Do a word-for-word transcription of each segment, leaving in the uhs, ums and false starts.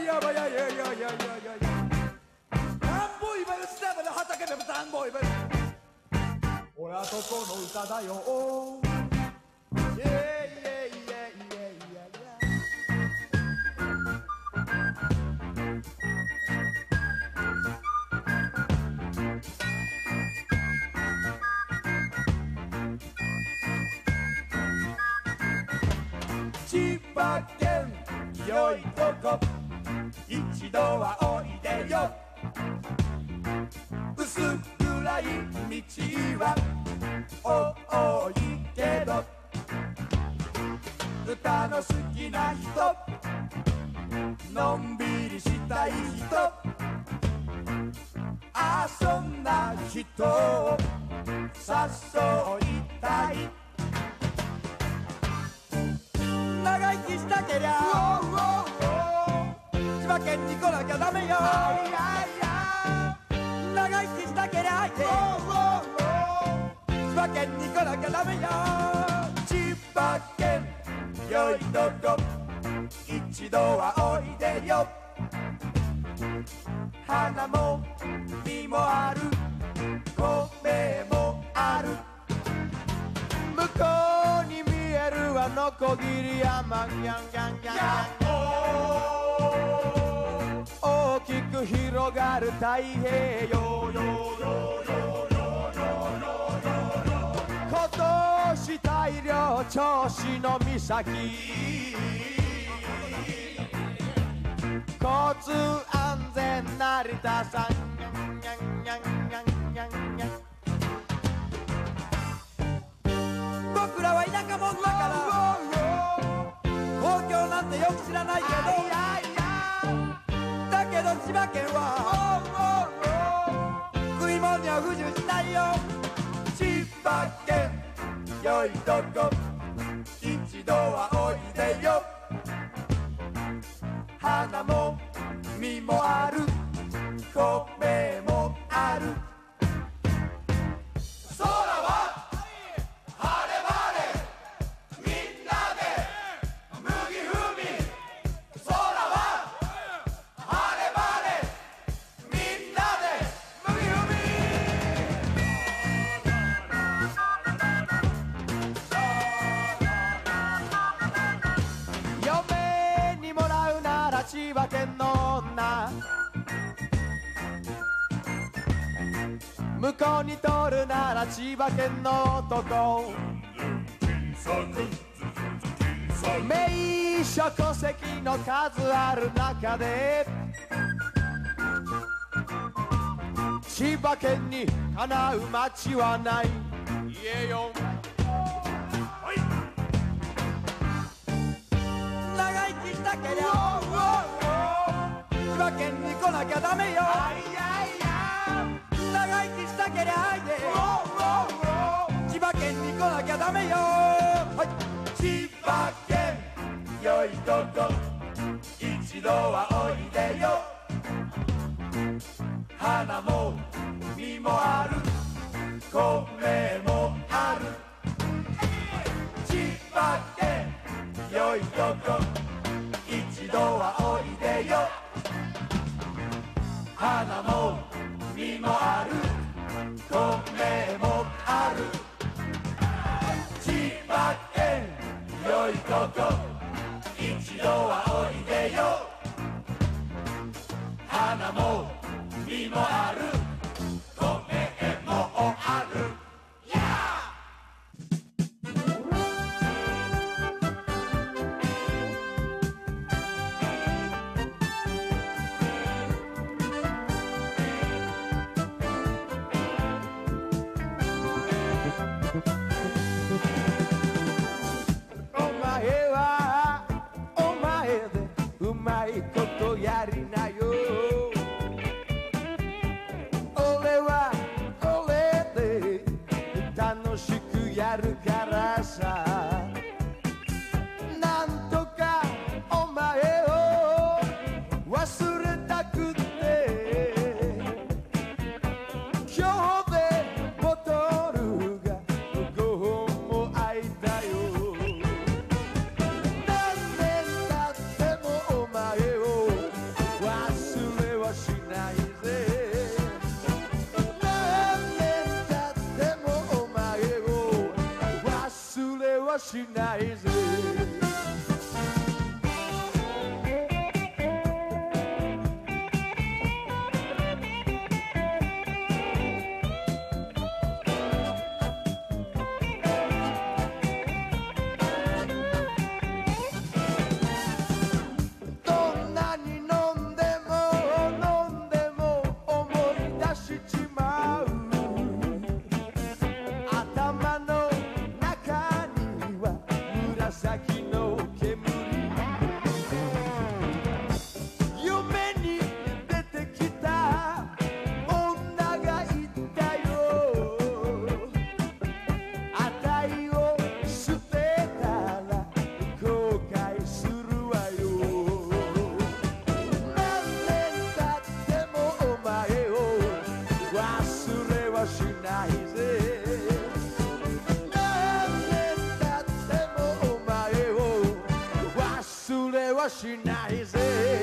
やばやいやいやいやいやいや田んぼいばるしだばら畑でも田んぼいばる俺はそこの歌だよイエイイエイイエイイエイイエイ千葉県よいとこ一度はおいでよ薄暗い道は多いけど歌の好きな人のんびりしたい人遊んだ人を誘いたい長生きしたけりゃ千葉県に来なきゃダメよ長生きしたけりゃ千葉県に来なきゃダメよ千葉県よいとこ一度はおいでよ花も実もある米もある向こうに見えるあの小桐山ギャンギャンギャンギャン大きく広がる太平洋今年大量銚子の岬交通安全成田さんニャンニャンニャンニャンニャン僕らは田舎者だから東京なんてよく知らないけどだけど千葉県は食い物には不自由しないよ千葉県よいとこ一度はおいでよ花も実もある米もある空は晴れ晴れみんなで麦踏み空は晴れ晴れみんなで麦踏み嫁にもらうなら千葉県の女向こうに通るなら千葉県の男名所戸籍の数ある中で千葉県にかなう町はない言えよ長生きしたけりゃ千葉県に来なきゃダメよ長生きしたけりゃ千葉県に来なきゃダメよ、はい、千葉県よいとこ一度はおいでよ花も実もある米もある千葉県よいとこ一度はおいでよ花も実もある米もある千葉県よいとこ一度はおいでよ花も実もある米もあるお前はお前でうまいことやりなよしないぜしないぜ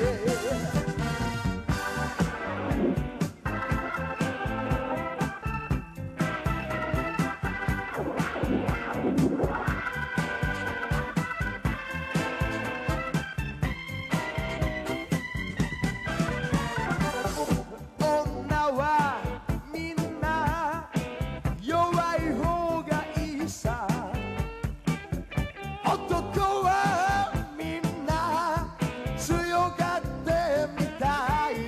女はみんな弱い方がいいさ男はみんな強がってみたい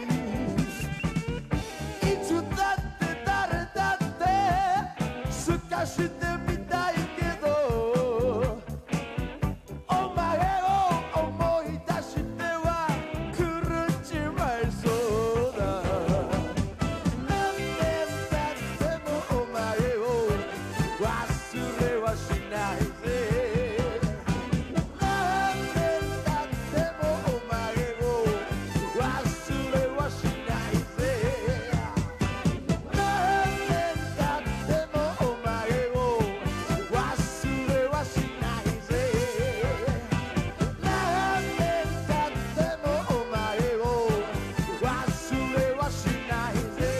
いつだって誰だってすかしてみたいけどお前を思い出しては狂っちまいそうだ何年経ってもお前を忘れはしないぜ何年経ってもお前を忘れはしないぜ何年経ってもお前を忘れはしないぜ何年経ってもお前を忘れはしないぜ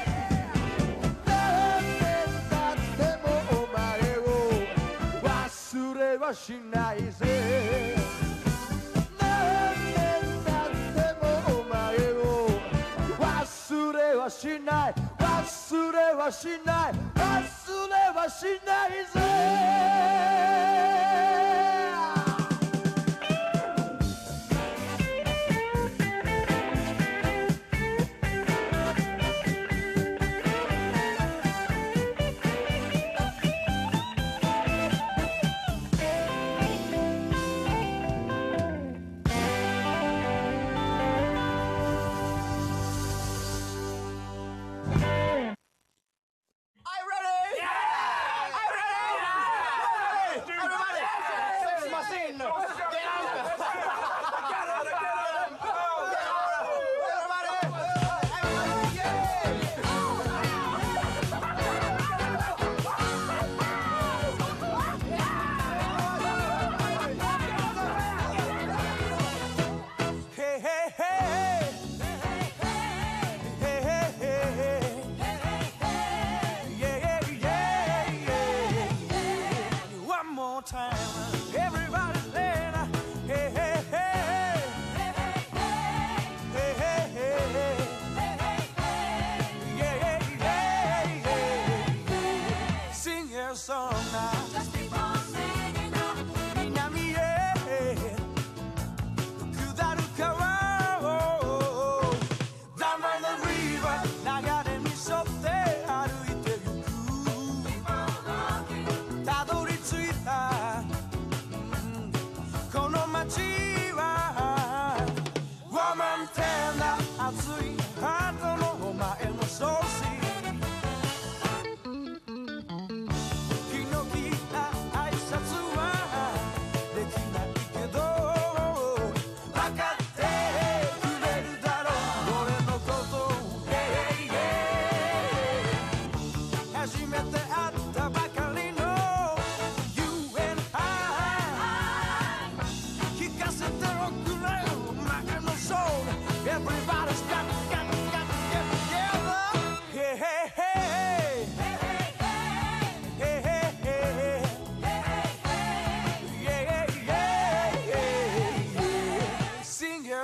何年経ってもお前を忘れはしないぜ何年経ってもお前を忘れはしない忘れはしない忘れはしないぜ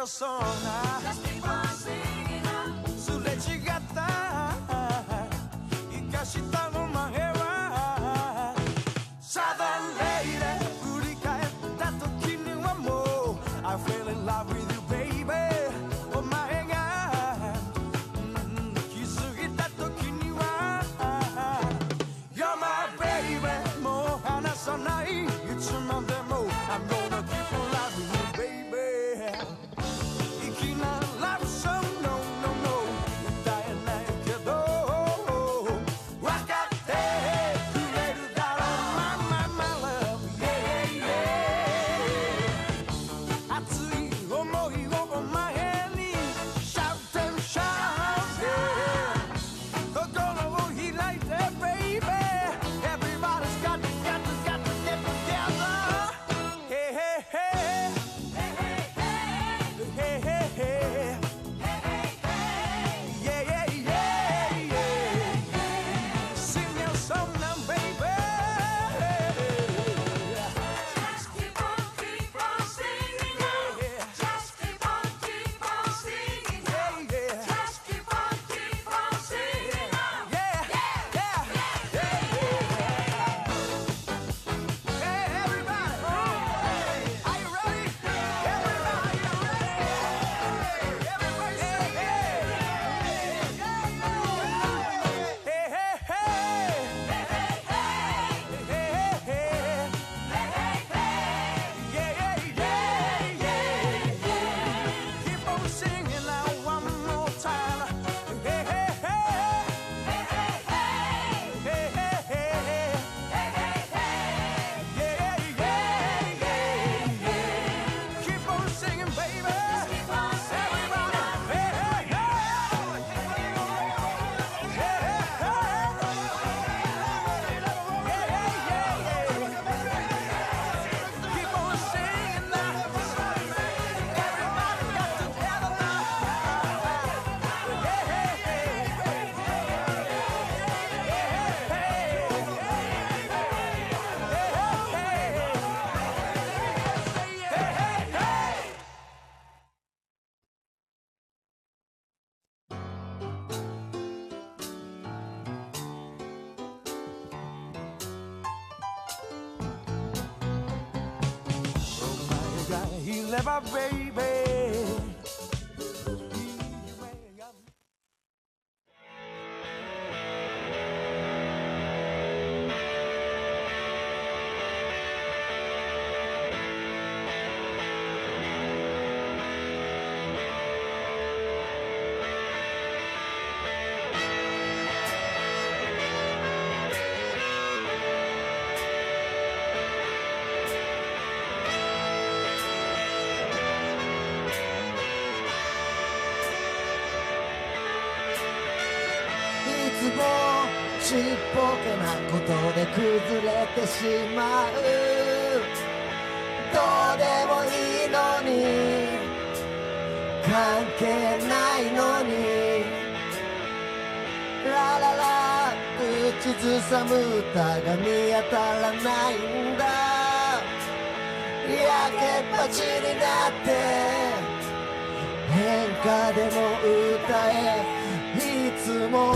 そうなすれ違った生かしたの前はサザンレイで振り返った時にはもう I fell in love with you baby お前が、うん、気づいた時には You're my baby もう離さないいつまでも I'm gonna keep on loving you baby 粋なラブソング No no no 歌えないけど分かってくれるだろう My my my love yeah yeah 熱い想いをお前に Shout and shout yeah 心を開いて baby Everybody's got to got to got to get together Hey hey hey Hey hey hey Yeah yeah yeah yeah Sing your song now baby Just keep on, keep on singing now. Just keep on, keep on singing now. Yeah yeah Just keep on, keep on singing now. Yeah yeah yeah Hey everybody Are you ready? Everybody are ready? Everybody say hey Hey hey hey Hey hey hey Yeah yeah yeah yeah Keep on singing now one more time Hey hey hey Hey hey hey Yeah yeah yeah Keep on singing baby Everybody Hey hey Keep on singing now Everybody got together now He left our baby. いつもちっぽけなことで崩れてしまうどうでもいいのに関係ないのにラララ口ずさむ歌が見当たらないんだやけっぱちになって変化でも歌えいつも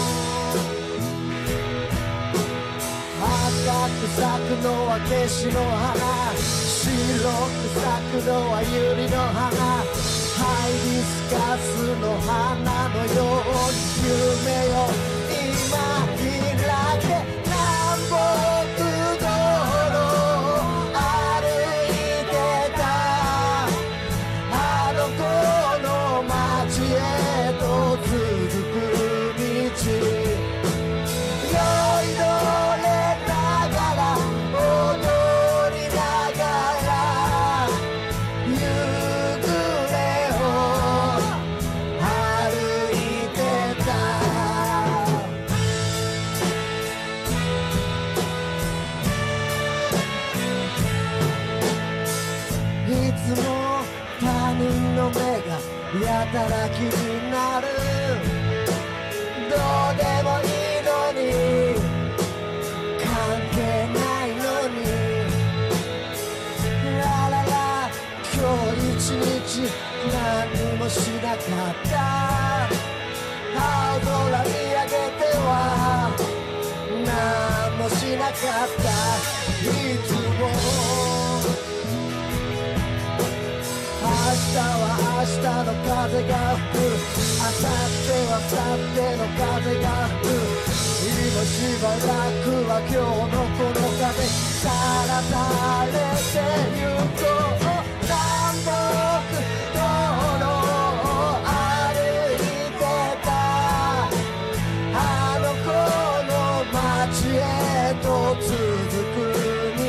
赤く咲くのはケシの花白く咲くのはユリの花ハイビスカスの花のように夢よ今開け南北道路歩いてたあの子の街へと続く道酔いどれながら踊りながら夕暮れを歩いてたいつも他人の目がやたら気になるどうでもいいのに関係ないのにラララ今日一日何もしなかった青空見上げては何もしなかったいつも明日は明日の風が吹く明後日は明後日の風が吹く今しばらくは今日のこの風さらされてゆこう南北道路を歩いてたあの子の街へと続く道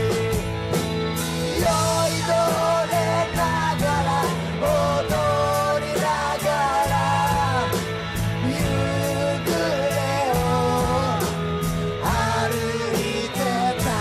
酔いどれながら踊りながら夕暮れを歩いてた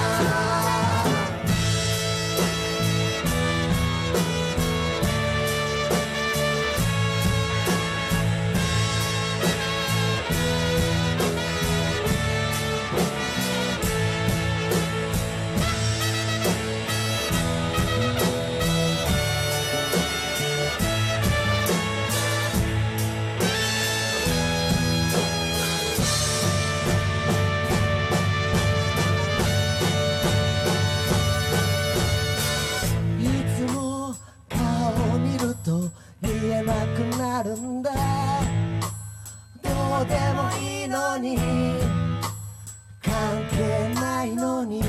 いつも顔を見ると見えなくなるんだどうでもいいのに関係ないのに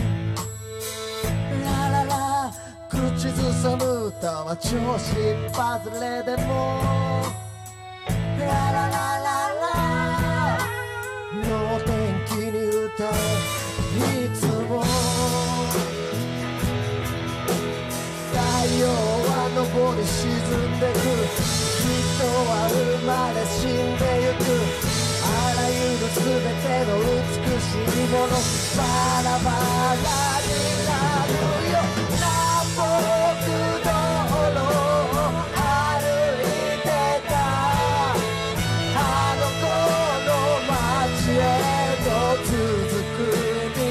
ラララ口ずさむ歌は調子外れでもラララララ能天気に歌えいつも太陽は昇り沈んでく人は生まれ死んでゆくあらゆる全ての美しいものバラバラになるよ南北道路を歩いてたあの子の街へと続く道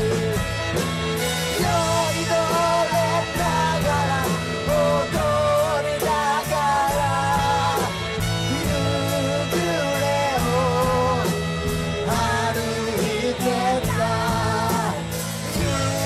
酔いどれながら踊りながら夕暮れを歩いてた夕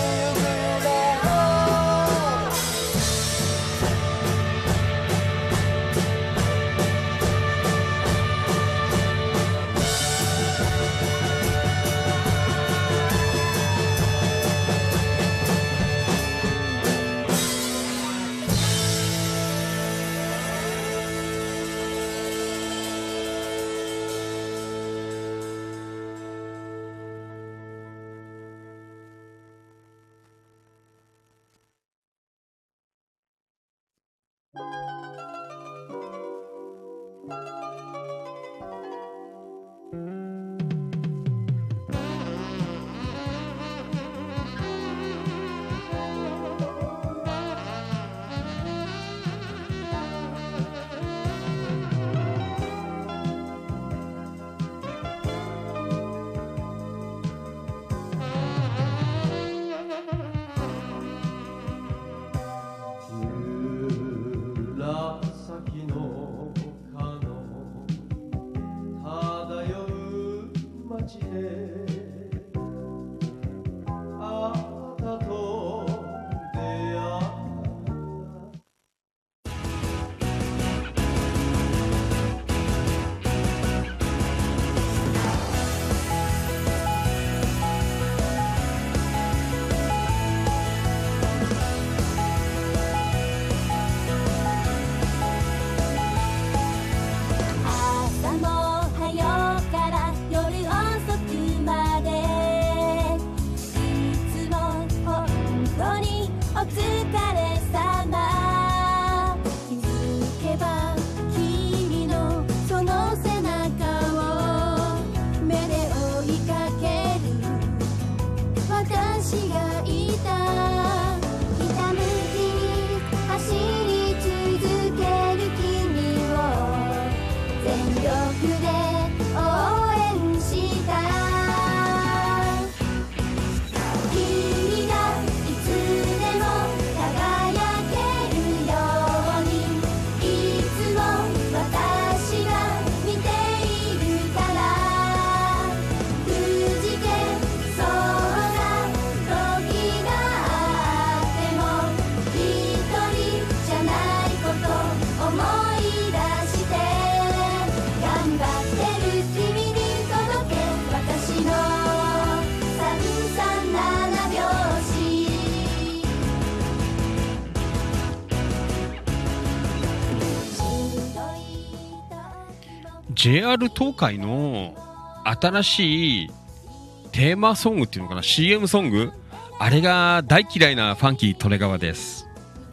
ジェイアール 東海の新しいテーマソングっていうのかな、 シーエム ソング、あれが大嫌いなファンキー利根川です。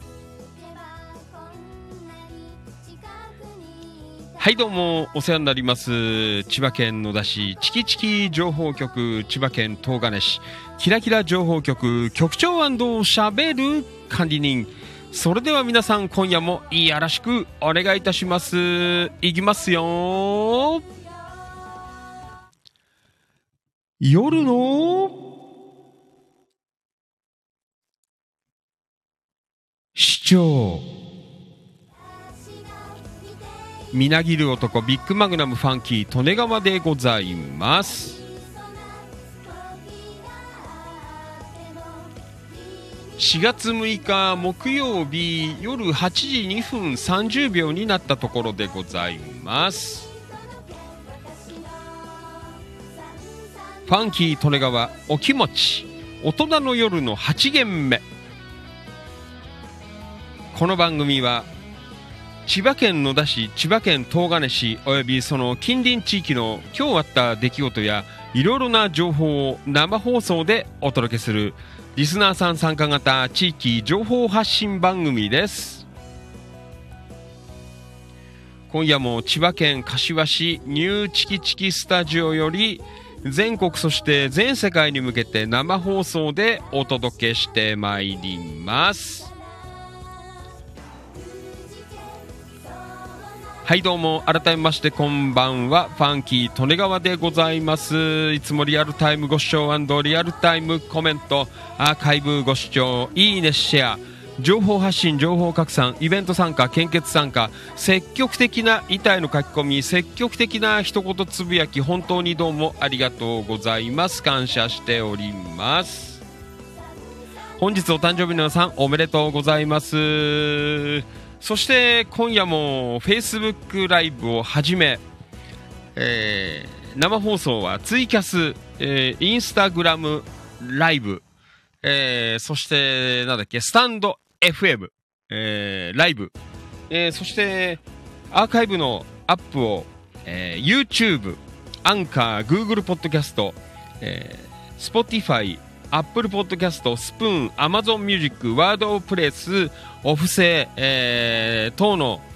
はいどうもお世話になります。千葉県野田市チキチキ情報局、千葉県東金市キラキラ情報局局長&しゃべる管理人。それでは皆さん今夜もよろしくお願いいたします。いきますよ。夜の市長、みなぎる男ビッグマグナムファンキー利根川でございます。しがつむいか木曜日夜はちじにふんさんじゅうびょうになったところでございます。ファンキー利根川お気持ち大人の夜のはち限目。この番組は千葉県野田市、千葉県東金市およびその近隣地域の今日あった出来事やいろいろな情報を生放送でお届けするリスナーさん参加型地域情報発信番組です。今夜も千葉県柏市ニューチキチキスタジオより全国そして全世界に向けて生放送でお届けしてまいります。はいどうも改めましてこんばんは、ファンキー利根川でございます。いつもリアルタイムご視聴&リアルタイムコメント、アーカイブご視聴、いいねシェア、情報発信、情報拡散、イベント参加、献血参加、積極的な板への書き込み、積極的な一言つぶやき、本当にどうもありがとうございます。感謝しております。本日お誕生日の皆さんおめでとうございます。そして今夜も Facebook ライブをはじめ、えー、生放送はツイキャス、えー、インスタグラムライブ、えー、そしてなんだっけスタンド エフエム、えー、ライブ、えー、そしてアーカイブのアップを、えー、YouTube、アンカー、Google ポッドキャスト、えー、Spotify、Apple ポッドキャスト、スプーン、Amazon ミュージック、ワードプレス、オフセ、えー、等の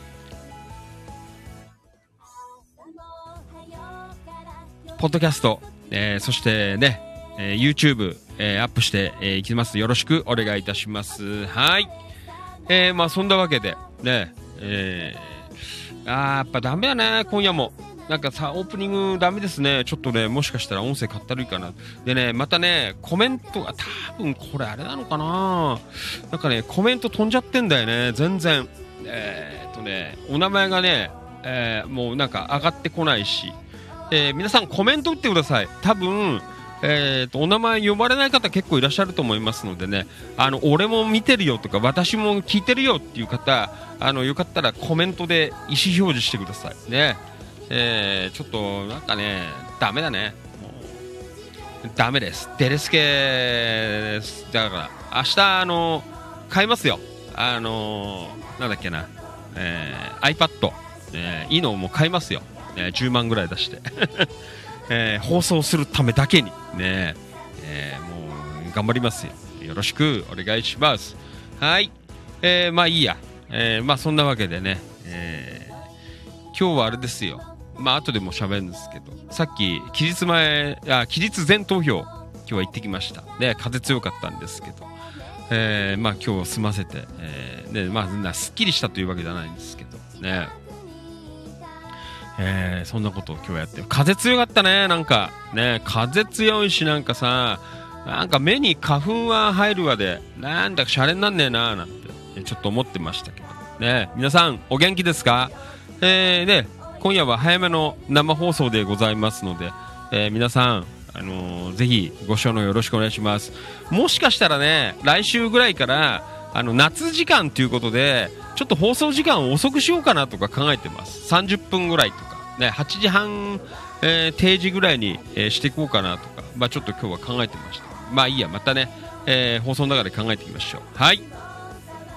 ポッドキャスト、えー、そしてね、えー、YouTube、えー、アップしてい、えー、きます。よろしくお願いいたします。はい、えー、まあそんなわけでね、えー、あーやっぱダメだね今夜も。なんかさオープニングダメですね。ちょっとねもしかしたら音声かったるいかな。でねまたねコメントが多分これあれなのかな、なんかねコメント飛んじゃってんだよね全然。えー、っとねお名前がね、えー、もうなんか上がってこないし、えー、皆さんコメント打ってください。多分えー、とお名前読まれない方結構いらっしゃると思いますのでね、あの俺も見てるよとか私も聞いてるよっていう方、あのよかったらコメントで意思表示してくださいね。えー、ちょっとなんかねダメだね、もうダメです。デレスケです。だから明日あの買いますよ。あのなんだっけな、えー、iPad、えー、いいのも買いますよ、えー、じゅうまんぐらい出して、えー、放送するためだけにね、えー、もう頑張りますよ。よろしくお願いします。はい、えー、まあいいや、えー、まあそんなわけでね、えー、今日はあれですよ。まあ後でも喋るんですけど、さっき期日前あ期日前投票今日は行ってきましたね。風強かったんですけど、えー、まあ今日済ませて、えー、ねまあすっきりしたというわけじゃないんですけどね、えー、そんなことを今日やってる。風強かったね。なんかね風強いし、なんかさなんか目に花粉は入るわでなんだかシャレになんねえなーなんてちょっと思ってましたけどね。皆さんお元気ですか？えー、ね今夜は早めの生放送でございますので、えー、皆さん、あのー、ぜひご視聴のよろしくお願いします。もしかしたらね来週ぐらいからあの夏時間ということでちょっと放送時間を遅くしようかなとか考えてます。さんじゅっぷんぐらいとか、ね、はちじはん、えー、定時ぐらいに、えー、していこうかなとか、まあ、ちょっと今日は考えてました。まあいいや、またね、えー、放送の中で考えていきましょう。はい、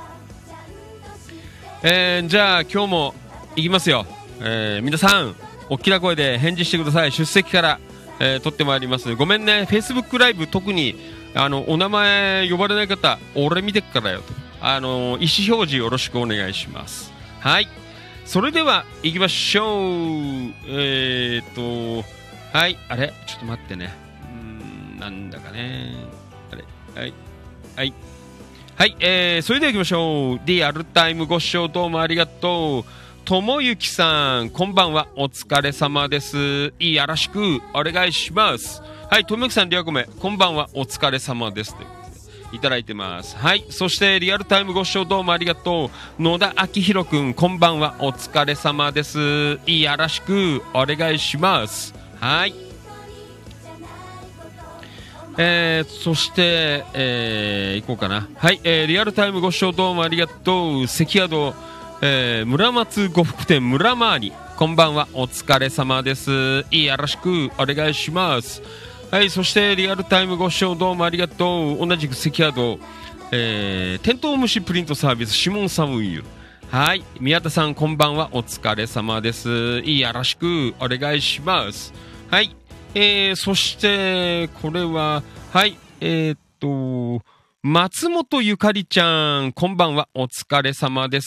えー、じゃあ今日もいきますよ。えー、皆さん大きな声で返事してください。出席から、えー、取ってまいります。ごめんね、Facebook ライブ特にあのお名前呼ばれない方、俺見てっからよと、あの意思表示よろしくお願いします。はい、それでは行きましょう。えーっとはいあれちょっと待ってね、うーんなんだかねあれはいはいはい、えー、それでは行きましょう。リアルタイムご視聴どうもありがとう。ともゆきさん、こんばんは。お疲れ様です。よろしくお願いします。はい、ともゆきさん、リアコメ、こんばんは。お疲れ様です。ということでいただいてます。はい、そしてリアルタイムご視聴どうもありがとう。野田明宏くん、こんばんは。お疲れ様です。よろしくお願いします。はい。えー、そして、えー、行こうかな。はい、えー、リアルタイムご視聴どうもありがとう。関宿、えー、村松呉服店村回り、こんばんは。お疲れ様です。よろしくお願いします。はい、そしてリアルタイムご視聴どうもありがとう。同じく関宿、えー、テントウムシプリントサービスシモンサムイユ。はい、宮田さん、こんばんは。お疲れ様です。よろしくお願いします。はい、えー、そしてこれははいえー、っと松本ゆかりちゃん、こんばんは。お疲れ様です。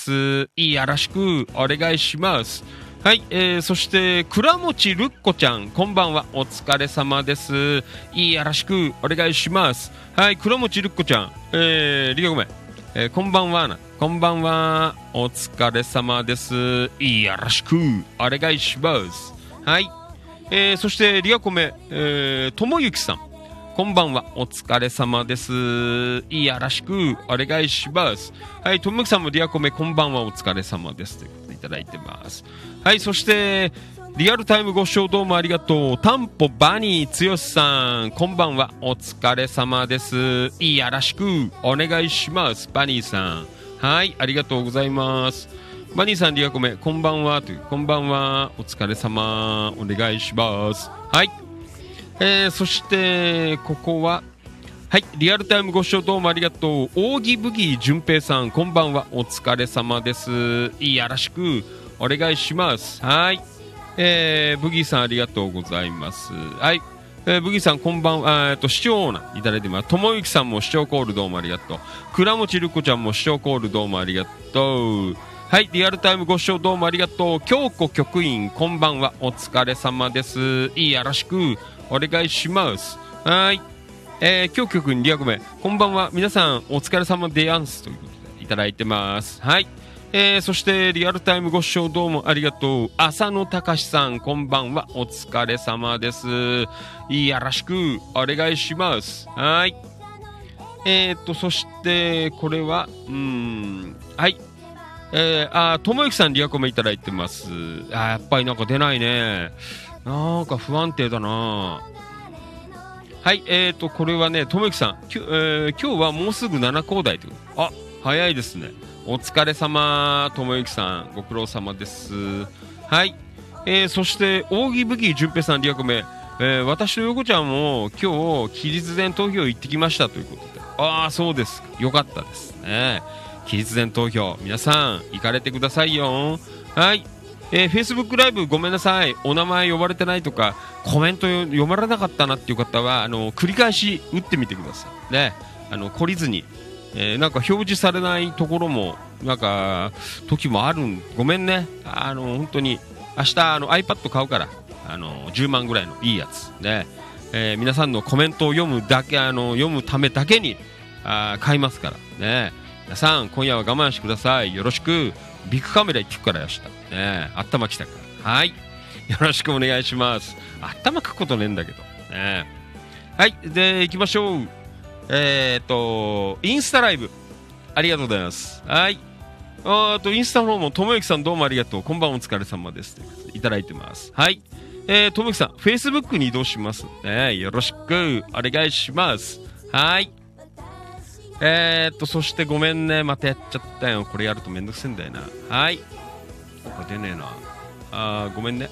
よろしくお願いします。はい、えー、そして倉持るっこちゃん、こんばんは。お疲れ様です。よろしくお願いします。はい、倉持るっこちゃん、えー、リカごめん、えー、こんばんはな、こんばんは。お疲れ様です。よろしくお願いします。はい、えー、そしてリアコメ、えー、ともゆきさん、こんばんは。お疲れ様です。よろしくお願いします。はい、ともゆきさんもリアコメ、こんばんは。お疲れ様です。ということでいただいてます。はい、そしてリアルタイムご視聴どうもありがとう。タンポバニーつよしさん、こんばんは。お疲れ様です。よろしくお願いします。バニーさん、はい、ありがとうございます。バニーさん、リアコメ、こんばんはという、こんばんは。お疲れ様、お願いします。はい、えー、そしてここははい、リアルタイムご視聴どうもありがとう。扇ブギー純平さん、こんばんは。お疲れ様です。よろしくお願いします。はい、えー、ブギーさん、ありがとうございます。はい、えー、ブギーさん、こんばんは。えー、と視聴オーナーいただいてます。ともゆきさんも視聴コールどうもありがとう。倉持るっこちゃんも視聴コールどうもありがとう。はい、リアルタイムご視聴どうもありがとう。京子局員、こんばんは。お疲れ様です。よろしくお願いします。はい、えー、京子局員、リアコメ、こんばんは。皆さんお疲れ様でやんすということでいただいてます。はい、えー、そしてリアルタイムご視聴どうもありがとう。浅野隆さん、こんばんは。お疲れ様です。よろしくお願いします。はい、えー、っとそしてこれはうーんはいえー、あ、ともゆきさん、リアコメいただいてます。あ、やっぱりなんか出ないね。なんか不安定だな。はい、えーと、これはね、ともゆきさん、きゅ、えー、今日はもうすぐななこうだいという。あ、早いですね。お疲れ様、ともゆきさん、ご苦労様です。はい、えー、そして、扇武器淳平さん、リアコメ、えー、私と横ちゃんも今日、期日前投票行ってきましたということで。ああ、そうです。よかったですね。期日前投票、皆さん行かれてくださいよ。はい、えー、Facebook ライブごめんなさい、お名前呼ばれてないとかコメント読まれなかったなっていう方はあの繰り返し打ってみてくださいね。あの懲りずに、えー、なんか表示されないところもなんか時もあるん、ごめんね。あの本当に明日あの iPad 買うから、あのじゅうまんぐらいのいいやつね、えー、皆さんのコメントを読むだけ、あの読むためだけにあ買いますからね。皆さん今夜は我慢してください。よろしく。ビッグカメラ行ってくからやしたね。頭きたから、はい、よろしくお願いします。頭かくことねえんだけどね。はい、で行きましょう。えー、っとインスタライブありがとうございます。はい、あとインスタの方もともゆきさんどうもありがとう。こんばんお疲れ様ですいただいてます。はい、えー、ともゆきさんフェイスブックに移動しますね。よろしくお願いします。はい、えーっとそしてごめんね、またやっちゃったよ。これやるとめんどくせえんだよな。はい、これ出ねえな。あーごめんね。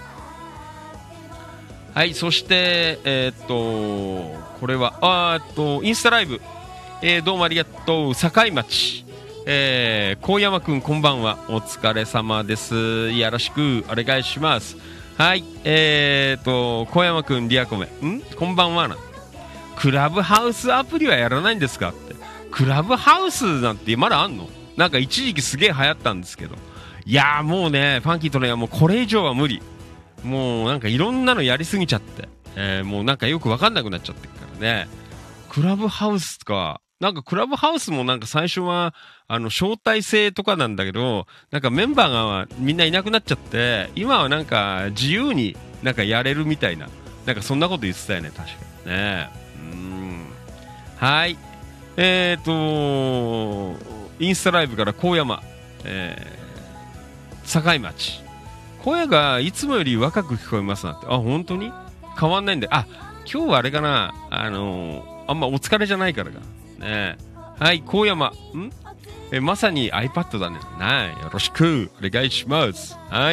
はい、そしてえーっとこれはあーっとインスタライブ、えー、どうもありがとう。境町、えー、高山くんこんばんは。お疲れ様です。よろしくお願いします。 はい、えーと、小山くん、リアコメ。んこんばんはな。クラブハウスアプリはやらないんですかって。クラブハウスなんてまだあんの？なんか一時期すげえ流行ったんですけど。いやーもうね、ファンキーとね、もうこれ以上は無理。もうなんかいろんなのやりすぎちゃって。えー、もうなんかよくわかんなくなっちゃってるからね。クラブハウスか。なんかクラブハウスもなんか最初は、あの、招待制とかなんだけど、なんかメンバーがみんないなくなっちゃって、今はなんか自由になんかやれるみたいな。なんかそんなこと言ってたよね、確かにね。うーん。はい。えーと、インスタライブから高山、えー、境町。声がいつもより若く聞こえますなって。あ、本当に変わんないんで。あ、今日はあれかな、あのー、あんまお疲れじゃないからか。ね、はい、高山。んえ、まさに iPad だね。はい、よろしくお願いします。はい。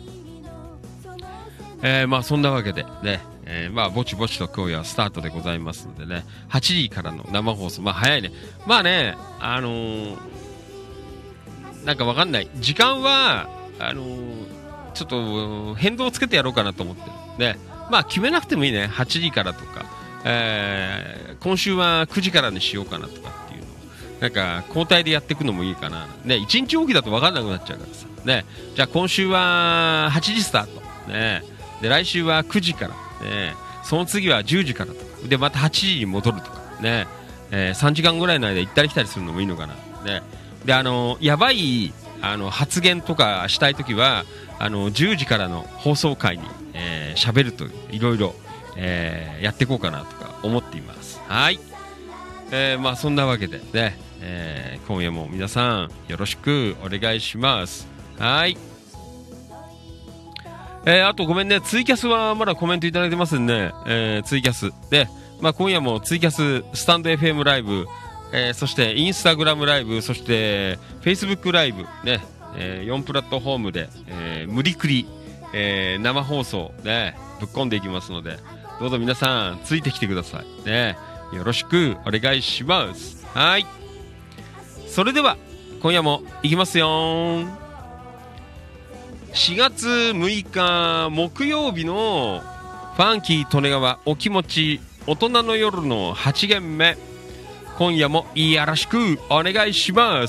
えー、まあそんなわけでね、えー、まあぼちぼちと今日はスタートでございますのでね、はちじからの生放送、まあ早いね。まあね、あのー、なんかわかんない。時間は、あのー、ちょっと変動をつけてやろうかなと思ってる。ね、まあ決めなくてもいいね。はちじからとか。えー、今週はくじからにしようかなとかっていうのをなんか交代でやっていくのもいいかなね。いちにちおきだと分かんなくなっちゃうからさね。じゃあ今週ははちじスタートね。で来週はくじからね。その次はじゅうじからとかでまたはちじに戻るとかね、えー、さんじかんぐらいの間行ったり来たりするのもいいのかなね。であのやばいあの発言とかしたいときはあのじゅうじからの放送回に喋、えー、るといういろいろえー、やっていこうかなとか思っています。はい、えー、まあそんなわけでね、えー、今夜も皆さんよろしくお願いします。はい、えー、あとごめんね、ツイキャスはまだコメントいただいてますんで、えー、ツイキャスで、まあ、今夜もツイキャススタンド エフエム ライブ、えー、そしてインスタグラムライブ、そしてフェイスブックライブね、えー、よんプラットフォームで、えー、無理くり、えー、生放送ねぶっ込んでいきますので、どうぞ皆さんついてきてくださいね。よろしくお願いします。はい、それでは今夜もいきますよ。しがつむいか木曜日のファンキー利根川お気持ち大人の夜のはち限目、今夜もよろしくお願いします。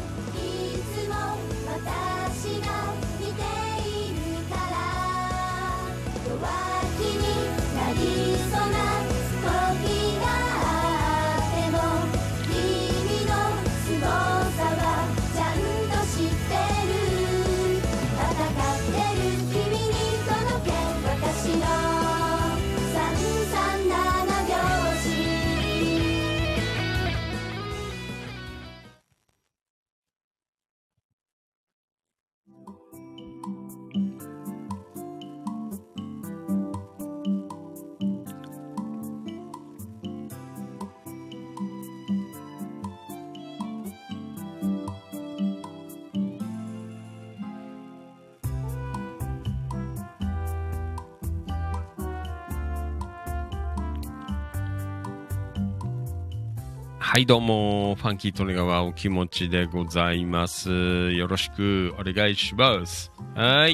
はいどうも、ファンキー利根川お気持ちでございます。よろしくお願いします。はい。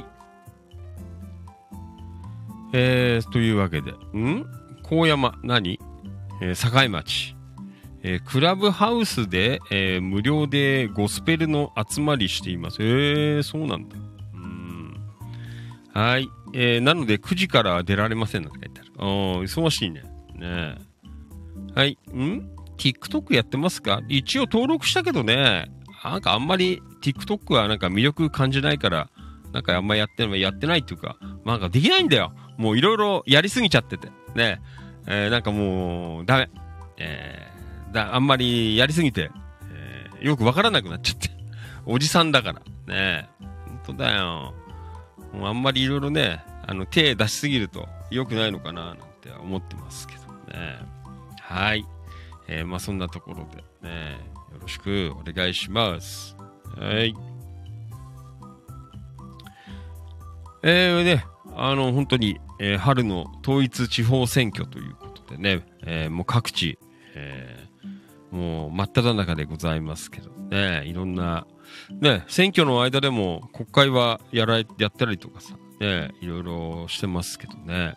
えー、というわけで、ん高山、何、えー、境町、えー、クラブハウスで、えー、無料でゴスペルの集まりしています。えー、そうなんだ。うーん。はい。えー、なのでくじから出られませんなんて書いてある。あー、忙しいね。ねえ。はい。んTikTok やってますか？一応登録したけどね、なんかあんまり TikTok はなんか魅力感じないから、なんかあんまやってない、やってないっていうか、まあ、なんかできないんだよ。もういろいろやりすぎちゃってて。ね。えー、なんかもう、ダメ。えー、だ、あんまりやりすぎて、えー、よくわからなくなっちゃって。おじさんだから。ね。ほんとだよ。もうあんまりいろいろね、あの、手出しすぎると良くないのかな、なんて思ってますけどね。はい。えー、まあそんなところでね、よろしくお願いします。はい。えーね、あの本当に、えー、春の統一地方選挙ということでね、えー、もう各地、えー、もう真っ只中でございますけどね、いろんなね選挙の間でも国会はやらやったりとかさね、いろいろしてますけどね。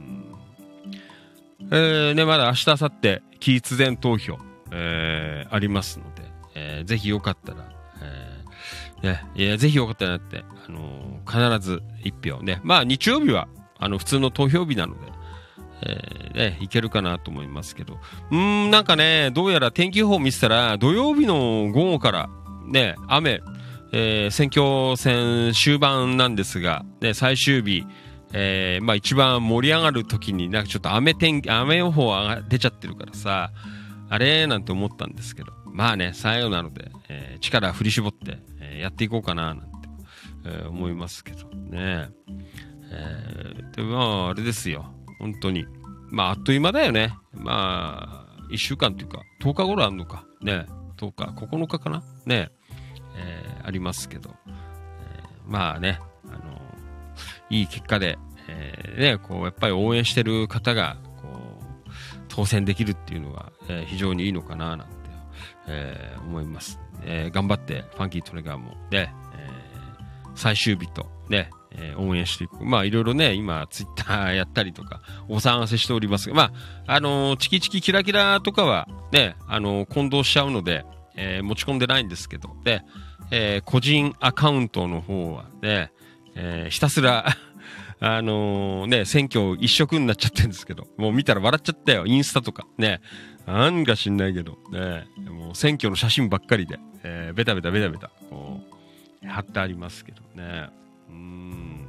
うん、えー、ね、まだ明日、明後日、期日前投票、えー、ありますので、えー、ぜひよかったら、えー、ね、いや、ぜひよかったらって、あのー、必ず一票ね。まあ、日曜日は、あの、普通の投票日なので、えー、ね、いけるかなと思いますけど。うーん、なんかね、どうやら天気予報見てたら、土曜日の午後から、ね、雨、えー、選挙戦終盤なんですが、ね、最終日、えー、まあ一番盛り上がる時になんかちょっと雨天気、雨予報が出ちゃってるからさ、あれなんて思ったんですけど、まあね、最後なので、えー、力振り絞って、えー、やっていこうかななんて、えー、思いますけどね。えー、で、まああれですよ、本当に。まああっという間だよね。まあ、いっしゅうかんというか、とおか頃あんのか。ね、とおか、ここのかかなね。えー、ありますけど、えー、まあね、あのー、いい結果で、えー、ね、こうやっぱり応援してる方がこう当選できるっていうのは、えー、非常にいいのかななんて、えー、思います、えー。頑張ってファンキートレガーもね、えー、最終日とね、えー、応援していく。まあいろいろね、今ツイッターやったりとかお騒がせしておりますが、まああのー、チキチキキラキラとかはね、あのー、混同しちゃうので。えー、持ち込んでないんですけど、で、えー、個人アカウントの方はね、えー、ひたすら、あのー、ね、選挙一色になっちゃってるんですけど、もう見たら笑っちゃったよ、インスタとか、ね、なんか知んないけど、ね、もう選挙の写真ばっかりで、えー、ベタベタベタベタ、こう、貼ってありますけどね、うーん、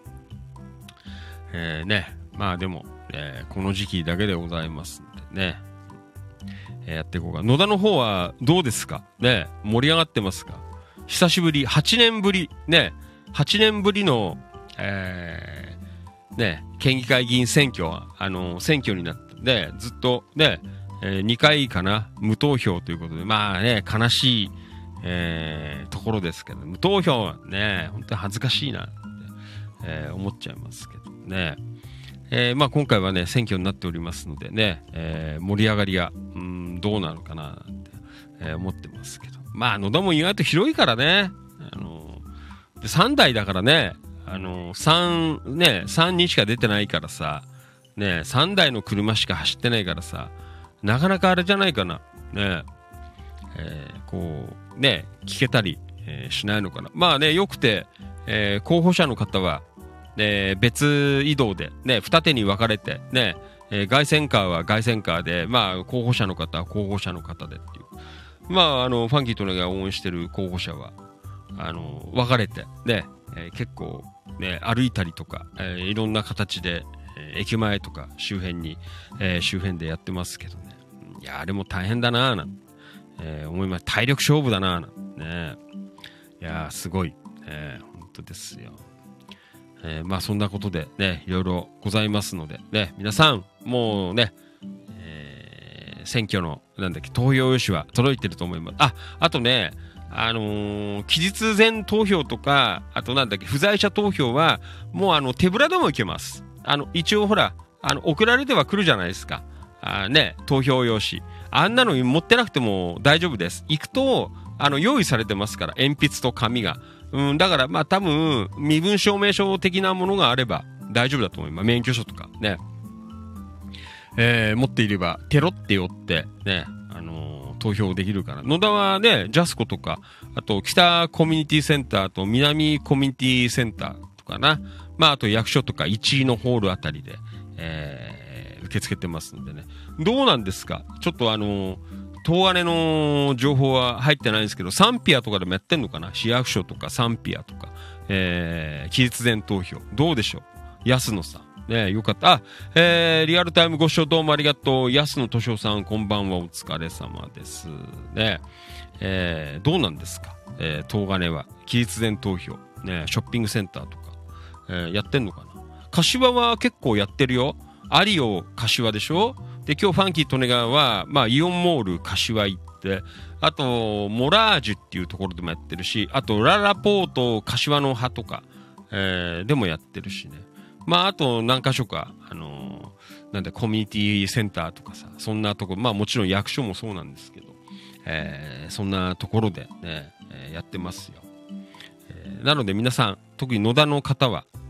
えー、ね、まあでも、えー、この時期だけでございますんでね、やっていこうか。野田の方はどうですかね、盛り上がってますか？久しぶり、はちねんぶり、ね、はちねんぶりの、えー、ね、県議会議員選挙は、あのー、選挙になって、ね、ずっと、ね、えー、にかいかな、無投票ということで、まあね、悲しい、えー、ところですけど、無投票はね、本当に恥ずかしいなって、えー、思っちゃいますけどね。えー、まあ今回はね、選挙になっておりますのでね、えー、盛り上がりが、うん、どうなのかななんて、えー、思ってますけど。まあ野田も意外と広いからね、あのー、でさんだいだからね、あのー、さん、ね、さんにしか出てないからさ、ね、さんだいの車しか走ってないからさ、なかなかあれじゃないかな、ね、えー、こう、ね、聞けたり、えー、しないのかな。まあね、よくて、えー、候補者の方は、えー、別移動で、ね、二手に分かれて、ね、えー、凱旋カーは凱旋カーで、まあ、候補者の方は候補者の方でっていう。まあ、あの、ファンキートネが応援してる候補者は、あの、分かれて、ね、えー、結構、ね、歩いたりとか、えー、いろんな形で、えー、駅前とか周辺に、えー、周辺でやってますけどね。いや、あれも大変だなぁ、なんて、えー、思います。体力勝負だなぁ、なんてね。いやー、すごい、えー、本当ですよ。えー、まあそんなことでね、いろいろございますのでね、皆さんもうね、えー、選挙のなんだっけ投票用紙は届いてると思います。あ、あとね、あのー、期日前投票とか、あとなんだっけ不在者投票はもうあの手ぶらでも行けます。あの一応ほらあの送られては来るじゃないですか。あね、投票用紙あんなの持ってなくても大丈夫です。行くとあの用意されてますから、鉛筆と紙が。うん、だから、まあ多分、身分証明書的なものがあれば大丈夫だと思います。免許証とかね。えー、持っていれば、テロって寄って、ね、あのー、投票できるから。野田はね、ジャスコとか、あと、北コミュニティセンターと南コミュニティセンターとかな。まあ、あと役所とかいちいのホールあたりで、えー、受け付けてますんでね。どうなんですか？ちょっとあのー、東金の情報は入ってないんですけど、サンピアとかでもやってんのかな？市役所とかサンピアとか、えー、期日前投票。どうでしょう？安野さん。ね、よかった。あ、えー、リアルタイムご視聴どうもありがとう。安野敏夫さん、こんばんは。お疲れ様です。ね、えー、どうなんですか？えー、東金は。期日前投票。ね、ショッピングセンターとか、えー、やってんのかな？柏は結構やってるよ。アリオ柏でしょ？で、今日ファンキー利根川は、まあ、イオンモール柏行って、あと、モラージュっていうところでもやってるし、あと、ララポート柏の葉とか、えー、でもやってるしね。まあ、あと何か所か、あのー、なんだ、コミュニティセンターとかさ、そんなところ、まあもちろん役所もそうなんですけど、えー、そんなところでね、えー、やってますよ。えー、なので皆さん、特に野田の方は、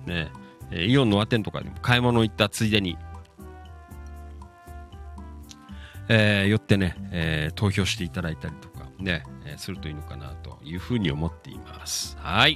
ね、えー、イオンの和店とかでも買い物行ったついでに、えー、寄ってね、えー、投票していただいたりとかね、えー、するといいのかなというふうに思っています。はい。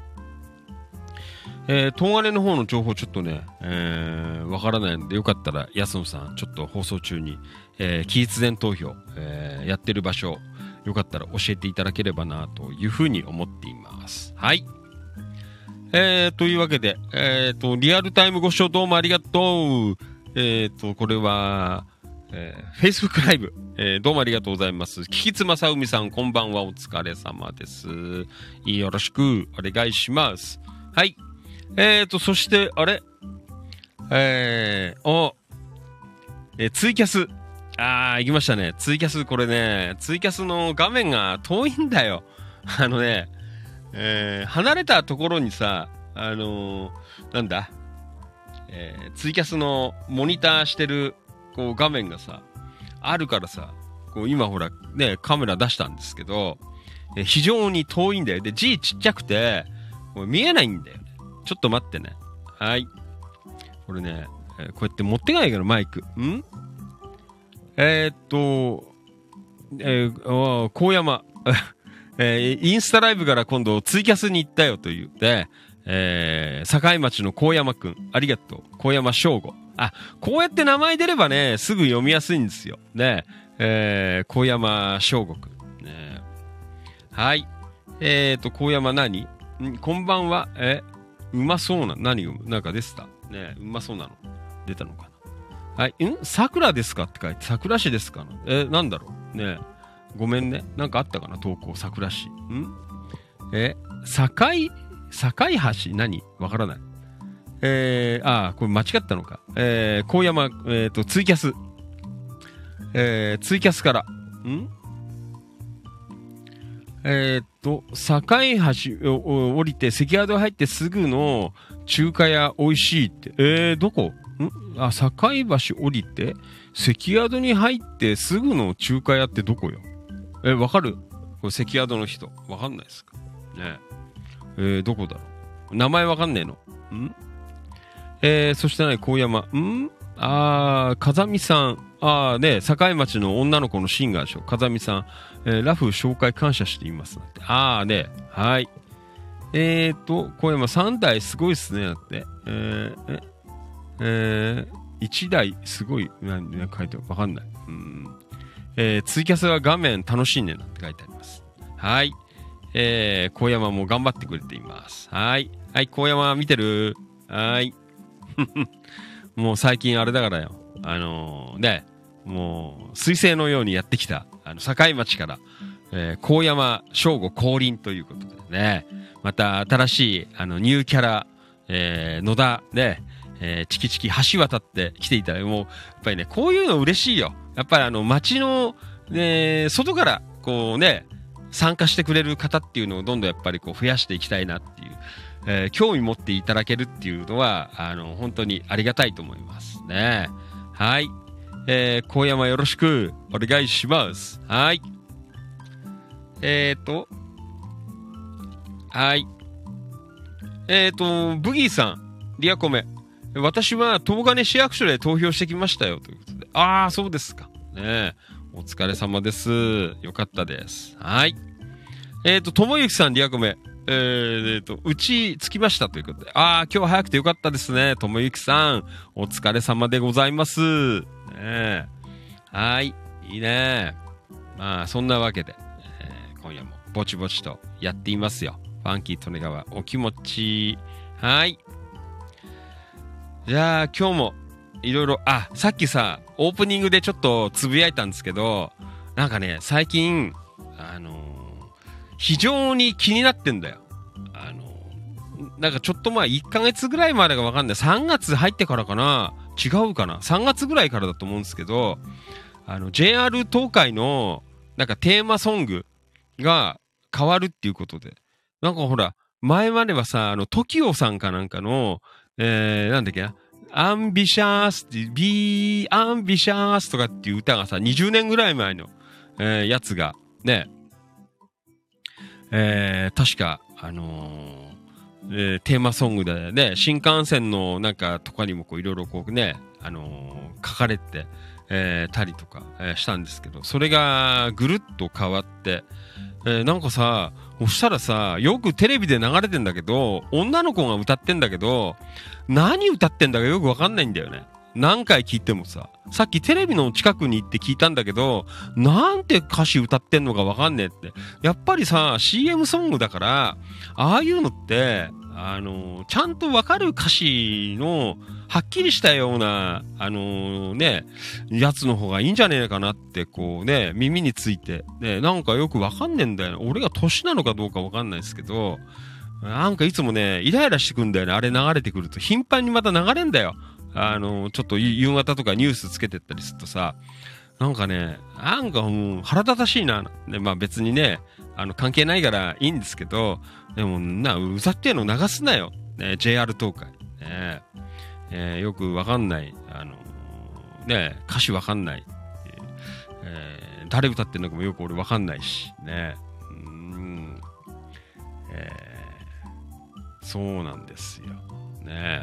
えー、東金の方の情報ちょっとね、えー、わからないのでよかったら安野さんちょっと放送中に、えー、期日前投票、えー、やってる場所よかったら教えていただければなというふうに思っています。はい。えー、というわけで、えーと、リアルタイムご視聴どうもありがとう。えーと、これは、えー、Facebook ライブ、えー、どうもありがとうございます。キキツマサウミさん、こんばんは、お疲れ様です。よろしくお願いします。はい。えーと、そして、あれえー、お、えー、ツイキャス。あー、行きましたね。ツイキャス、これね、ツイキャスの画面が遠いんだよ。あのね、えー、離れたところにさ、あのー、なんだ、えー、ツイキャスのモニターしてる、こう、画面がさ、あるからさ、こう、今ほら、ね、カメラ出したんですけど、えー、非常に遠いんだよ。で、字ちっちゃくて、こう見えないんだよね。ちょっと待ってね。はい。これね、えー、こうやって持ってかないから、マイク。んえー、っと、えー、高山、えー、インスタライブから今度ツイキャスに行ったよと言って、えー、境町の高山くん、ありがとう。高山翔吾。あ、こうやって名前出ればね、すぐ読みやすいんですよ。ね、えー、高山翔吾くん。ね、はい。えーと、高山何んこんばんは。え、うまそうな、何が、なんかでしたね、うまそうなの。出たのかな。はい。ん桜ですかって書いて、桜市ですかえ、なんだろうね。ごめんね。なんかあったかな投稿、桜市。んえ、境、境橋何わからない。えー、あー、これ間違ったのか。えー、高山、えーと、ツイキャス。えー、ツイキャスから。んえー、っと、境橋を降りて、関宿入ってすぐの中華屋美味しいって。えー、どこんあ、境橋降りて、関宿に入ってすぐの中華屋ってどこよえ、わかるこれ関宿の人。わかんないですかねえ。えー、どこだろう名前わかんねえのんえー、そしてね、高山。んあー、風見さん。あーね、境町の女の子のシンガーでしょ。風見さん。えー、ラフ紹介感謝しています。あーね、はい。えーと、小山さんだいすごいっすね。だって。えー、え、えー、いちだいすごい、なんで書いてわかんない。うん。えー、ツイキャスは画面楽しいねなんて書いてあります。はい。えー、小山も頑張ってくれています。はい。はい、小山見てるはい。もう最近あれだからよ。あのー、ね、もう、彗星のようにやってきた、あの、境町から、えー、高山翔吾降臨ということでね、また新しい、あの、ニューキャラ、えー、野田、ね、えー、チキチキ橋渡って来ていただいて、もう、やっぱりね、こういうの嬉しいよ。やっぱりあの、町の、ね、外から、こうね、参加してくれる方っていうのをどんどんやっぱりこう増やしていきたいなっていう、えー、興味持っていただけるっていうのは、あの、本当にありがたいと思いますね。はい。えー、高山よろしくお願いします。はい。えーと、はい。えーと、ブギーさん、リアコメ。私は東金市役所で投票してきましたよ。ということで。あー、そうですか。ねお疲れ様です。よかったです。はい。えーと、ともゆきさん、リアコメ。えー、えーと、うち着きましたということで。あー、今日早くてよかったですね。ともゆきさん、お疲れ様でございます。ねはい。いいね。まあ、そんなわけで、えー、今夜もぼちぼちとやっていますよ。ファンキー利根川お気持ち。はい。じゃあ、今日もいろいろ、あ、さっきさ、オープニングでちょっとつぶやいたんですけど、なんかね、最近、あのー、非常に気になってんだよ。あのー、なんかちょっと前、いっかげつぐらいまでがわかんない。さんがつ入ってからかな違うかな ?さんがつぐらいからだと思うんですけど、あの、ジェイアール 東海の、なんかテーマソングが変わるっていうことで。なんかほら、前まではさ、あの、トキオさんかなんかの、えー、なんだっけな、アンビシャースって、ビー、アンビシャースとかっていう歌がさ、にじゅうねんぐらい前の、えー、やつが、ね、えー、確か、あのー、 えーテーマソングでね、新幹線のなんかとかにもこういろいろこうね、あのー書かれて、えーたりとか、えーしたんですけど、それがぐるっと変わって、えーなんかさ、そしたらさ、よくテレビで流れてんだけど、女の子が歌ってんだけど、何歌ってんだかよくわかんないんだよね。何回聞いてもさ、さっきテレビの近くに行って聞いたんだけど、なんて歌詞歌ってんのかわかんねえって。やっぱりさ、シーエム ソングだから、ああいうのって、あのー、ちゃんとわかる歌詞の、はっきりしたような、あのー、ね、やつの方がいいんじゃねえかなって、こうね、耳について、ね、なんかよくわかんねえんだよ。俺が年なのかどうかわかんないですけど、なんかいつもね、イライラしてくんだよね。あれ流れてくると。頻繁にまた流れんだよ。あの、ちょっと夕方とかニュースつけてったりするとさ、なんかね、なんかもう腹立たしいな。ね、まあ別にね、あの関係ないからいいんですけど、でもな、うざってえの流すなよ。ね、ジェイアール 東海。ねえー、よくわかんない。あのー、ね、歌詞わかんない。えー、誰歌ってんのかもよく俺わかんないし。ね。うーん。えー、そうなんですよ。ね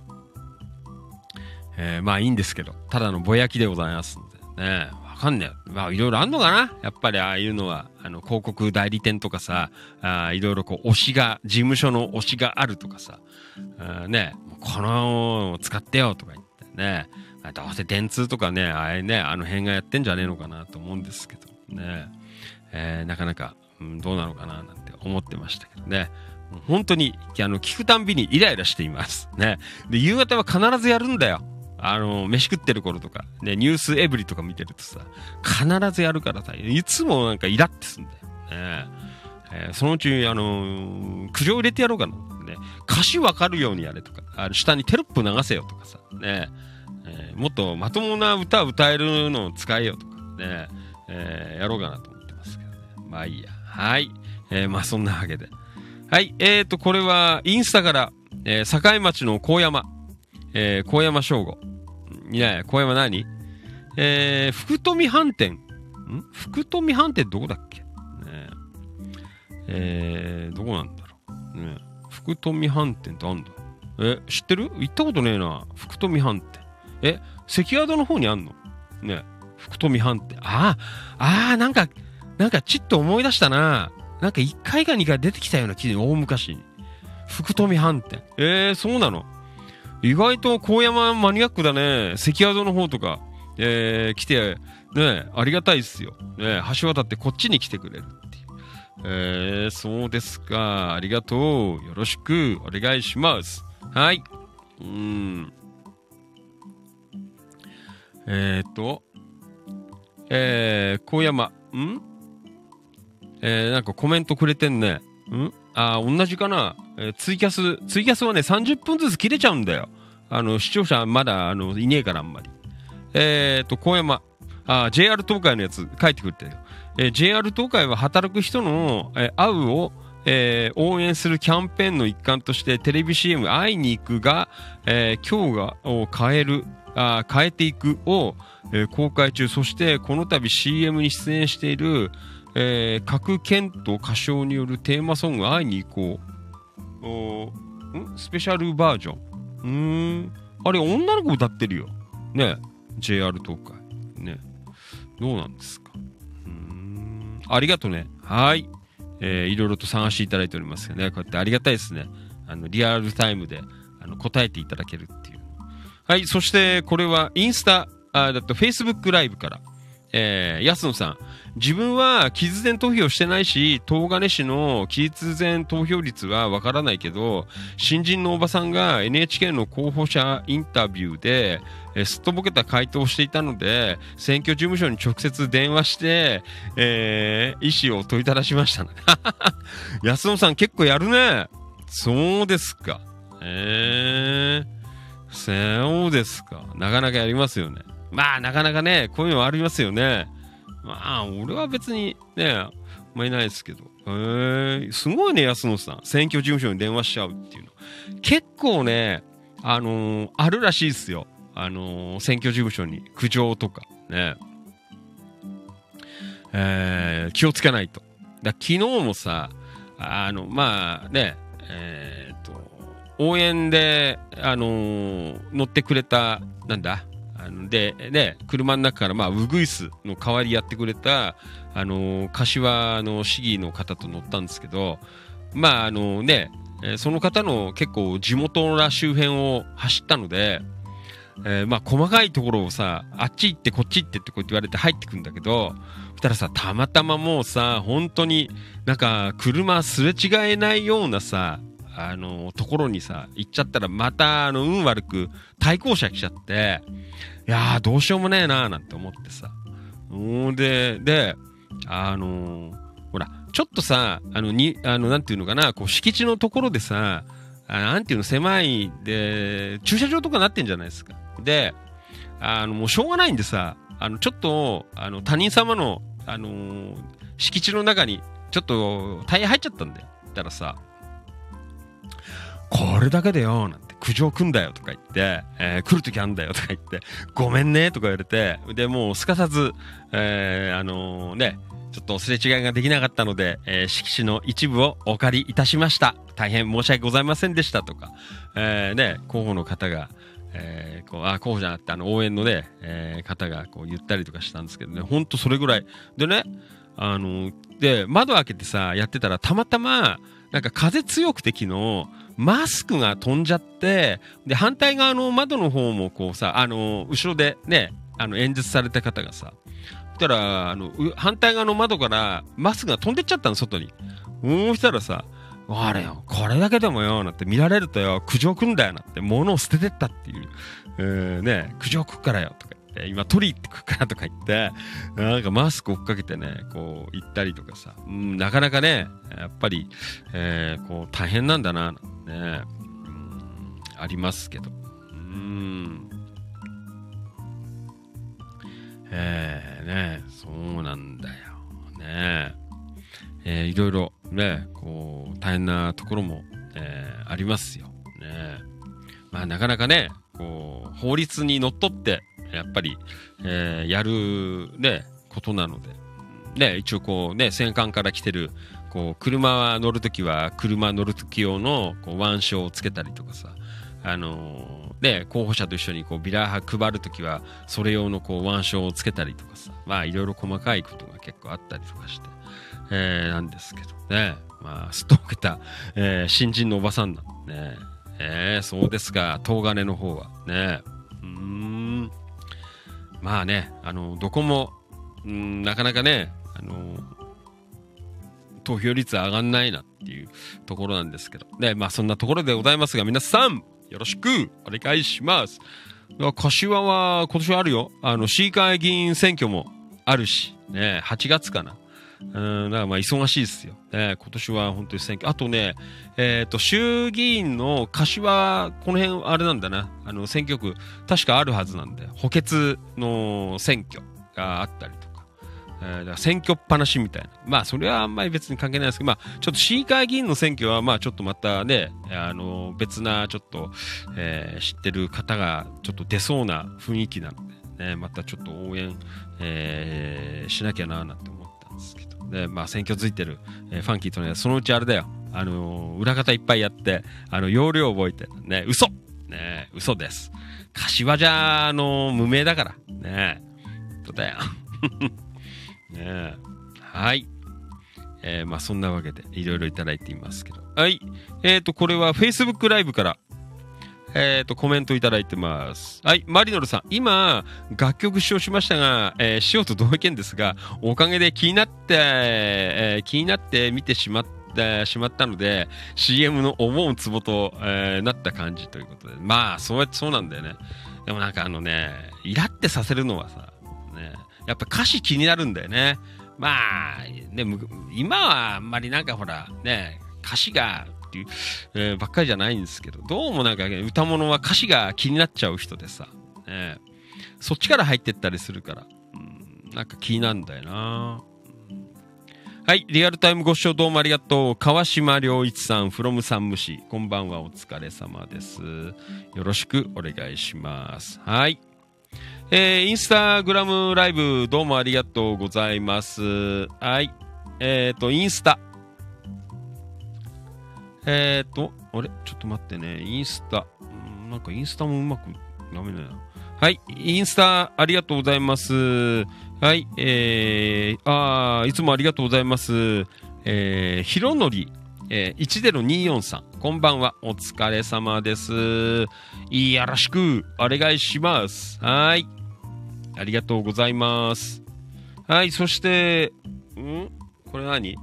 えー、まあいいんですけど、ただのぼやきでございますのでね、わかんねえ。まあいろいろあんのかな、やっぱりああいうのは、あの広告代理店とかさ、あいろいろこう推しが、事務所の推しがあるとかさ、あね、この使ってよとか言ってね、どうせ電通とかね、あれね、あの辺がやってんじゃねえのかなと思うんですけどね、えー、なかなか、うん、どうなのかななんて思ってましたけどね。本当に、あの、聞くたんびにイライラしています。ね。で、夕方は必ずやるんだよ。あの、飯食ってる頃とか、ね、ニュースエブリとか見てるとさ、必ずやるからさ、いつもなんかイラってすんだよ。ねえー、そのうち、あのー、苦情入れてやろうかな。ね、歌詞わかるようにやれとか、あの下にテロップ流せよとかさ、ねえー、もっとまともな歌を歌えるのを使えよとか、ねえー、やろうかなと思ってますけどね。まあいいや。はい。えー、まあそんなわけで。はい。えーと、これはインスタから、えー、境町の高山、えー、高山翔吾。いやいや、高山何えー、福富飯店。ん福富飯店どこだっけねえー、どこなんだろう。ね福富飯店ってあんだ。え、知ってる？行ったことねえな。福富飯店。え、関宿の方にあんのね福富飯店。ああ、ああ、なんか、なんかちっと思い出したな。なんかいっかいかにかい出てきたような記事、大昔に。福富飯店。えー、そうなの。意外と高山マニアックだね。関宿の方とか、えー、来て、ね、ありがたいっすよ。ね、橋渡ってこっちに来てくれるっていう。えー、そうですか。ありがとう。よろしくお願いします。はい。うーん。えーっと、えー、高山、んえー、なんかコメントくれてんね。んあー、同じかな、えー、ツイキャス、ツイキャスはね、さんじゅっぷんずつ切れちゃうんだよ。あの、視聴者まだ、あの、いねえからあんまり。えーと、高山、あー、ジェイアール 東海のやつ書いてくれてるよ。えー、ジェイアール 東海は働く人の、えー、会うを、えー、応援するキャンペーンの一環としてテレビ シーエム 会いに行くが、えー、今日がを変える、あ変えていくを、えー、公開中。そしてこの度 シーエム に出演している、えー、各県と歌唱によるテーマソング会いに行こう。おんスペシャルバージョン。うーん。あれ、女の子歌ってるよ。ね。ジェイアール 東海。ね。どうなんですか。うーん。ありがとね。はい。えー、いろいろと探していただいておりますよね。こうやってありがたいですね。あの、リアルタイムで、あの、答えていただけるっていう。はい。そして、これは、インスタ、あ、だと、Facebook ライブから。えー、安野さん。自分は、期日前投票してないし、東金市の期日前投票率はわからないけど、新人のおばさんが エヌエイチケー の候補者インタビューで、えー、すっとぼけた回答をしていたので、選挙事務所に直接電話して、えー、意思を問いただしましたね。安野さん結構やるね。そうですか。えー、そうですか。なかなかやりますよね。まあ、なかなかね、こういうのありますよね。まあ、俺は別にね、あんまりないですけど。へー、すごいね、安野さん。選挙事務所に電話しちゃうっていうの。結構ね、あのー、あるらしいですよ。あのー、選挙事務所に苦情とかね。えー、気をつけないと。だ昨日もさ、あの、まあね、 えー、っと、応援で、あのー、乗ってくれた、なんだ、あので、ね、車の中から、まあ、ウグイスの代わりやってくれた、あのー、柏の市議の方と乗ったんですけど、まあ、あのね、えー、その方の結構地元ら周辺を走ったので、えー、まあ、細かいところをさ、あっち行ってこっち行ってってこう言われて入ってくんだけど、そしたらさ、たまたまもうさ、本当になんか車すれ違えないようなさ、あのところにさ行っちゃったらまたあの運悪く対向車来ちゃって、いやーどうしようもねえなーなんて思ってさ、うんでであのー、ほらちょっとさあのにあのなんていうのかな、こう敷地のところでさ、あなんていうの狭いで駐車場とかなってんじゃないですか。であのもうしょうがないんでさ、あのちょっとあの他人様のあのー、敷地の中にちょっとタイヤ入っちゃったんだよ。だからさ、これだけでよなんて苦情来んだよとか言って、えー、来るときあんだよとか言ってごめんねとか言われて、でもうすかさず、えー、あのー、ねちょっとすれ違いができなかったので、えー、敷地の一部をお借りいたしました、大変申し訳ございませんでしたとか、えー、ね候補の方が、えー、こうあ候補じゃなくてあの応援のね、えー、方がこう言ったりとかしたんですけどね、ほんとそれぐらいでね、あのー、で窓開けてさやってたらたまたまなんか風強くて昨日マスクが飛んじゃって、で反対側の窓の方もこうさ、あの後ろでねあの演説された方がさ、そしたらあの反対側の窓からマスクが飛んでっちゃったの外に。そうしたらさ、あれよこれだけでもよなんて見られるとよ苦情来んだよなって物を捨ててったっていう、えー、ね苦情来っからよとか言って、今取り行ってくっからとか言ってなんかマスク追っかけてねこう行ったりとかさ、うん、なかなかねやっぱり、えー、こう大変なんだなね、うん、ありますけど、うん、えー、ねそうなんだよね、えー、いろいろねこう大変なところも、えー、ありますよね。まあなかなかねこう法律にのっとってやっぱり、えー、やるねことなのでね、一応こうね戦艦から来てるこう車乗るときは車乗るとき用のこう腕章をつけたりとかさ、あのー、ね候補者と一緒にこうビラ配るときはそれ用のこう腕章をつけたりとかさ、まあいろいろ細かいことが結構あったりとかして、えー、なんですけどね、まあすっとぼけた、えー、新人のおばさんなんでね、えー、そうですか、東金の方はね、うーんまあねあのどこもんなかなかねあの投票率上がんないなっていうところなんですけどね、まあそんなところでございますが、皆さんよろしくお願いします。柏は今年あるよ、あの市議会議員選挙もあるしね、はちがつかな、うんだからまあ忙しいですよ、ね、今年は本当に選挙、あとねえっ、ー、と衆議院の柏この辺あれなんだな、あの選挙区確かあるはずなんで補欠の選挙があったりとか、えー、だから選挙っぱなしみたいな、まあそれはあんまり別に関係ないですけど、まあちょっと市議会議員の選挙はまあちょっとまたねあの別なちょっと、えー、知ってる方がちょっと出そうな雰囲気なので、ね、またちょっと応援、えー、しなきゃななんて思ったんですけど、でまあ選挙ついてる、えー、ファンキーとねそのうちあれだよ、あのー、裏方いっぱいやってあの要領覚えてね、嘘ね嘘です、柏じゃあのー、無名だからねそうだよね、はい、えー、まあそんなわけでいろいろいただいていますけど、はい、えーとこれは Facebook ライブからえーとコメントいただいてます。はい、マリノルさん、今楽曲使用しましたが、えー、しようと同意見ですが、おかげで気になって、えー、気になって見てしまってしまったので シーエム の思うツボと、えー、なった感じということで、まあそうやってそうなんだよね。でもなんかあのねイラってさせるのはさね、やっぱ歌詞気になるんだよね。まあね今はあんまりなんかほらね歌詞がっていう、えー、ばっかりじゃないんですけど、どうもなんか、ね、歌物は歌詞が気になっちゃう人でさ、ね、そっちから入ってったりするから、うん、なんか気になるんだよな。はい、リアルタイムご視聴どうもありがとう。川島良一さん from 山武市、こんばんは、お疲れ様です。よろしくお願いします。はい、えー、インスタグラムライブどうもありがとうございます。はい、えーとインスタえーっと、あれちょっと待ってね。インスタ。うんなんかインスタもうまくダメだよ。はい。インスタありがとうございます。はい。えー、あー、いつもありがとうございます。えー、ひろのり、えー、いちゼロによんさん。こんばんは。お疲れ様です。よろしくお願いします。はい。ありがとうございます。はい。そして、んこれ何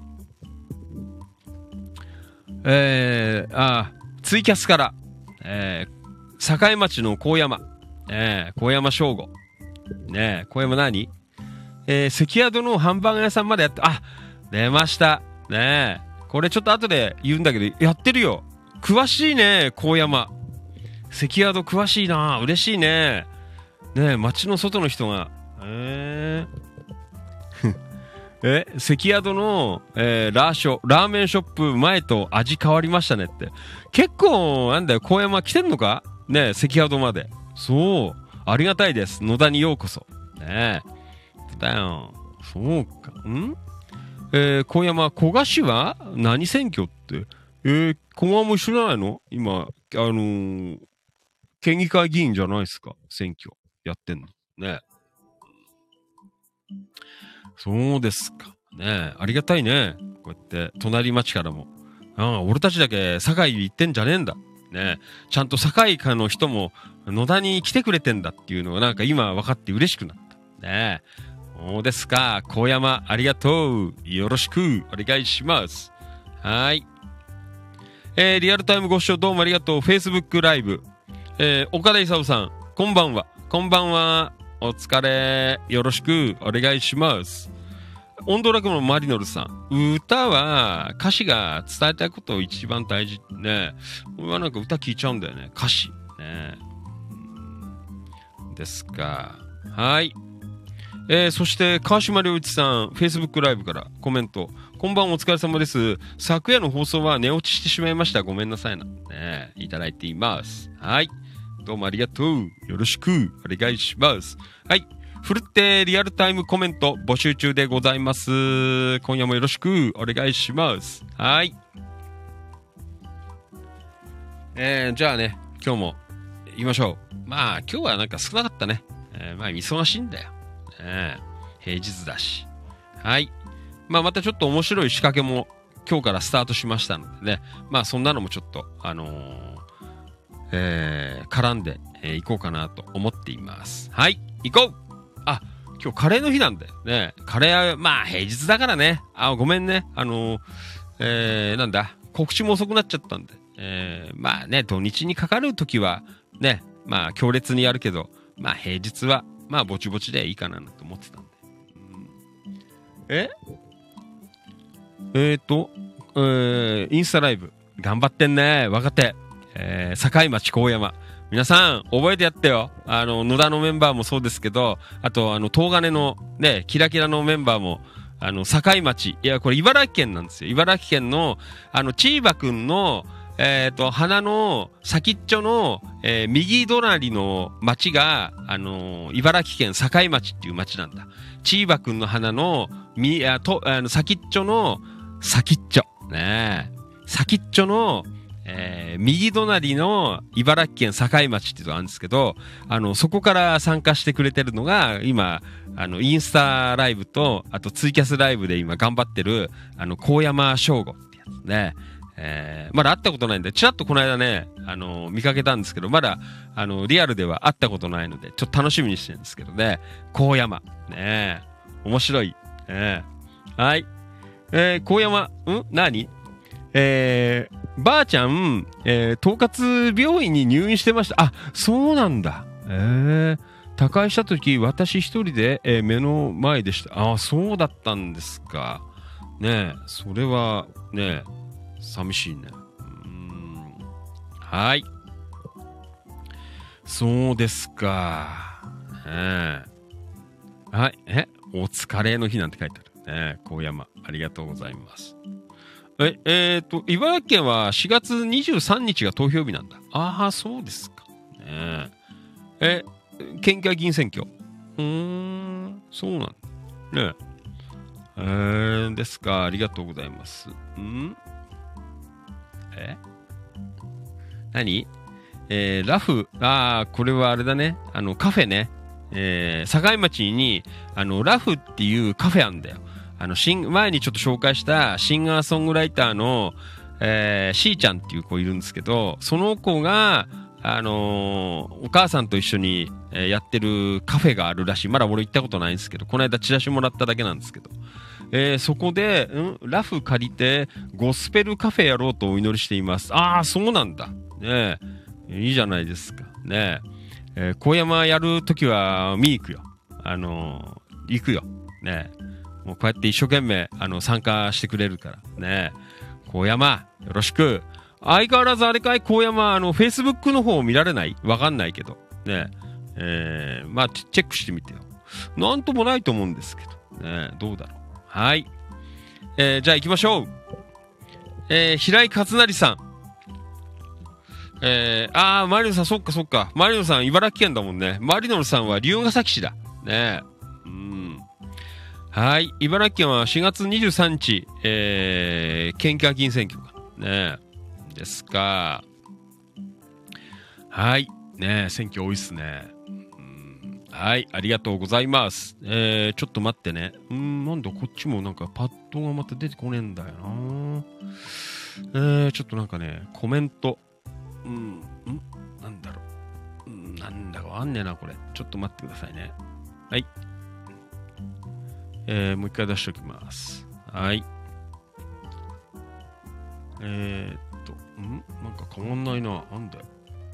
えー、あー、ツイキャスから、えー、境町の高山、えー、高山正吾。ねえ、高山何えー、関宿のハンバーガー屋さんまでやって、あ、出ました。ねえ、これちょっと後で言うんだけど、やってるよ。詳しいね、高山。関宿詳しいな、嬉しいね。ねえ、街の外の人が、えー、え、関宿の、えー、ラーショ、ラーメンショップ前と味変わりましたねって。結構、なんだよ、高山来てんのかねえ、関宿まで。そう。ありがたいです。野田にようこそ。ねえ。だよ。そうか。んえー、高山、古賀市は何選挙って。えー、古賀も一緒じゃないの今、あのー、県議会議員じゃないですか選挙。やってんの。ねえ。そうですか。ねえ。ありがたいね。こうやって、隣町からも。ああ、俺たちだけ堺行ってんじゃねえんだ。ねえ。ちゃんと堺かの人も野田に来てくれてんだっていうのがなんか今分かって嬉しくなった。ねえ。そうですか。高山、ありがとう。よろしくお願いします。はい。えー、リアルタイムご視聴どうもありがとう。Facebook ライブ。えー、岡田勲さん、こんばんは。こんばんは。お疲れ。よろしくお願いします。オンドラクのマリノルさん。歌は歌詞が伝えたいことを一番大事ね。俺はなんか歌聞いちゃうんだよね。歌詞。ね。ですか。はい。えー、そして川島良一さん、Facebook ライブからコメント。こんばんお疲れ様です。昨夜の放送は寝落ちしてしまいました。ごめんなさいな。ね、いただいています。はい。どうもありがとう。よろしくお願いします。はい。ふるってリアルタイムコメント募集中でございます。今夜もよろしくお願いします。はい。えー、じゃあね、今日も行きましょう。まあ、今日はなんか少なかったね。えー、まあ、忙しいんだよ。ね、平日だし。はい。まあ、またちょっと面白い仕掛けも今日からスタートしましたのでね。まあ、そんなのもちょっと、あのー、えー、絡んでい、えー、こうかなと思っています。はい。行こうあ、今日カレーの日なんだよね。カレーは、まあ平日だからね。あ、ごめんね。あのー、えー、なんだ。告知も遅くなっちゃったんで。えー、まあね、土日にかかるときは、ね、まあ強烈にやるけど、まあ平日は、まあぼちぼちでいいかなと思ってたんで。うん、ええーと、えー、インスタライブ。頑張ってんね。若手。えー、境町高山。皆さん、覚えてやってよ。あの、野田のメンバーもそうですけど、あと、あの、東金の、ね、キラキラのメンバーも、あの、境町。いや、これ茨城県なんですよ。茨城県の、あの、チーバくんの、えっと、花の先っちょの、えー、右隣の町が、あのー、茨城県境町っていう町なんだ。チーバくんの花の、み、あ、と、あの、先っちょの、先っちょ。ねえ。先っちょの、えー、右隣の茨城県境町っていうのがあるんですけど、あの、そこから参加してくれてるのが、今、あの、インスタライブと、あとツイキャスライブで今頑張ってる、あの、高山翔吾ってやつね。えー、まだ会ったことないんで、ちらっとこの間ね、あの、見かけたんですけど、まだ、あの、リアルでは会ったことないので、ちょっと楽しみにしてるんですけどね。高山。ね面白い。ねはい。えー、高山、ん何えー、ばあちゃん、えー、統括病院に入院してました。あ、そうなんだ。えー、他界したとき、私一人で、えー、目の前でした。あ、そうだったんですか。ねえ、それは、ねえ、寂しいね。うーん。はい。そうですか。ねえ。はい。え、お疲れの日なんて書いてある。ねえ、高山、ありがとうございます。え、えーと、茨城県はしがつにじゅうさんにちが投票日なんだ。ああ、そうですか。ねえ。え、県議会議員選挙。うーん、そうなんだ。ねえ。えー、ですか。ありがとうございます。んえ何えー、ラフ、あー、これはあれだね。あの、カフェね。えー、境町に、あの、ラフっていうカフェあんだよ。あの、シン、前にちょっと紹介したシンガーソングライターの、えー、しーちゃんっていう子いるんですけど、その子が、あのー、お母さんと一緒に、えー、やってるカフェがあるらしい。まだ俺行ったことないんですけど、この間チラシもらっただけなんですけど。えー、そこで、んラフ借りて、ゴスペルカフェやろうとお祈りしています。ああ、そうなんだ。ねえ。いいじゃないですか。ねえ。えー、小山やるときは見に行くよ。あのー、行くよ。ねえ。もうこうやって一生懸命、あの、参加してくれるから。ねえ。小山、よろしく。相変わらずあれかい高山、あの、Facebook の方を見られないわかんないけど。ねえ。えー、まあ、チェックしてみてよ。なんともないと思うんですけど。ねえ、どうだろう。はい。えー、じゃあ行きましょう。えー、平井勝成さん。えー、あー、マリノさん、そっかそっか。マリノさん、茨城県だもんね。マリノさんは龍ケ崎市だ。ねえ。うん。はい。茨城県はしがつにじゅうさんにち、えー、県議会議員選挙か。ねえ。ですか。はい。ねえ、選挙多いっすね。はい、ありがとうございます。えー、ちょっと待ってね。うーん、なんだ、こっちもなんかパッドがまた出てこねえんだよな。えー、ちょっとなんかね、コメント。うん、んなんだろう。うん、なんだかわかんねえな、これ。ちょっと待ってくださいね。はい。えー、もう一回出しておきます。はい。えーっと、んなんか変わんないな。なんだよ。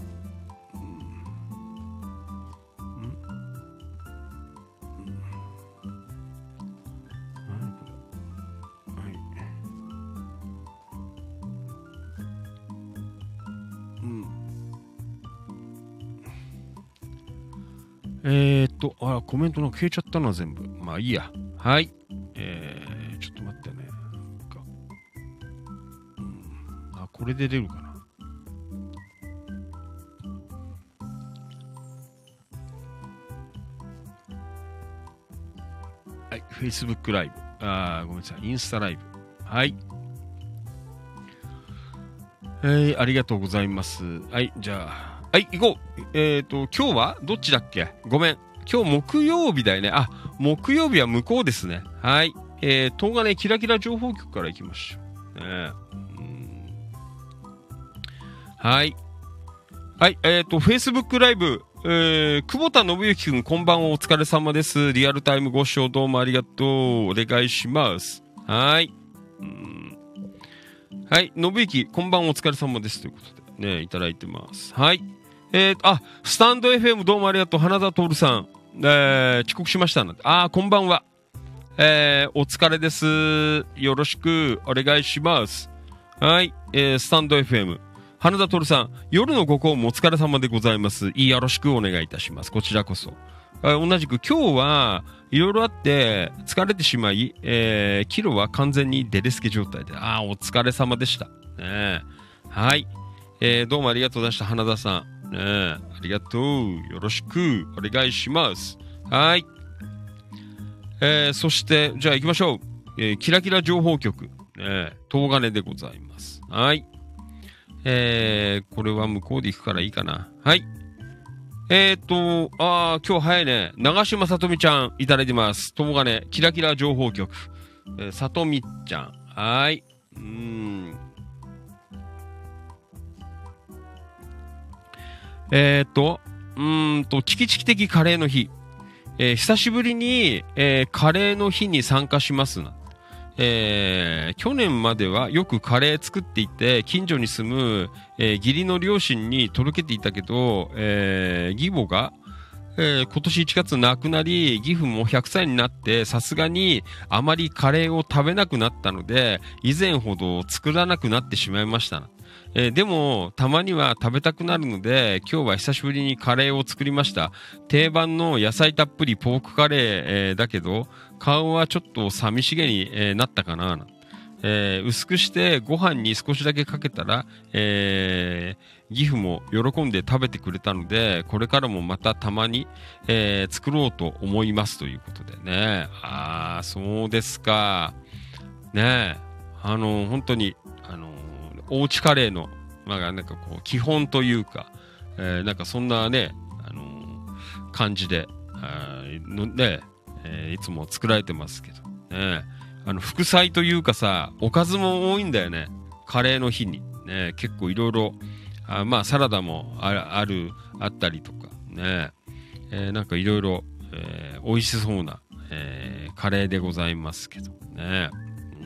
えーっと、あら、コメントなんか消えちゃったな、全部。まあいいや。はい。えー、ちょっと待ってね。なんかうん、あ、これで出るかな。はい、Facebook ライブ。あー、ごめんなさい。インスタライブ。はい。えー、ありがとうございます。はい、じゃあ。はい、行こう。えっと、今日はどっちだっけごめん。今日木曜日だよね。あ、木曜日は向こうですね。はい。えー、東金キラキラ情報局から行きましょう。ね、うんはい。はい、えっと、Facebook ライブ、えー、久保田信之くん、こんばんは、お疲れ様です。リアルタイムご視聴どうもありがとう。お願いします。はい。うんはい、信之、こんばんは、お疲れ様です。ということで、ね、いただいてます。はい。えー、あ、スタンド エフエム どうもありがとう。花田徹さん。えー、遅刻しましたな。あー、こんばんは。えー、お疲れです。よろしくお願いします。はい。えー、スタンド エフエム。花田徹さん。夜のご公務お疲れ様でございます。よろしくお願いいたします。こちらこそ。同じく今日はいろいろあって疲れてしまい、えー、キロは完全にデレスケ状態で。あー、お疲れ様でした。ね、はい。えー、どうもありがとうございました。花田さん。ねえ、ありがとう。よろしくお願いします。はい。えー、そして、じゃあ行きましょう。えー、キラキラ情報局。ね、東金でございます。はい。えー、これは向こうで行くからいいかな。はい。えーっと、あー、今日早いね。長島さとみちゃんいただいてます。東金キラキラ情報局。えー、さとみちゃん。はい。うーん。えー、っと、うーんと、チキチキ的カレーの日。えー、久しぶりに、えー、カレーの日に参加しますな。えー、去年まではよくカレー作っていて、近所に住む、えー、義理の両親に届けていたけど、えー、義母が、えー、今年いちがつ亡くなり、義父もひゃくさいになって、さすがにあまりカレーを食べなくなったので、以前ほど作らなくなってしまいましたな。えー、でも、たまには食べたくなるので、今日は久しぶりにカレーを作りました。定番の野菜たっぷりポークカレー、えー、だけど、顔はちょっと寂しげに、えー、なったかな、えー、薄くしてご飯に少しだけかけたら、えー、義父も喜んで食べてくれたので、これからもまたたまに、えー、作ろうと思いますということでね。あー、そうですか。ねえ、あの、本当に、あの、 おうちカレーの、まあ、なんかこう、基本というか、えー、なんかそんなね、あのー、感じで、あのね、えー、いつも作られてますけど、ね、あの、副菜というかさ、おかずも多いんだよね。カレーの日に。ね、結構いろいろ、あまあ、サラダもある、あったりとか、ね、えー、なんかいろいろ、えー、美味しそうな、えー、カレーでございますけどね。うん、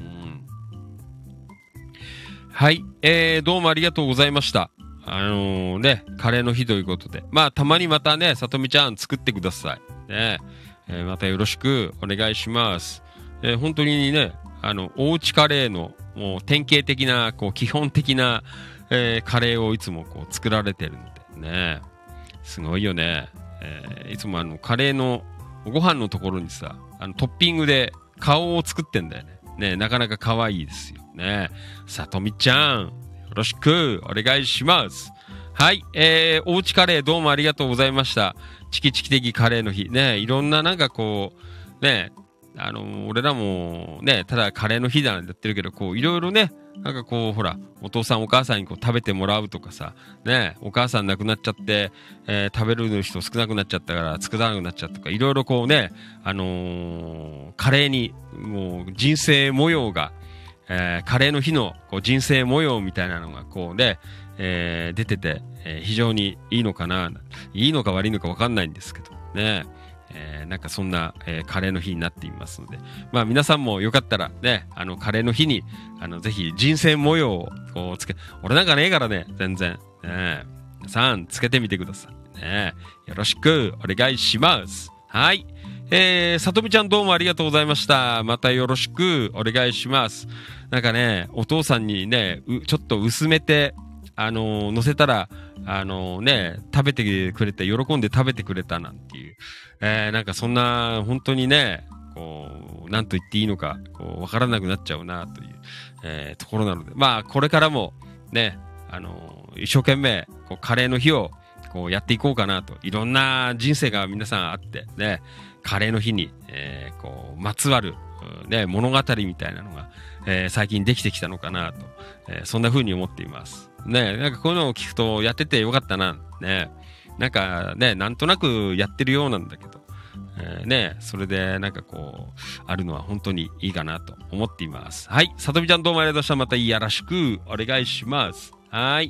はい、えー、どうもありがとうございました。あのー、ね、カレーの日ということで。まあ、たまにまたね、さとみちゃん作ってください。ね、えー、またよろしくお願いします。えー、本当にね、あの、おうちカレーの、もう典型的な、こう、基本的な、えー、カレーをいつもこう、作られてるのでね。すごいよね。えー、いつもあの、カレーのご飯のところにさ、あの、トッピングで顔を作ってんだよね。ね、なかなか可愛いですよね。さとみちゃん、よろしくお願いします。はい、えー、おうちカレーどうもありがとうございました。チキチキ的カレーの日。ね、いろんななんかこう、ね、あのー、俺らもね、ただカレーの日だなんてやってるけど、こう、いろいろね、なんかこう、ほら、お父さんお母さんにこう食べてもらうとかさ、ね、お母さん亡くなっちゃって、えー、食べる人少なくなっちゃったから作らなくなっちゃったとか、いろいろこうね、あのー、カレーに、もう人生模様が、えー、カレーの日のこう人生模様みたいなのがこうね、えー、出てて、えー、非常にいいのかな、いいのか悪いのかわかんないんですけど、ね、えー、なんかそんな、えー、カレーの日になっていますので、まあ皆さんもよかったらね、あのカレーの日に、あのぜひ人生模様をこうつけ、俺なんかねえからね、全然、ね、皆さんつけてみてください。ね、よろしくお願いします。はい。えー、さとみちゃんどうもありがとうございました。またよろしくお願いします。なんかね、お父さんにね、ちょっと薄めて、あのー、乗せたら、あのー、ね、食べてくれて、喜んで食べてくれたなんていう、えー、なんかそんな、本当にね、こう、なんと言っていいのか、こう、わからなくなっちゃうな、という、えー、ところなので、まあ、これからも、ね、あのー、一生懸命、こう、カレーの日を、こう、やっていこうかなと。いろんな人生が皆さんあって、ね、カレーの日に、えー、こう、まつわる、ね、物語みたいなのが、えー、最近できてきたのかなと、えー、そんな風に思っています。ね、なんかこういうのを聞くとやっててよかったな、ね、なんかね、なんとなくやってるようなんだけど、えー、ね、それでなんかこう、あるのは本当にいいかなと思っています。はい、さとみちゃんどうもありがとうございました。またよろしくお願いします。はい。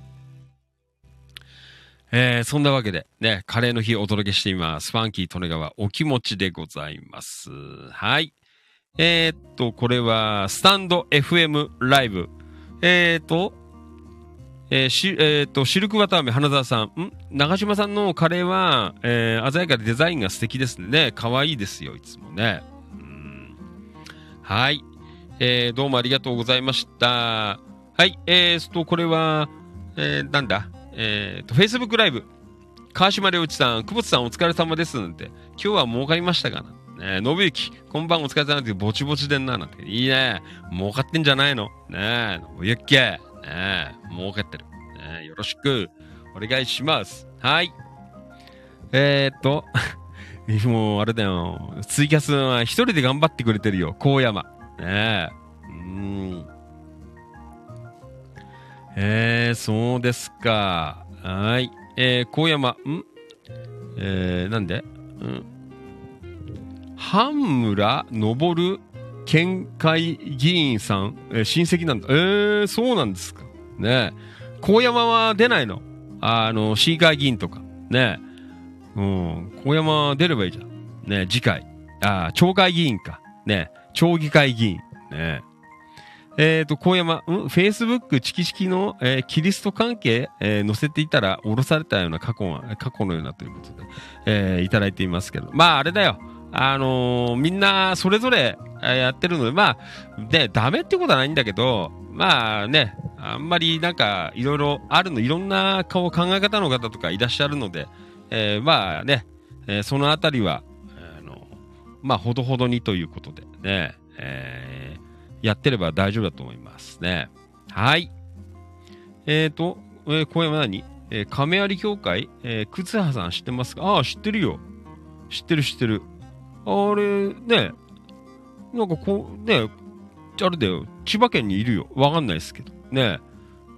えー、そんなわけで、ね、カレーの日お届けしています。ファンキー利根川お気持ちでございます。はい。えー、っと、これは、スタンド エフエム ライブ。えー、っと、えー、し、えー、っと、シルクワタアメ花澤さん。ん長島さんのカレーは、えー、鮮やかでデザインが素敵ですね。可愛いですよ、いつもね。うん。はい。えー、どうもありがとうございました。はい。えー、っと、これは、えー、なんだえー、と、Facebook ライブ。川島良一さん、久保田さんお疲れ様です。なんて。今日は儲かりましたかな。ねえ、信之、こんばんお疲れ様です。ぼちぼちでんな。なんて。いいね。儲かってんじゃないの。ねえ、信之。ねえ、儲かってる。ねえ、よろしくお願いします。はい。えー、っと、もう、あれだよ。ツイキャスは一人で頑張ってくれてるよ。高山。ねえ。うーん。えー、そうですか。はい。えー、高山、んえー、なんでん半村昇県会議員さん、えー、親戚なんだ。えー、そうなんですか。ねえ。高山は出ないのあの、市議会議員とか。ねえ。うん。高山出ればいいじゃん。ねえ、次回。あ、町会議員か。ねえ。町議会議員。ねえ。えっ、ー、と、高山、ん ?Facebook チキチキの、えー、キリスト関係、えー、載せていたら、降ろされたような過去が、過去のようなということで、えー、いただいていますけど。まあ、あれだよ。あのー、みんな、それぞれ、えー、やってるので、まあ、ね、ダメってことはないんだけど、まあね、あんまりなんか、いろいろあるの、いろんな顔、考え方の方とかいらっしゃるので、えー、まあね、えー、そのあたりは、あの、まあ、ほどほどにということでね、えー、やってれば大丈夫だと思いますね。はい。えーと、えー、これは何えー、亀有協会えー、靴葉さん知ってますかああ、知ってるよ。知ってる知ってる。あれ、ね、なんかこう、ね、あれだよ。千葉県にいるよ。わかんないですけど。ね。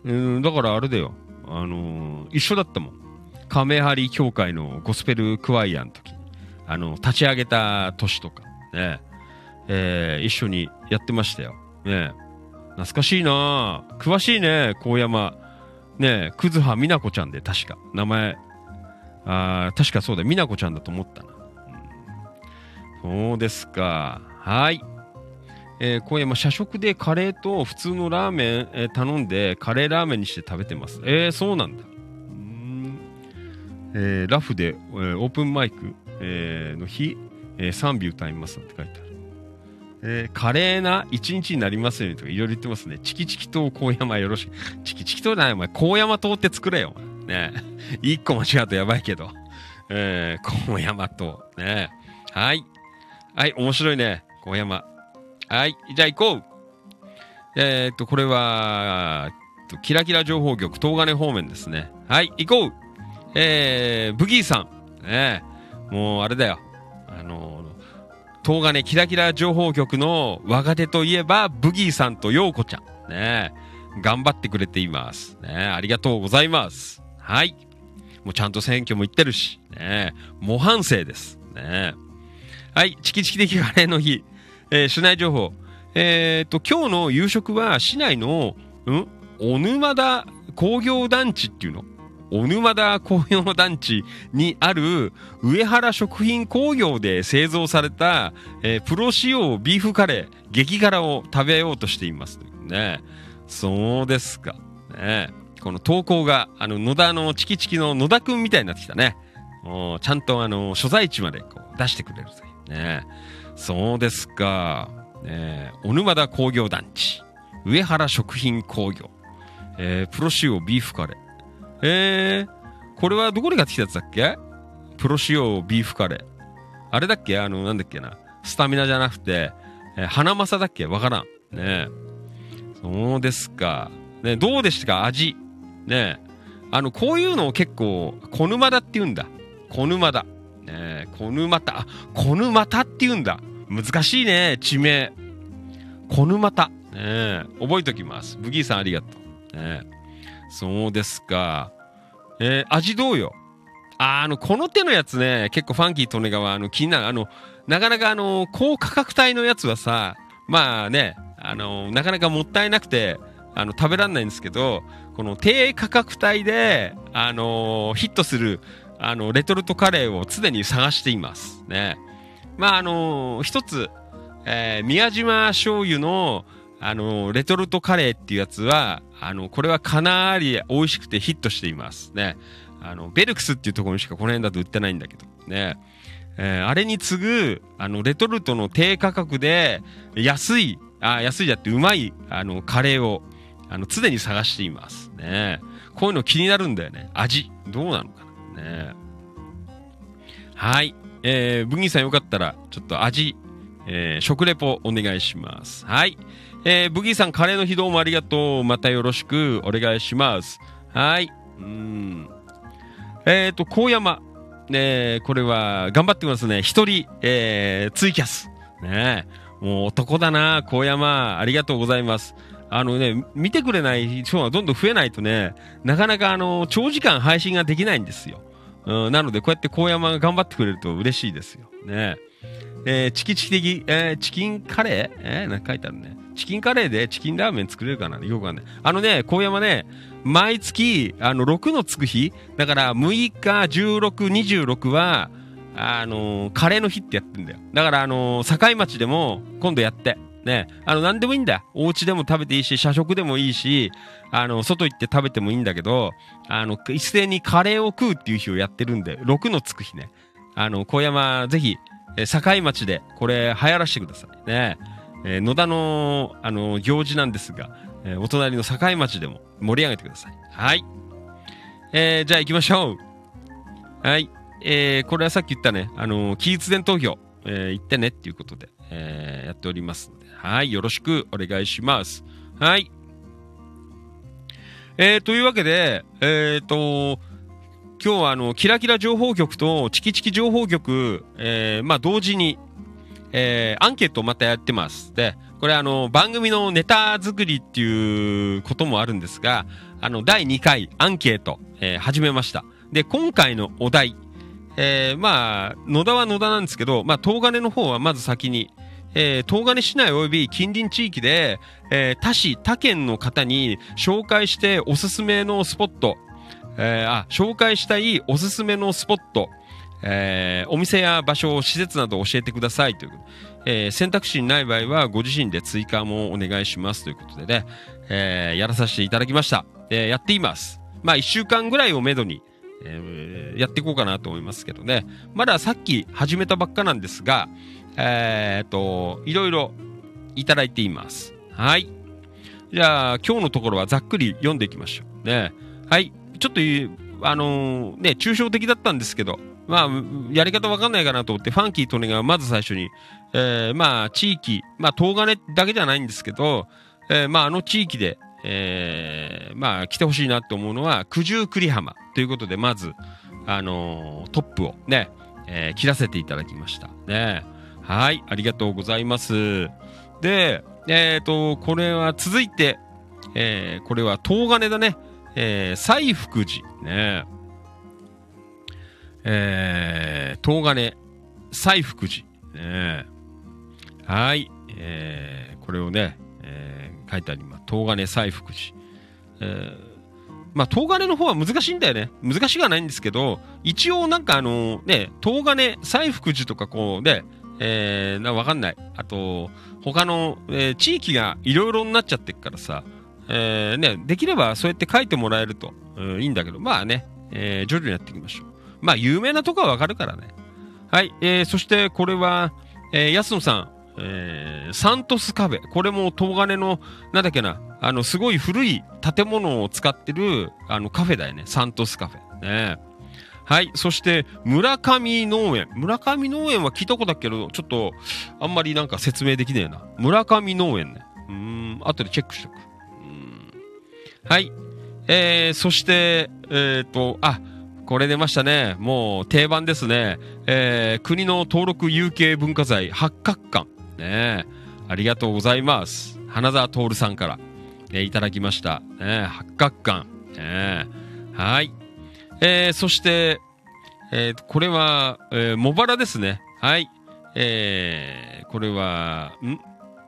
うん、だからあれだよ。あのー、一緒だったもん。亀張協会のゴスペルクワイアの時に、あの、立ち上げた年とか、ね、えー、一緒にやってましたよ。ね、懐かしいなぁ。詳しいね、高山。ね、くずはみなこちゃんで、確か。名前。あー、確かそうだ、みなこちゃんだと思ったな。うん、そうですか。はい。えー、高山、社食でカレーと普通のラーメン、えー、頼んで、カレーラーメンにして食べてます。えー、そうなんだ。うーん、えー、ラフで、えー、オープンマイク、えー、の日、えー、さんび歌いますって書いてある。えー、華麗な一日になりますようにとかいろいろ言ってますね。チキチキ島高山よろしく。チキチキ島だよ、お前。高山島って作れよ、お前。ねえ。一個間違うとやばいけど。えー、高山島。ねえ。はい。はい、面白いね。高山。はい。じゃあ行こう。えー、っと、これは、キラキラ情報局、東金方面ですね。はい、行こう。えー、ブギーさん。ねえ。もう、あれだよ。あのー、東金キラキラ情報局の若手といえばブギーさんとヨーコちゃんね、頑張ってくれていますね、ありがとうございます。はい、もうちゃんと選挙も行ってるしね、模範生ですね。はい、チキチキ的カレーの日、えー、市内情報、えー、と今日の夕食は市内のん小沼田工業団地っていうの、小沼田工業団地にある上原食品工業で製造された、えー、プロ仕様ビーフカレー激辛を食べようとしていますね。そうですかね。この投稿があの野田のチキチキの野田くんみたいになってきたね。おちゃんとあの所在地までこう出してくれるというね。そうですか、ね、小沼田工業団地上原食品工業、えー、プロ仕様ビーフカレー、えー、これはどこで買ってきたやつだっけ？プロ仕様ビーフカレー。あれだっけ？あの、なんだっけな。スタミナじゃなくて、えー、花正だっけ？わからん。ねえ。そうですか。ね、どうでしたか？味。ねえ。あの、こういうのを結構、小沼田って言うんだ。小沼田。ねえ、小沼田。あ、小沼田って言うんだ。難しいね、地名。小沼田。ねえ。覚えときます。ブギーさんありがとう。ねえ。そうですか。えー、味どうよ。あ、あの、この手のやつね、結構ファンキー利根川、あの、気になる。あの、なかなかあの、高価格帯のやつはさ、まあね、あの、なかなかもったいなくて、あの、食べらんないんですけど、この低価格帯で、あの、ヒットする、あの、レトルトカレーを常に探しています。ね。まあ、あの、一つ、えー、宮島醤油の、あの、レトルトカレーっていうやつは、あの、これはかなり美味しくてヒットしていますね。あの、ベルクスっていうところにしかこの辺だと売ってないんだけど、ね。えー、あれに次ぐ、あの、レトルトの低価格で、安い、あ、安いじゃってうまい、あの、カレーを、あの、常に探していますね。こういうの気になるんだよね。味、どうなのかな。ね。はい。えー、ブギーさんよかったら、ちょっと味、えー、食レポお願いします。はい。えー、ブギーさん、カレーの日どうもありがとう。またよろしくお願いします。はい。うーん。えっと、高山。ね、これは、頑張ってますね。一人、えー、ツイキャス。ね、もう男だな、高山。ありがとうございます。あのね、見てくれない人がどんどん増えないとね、なかなかあの、長時間配信ができないんですよ。うん、なので、こうやって高山が頑張ってくれると嬉しいですよ。ね。えー、チキチキ的、えー、チキンカレーえー、なんか書いてあるね。チキンカレーでチキンラーメン作れるかな、よくわかんない。あのね、高山ね、毎月、あの、ろくのつく日、だからむいか、じゅうろく、にじゅうろくは、あのー、カレーの日ってやってんだよ。だからあのー、境町でも今度やって。ね、あの、なんでもいいんだ。お家でも食べていいし、社食でもいいし、あの、外行って食べてもいいんだけど、あの、一斉にカレーを食うっていう日をやってるんで、ろくのつく日ね。あの、小山、ぜひ、えー、境町で、これ、流行らせてください。ね。えー、野田の、あの、行事なんですが、えー、お隣の境町でも盛り上げてください。はい。えー、じゃあ行きましょう。はい。えー、これはさっき言ったね、あの、期日前投票、えー、行ってねっていうことで、えー、やっておりますので、はい。よろしくお願いします。はい。えー、というわけで、えーと、今日はあの、キラキラ情報局とチキチキ情報局、えー、まあ同時に、えー、アンケートをまたやってます。で、ここれあの、番組のネタ作りっていうこともあるんですが、あの、だいにかいアンケート、えー、始めました。で、今回のお題、えー、まあ、野田は野田なんですけど、まあ、東金の方はまず先に、えー、東金市内及び近隣地域で、えー、他市、他県の方に紹介しておすすめのスポット、えー、あ、紹介したいおすすめのスポット、えー、お店や場所、施設など教えてくださいということで、えー、選択肢にない場合はご自身で追加もお願いしますということでね、えー、やらさせていただきました。えー、やっています。まあ、いっしゅうかんぐらいをめどに、えー、やっていこうかなと思いますけどね。まださっき始めたばっかなんですが、えー、っと、いろいろいただいています。はい。じゃあ、今日のところはざっくり読んでいきましょう。ね。はい。ちょっと、あのー、ね、抽象的だったんですけど、まあ、やり方わかんないかなと思って、ファンキーとねがまず最初に、えー、まあ、地域、まあ、東金だけじゃないんですけど、えー、まあ、あの地域で、えー、まあ、来てほしいなって思うのは、九十九里浜ということで、まず、あのー、トップをね、えー、切らせていただきました。ね。はい、ありがとうございます。で、えっと、これは続いて、えー、これは東金だね。えー、西福寺。ね。えー、東金、西福寺。ね。はい、えー、これをね、えー、書いてあります。東金、西福寺。えー、まあ、東金の方は難しいんだよね。難しくはないんですけど、一応なんかあの、ね、東金、西福寺とかこうね、えー、な、わかんない。あと、他の、えー、地域がいろいろになっちゃってっからさ、えー、ね、できればそうやって書いてもらえると、うん、いいんだけど、まあね、えー、徐々にやっていきましょう。まあ、有名なとこはわかるからね。はい、えー、そしてこれは、えー、安野さん、えー、サントスカフェ。これも東金の、なんだっけな、あの、すごい古い建物を使ってる、あの、カフェだよね。サントスカフェ。ね。はい。そして、村上農園。村上農園は聞いたことだけど、ちょっと、あんまりなんか説明できねえな。村上農園ね。うーん、後でチェックしとく。うーん。はい。えー、そして、えっと、あ、これ出ましたね。もう定番ですね。えー、国の登録有形文化財、八角館。ね。ありがとうございます。花沢徹さんから、えー、いただきました。ね、八角館。ね。はい。えー、そして、えー、これは、えー、茂原ですね。はい。えー、これは、ん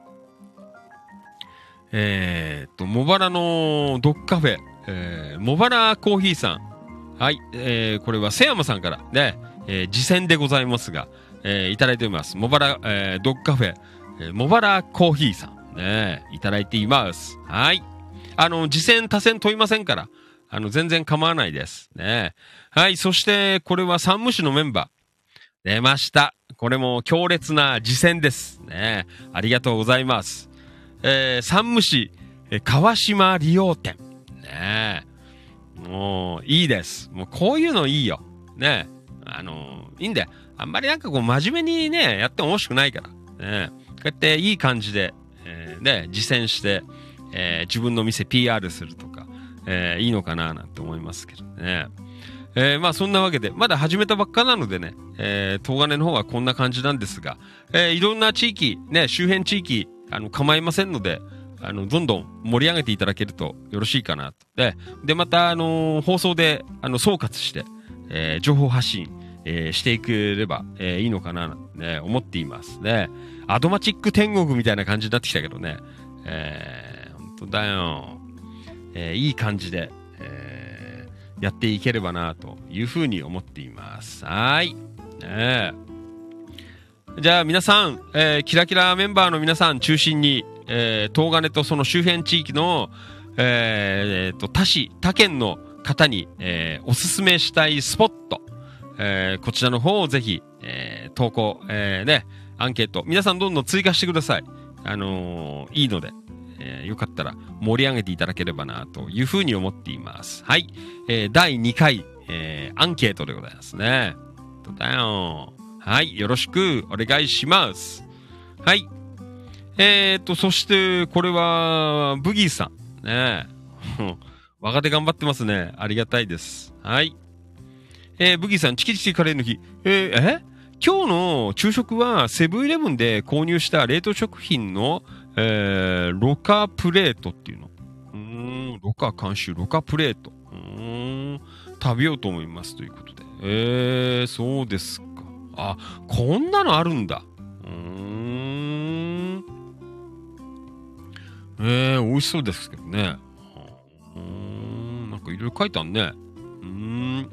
えーと、茂原のドッグカフェ、えー、茂原コーヒーさん。はい。えー、これは瀬山さんからね、えー、次戦でございますが、えー、いただいております。茂原、えー、ドッグカフェ、えー、茂原コーヒーさん。ね、いただいています。はい。あの、次戦多戦問いませんから、あの、全然構わないです。ね。はい。そして、これは山武市のメンバー。出ました。これも強烈な次戦です。ね。ありがとうございます。えー、山武市、え川島理容店。ね。もう、いいです。もう、こういうのいいよ。ね。あの、いいんだよ。あんまりなんかこう、真面目にね、やっても面白くないから。ね。こうやっていい感じで、えー、ね、実践して、えー、自分の店 ピーアール するとか、えー、いいのかななんて思いますけどね。えー、まあそんなわけで、まだ始めたばっかなのでね、えー、東金の方はこんな感じなんですが、えー、いろんな地域、ね、周辺地域、あの、構いませんので、あの、どんどん盛り上げていただけるとよろしいかなと。で、で、また、あのー、放送で、あの、総括して、えー、情報発信、えー、していければ、えー、いいのかな、ね、思っていますね。アドマチック天国みたいな感じになってきたけどね、えー、本当だよ。えー、いい感じで、えー、やっていければなというふうに思っています。はい。ね、じゃあ皆さん、えー、キラキラメンバーの皆さん中心に、えー、東金とその周辺地域の、えー、えー、と他市、他県の方に、えー、おすすめしたいスポット、えー、こちらの方をぜひ、えー、投稿、えー、ね、アンケート、皆さんどんどん追加してください。あのー、いいので。えー、よかったら盛り上げていただければなというふうに思っています。はい。えー、だいにかい、えー、アンケートでございますね。どうだよ。はい。よろしくお願いします。はい。えーと、そして、これは、ブギーさん。ね若手頑張ってますね。ありがたいです。はい。えー、ブギーさん、チキチキカレーの日。えー、え今日の昼食はセブンイレブンで購入した冷凍食品のえー、ロカプレートっていうの。うーん、ロカ監修、ロカプレート。うーん、食べようと思いますということで。えー、そうですか。あ、こんなのあるんだ。うーん。えー、美味しそうですけどね。うーん、なんかいろいろ書いてあるね。うーん。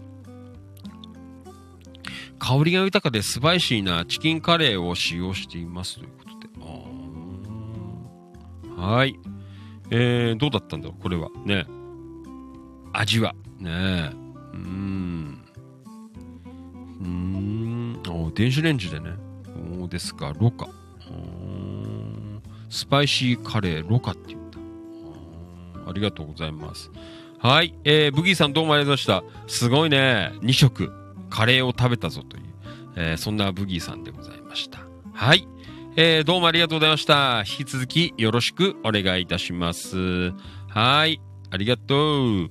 香りが豊かでスパイシーなチキンカレーを使用していますということで。あー、はい。えー、どうだったんだろうこれは。ね。味は。ねえ。うーん。うーん。お電子レンジでね。そうですか。ロカ。スパイシーカレーロカって言った。ありがとうございます。はい。えー、ブギーさんどうもありがとうございました。すごいね。に食。カレーを食べたぞという、えー、そんなブギーさんでございました。はい、えー、どうもありがとうございました。引き続きよろしくお願いいたします。はい、ありがとう。うん、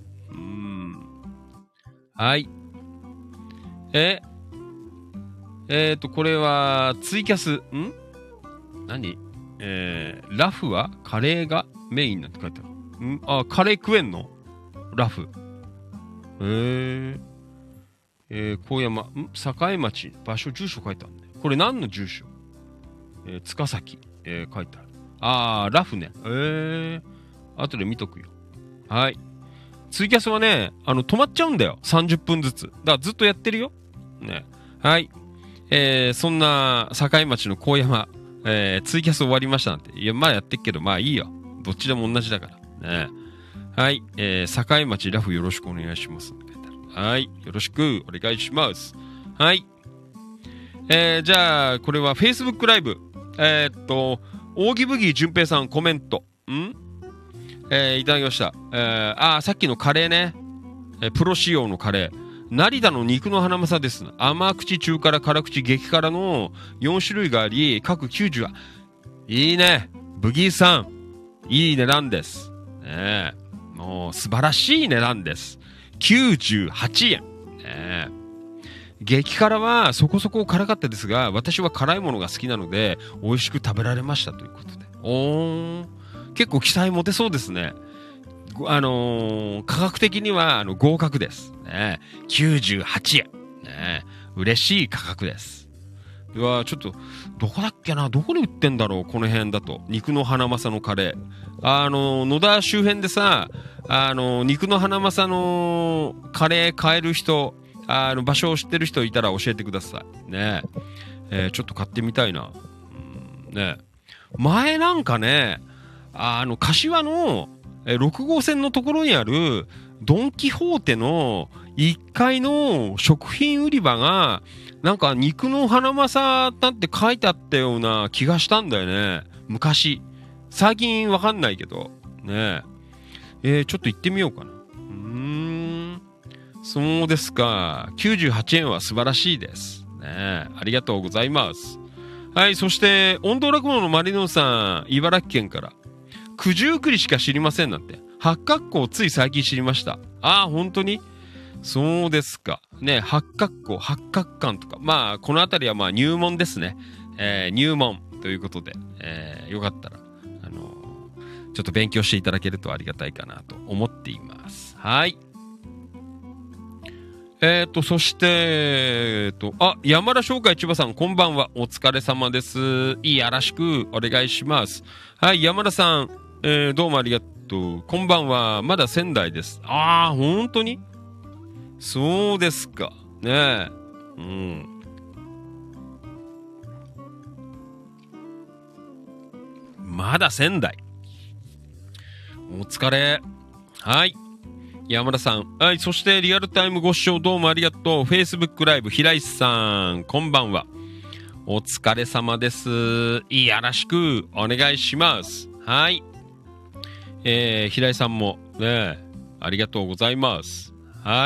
はい。え、えーと、これはツイキャス、ん何えー、ラフはカレーがメインなんて書いてある。んあ、カレー食えんのラフ。へー。えー、高山、ん境町、場所、住所書いてあるね。これ何の住所えー、塚崎、えー、書いてある。あー、ラフね。えー、後で見とくよ。はい。ツイキャスはね、あの、止まっちゃうんだよ。さんじゅっぷんずつ。だからずっとやってるよ。ね。はい。えー、そんな、境町の高山、えー、ツイキャス終わりましたなんて。いや、まあやってっけど、まあいいよ。どっちでも同じだから。ね。はい。えー、境町ラフよろしくお願いします。はい。よろしくお願いします。はい。えー、じゃあ、これは Facebook ライブ。えー、っと、大木ブギー淳平さんコメント。んえー、いただきました。えー、あー、さっきのカレーね。えー、プロ仕様のカレー。成田の肉のハナマサです。甘口、中辛、辛口、激辛のよん種類があり、各きゅうじゅうは。いいね。ブギーさん。いい値段です。ねえ。もう素晴らしい値段です。きゅうじゅうはちえん。ねえ。激辛はそこそこ辛かったですが、私は辛いものが好きなので、美味しく食べられましたということで。おー。結構期待持てそうですね。あのー、価格的にはあの合格です。ね、きゅうじゅうはちえん。ね、嬉しい価格です。うわちょっと、どこだっけなどこで売ってんだろうこの辺だと。肉のハナマサのカレー。あのー、野田周辺でさ、あのー、肉のハナマサのカレー買える人、あの、場所を知ってる人いたら教えてください。ねえー、ちょっと買ってみたいな。うん、ね前なんかね、あの、柏の、ろく号線のところにあるドン・キホーテのいっかいの食品売り場がなんか肉のハナマサだって書いてあったような気がしたんだよね昔。最近わかんないけどねえ、えー、ちょっと行ってみようかな。うーん、そうですか。きゅうじゅうはちえんは素晴らしいですね。ありがとうございます。はい。そして音頭落語のマリノさん、茨城県から九十九里しか知りませんなんて。八角湖をつい最近知りました。ああ、本当にそうですか。ね、八角湖、八角館とか。まあ、この辺りはまあ入門ですね。えー、入門ということで、えー、よかったら、あのー、ちょっと勉強していただけるとありがたいかなと思っています。はい。えーと、そして、えーと、あ、山田商会千葉さん、こんばんは。お疲れ様です。いやらしくお願いします。はい、山田さん、えー、どうもありがとう。こんばんは。まだ仙台です。あー、本当にそうですか。ねえ。うん。まだ仙台。お疲れ。はい。山田さん。はい。そして、リアルタイムご視聴どうもありがとう。Facebook ライブ、平石さん。こんばんは。お疲れ様です。いやらしくお願いします。はい。えー、平井さんもね、ありがとうございます。はい。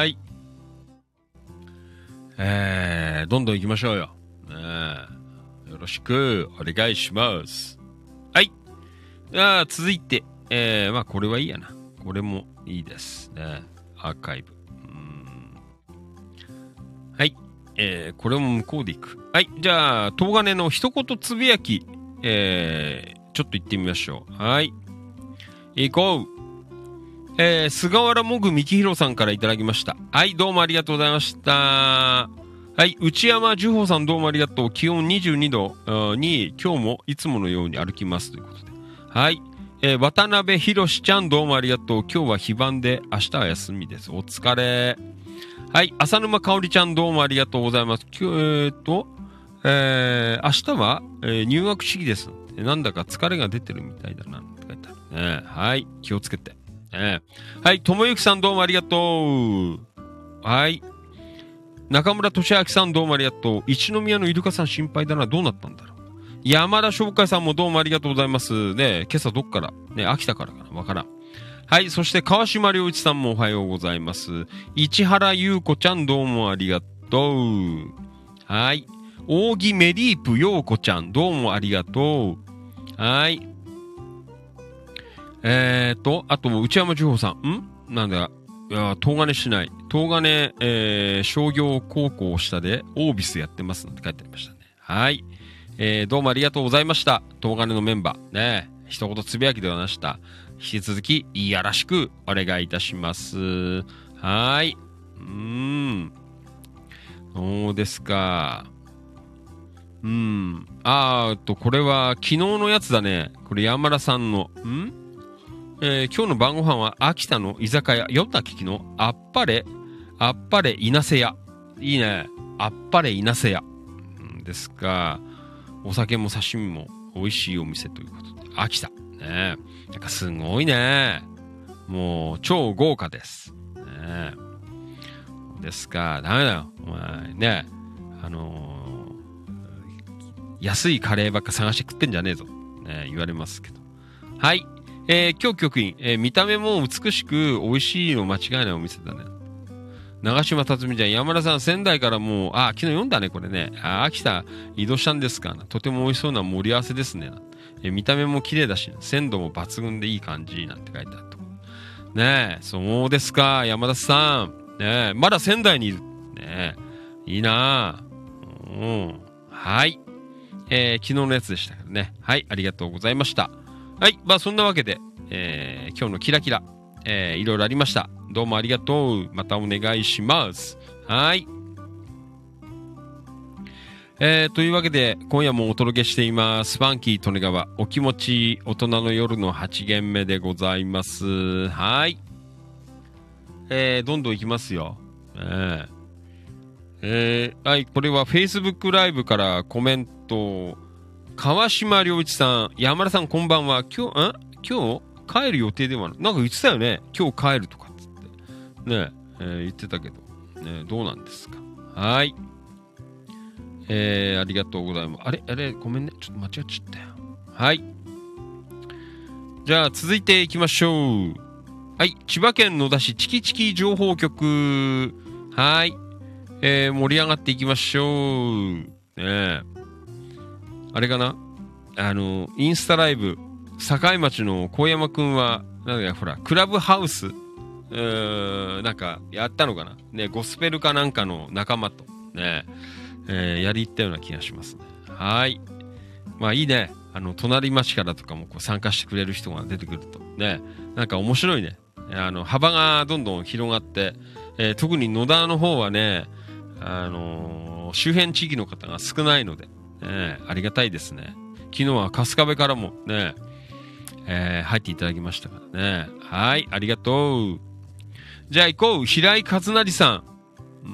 えー、どんどん行きましょうよ。ね、よろしくお願いします。はい。じゃあ、続いて、えー、まあ、これはいいやな。これもいいですね。アーカイブ。うーんはい。えー、これも向こうで行く。はい。じゃあ、東金の一言つぶやき、えー、 ちょっと行ってみましょう。はい。行こう。えー、菅原もぐみきひろさんからいただきました。はい、どうもありがとうございました。はい、内山樹穂さんどうもありがとう。気温にじゅうにどに今日もいつものように歩きますということで。はい。えー、渡辺ひろしちゃんどうもありがとう。今日は非番で明日は休みです。お疲れ。はい、浅沼かおりちゃんどうもありがとうございます。今日、えー、っと、えー、明日は、えー、入学式です。なんだか疲れが出てるみたいだな。って書いてあるね。はい、気をつけて。ね、はい、ともゆきさんどうもありがとう。はい。中村俊明さんどうもありがとう。一宮のイルカさん心配だな。どうなったんだろう。山田翔海さんもどうもありがとうございます。ね、今朝どっからね、秋田からかなわからん。はい、そして川島良一さんもおはようございます。市原優子ちゃんどうもありがとう。はい。扇メリープ陽子ちゃんどうもありがとう。はい。えーと、あと、内山樹穂さん。んなんだいや、東金市内。東金、えー、商業高校下でオービスやってますのって書いてありましたね。はい。えー、どうもありがとうございました。東金のメンバー。ね一言つぶやきではなした。引き続き、よろしくお願いいたします。はーい。うーん。そうですか。うーん。あーっと、これは昨日のやつだね。これ山田さんの。んえー、今日の晩ご飯は秋田の居酒屋、よったきのあっぱれ、あっぱれ稲瀬屋。いいね。あっぱれ稲瀬屋。うんですが、お酒も刺身も美味しいお店ということで、秋田。ねなんかすごいね。もう、超豪華です。ねですか、ダメだよ。お前、ねあのー、安いカレーばっか探して食ってんじゃねえぞ。ね言われますけど。はい。えー、今日局員、えー、見た目も美しく美味しいの間違いないお店だね。長島辰巳ちゃん、山田さん、仙台からもう、あ、昨日読んだね、これね。あ、秋田移動したんですか。とても美味しそうな盛り合わせですね。えー、見た目も綺麗だし、鮮度も抜群でいい感じ、なんて書いてあった。ねえ、そうですか、山田さん。ねえ、まだ仙台にいる。ねえ、いいなぁ。うん。はい。えー、昨日のやつでしたけどね。はい、ありがとうございました。はい。まあ、そんなわけで、えー、今日のキラキラ、えー、いろいろありました。どうもありがとう。またお願いします。はい。えー、というわけで、今夜もお届けしています。ファンキー利根川、お気持ち大人の夜のはち限目でございます。はい。えー、どんどんいきますよ。えー、えー、はい。これは Facebook ライブからコメント、川島良一さん、山田さんこんばんは。今日、ん今日帰る予定ではない。なんか言ってたよね。今日帰るとかっつって。ねえ、えー、言ってたけど。ねどうなんですか。はい。えー、ありがとうございます。あれあれごめんね。ちょっと間違っちゃったよ。はい。じゃあ、続いていきましょう。はい。千葉県野田市チキチキ情報局。はい。えー、盛り上がっていきましょう。ねえ。あれかなあの、インスタライブ、境町の小山くんは、なんかほら、クラブハウス、うーん、なんか、やったのかなね、ゴスペルかなんかの仲間と、ね、えー、やり行ったような気がしますね。はい。まあいいね。あの、隣町からとかもこう参加してくれる人が出てくると、ね、なんか面白いね。あの、幅がどんどん広がって、えー、特に野田の方はね、あのー、周辺地域の方が少ないので、ね、ありがたいですね。昨日は春日部からもね、えー、入っていただきましたからね。はい、ありがとう。じゃあ行こう。平井和成さん。うん。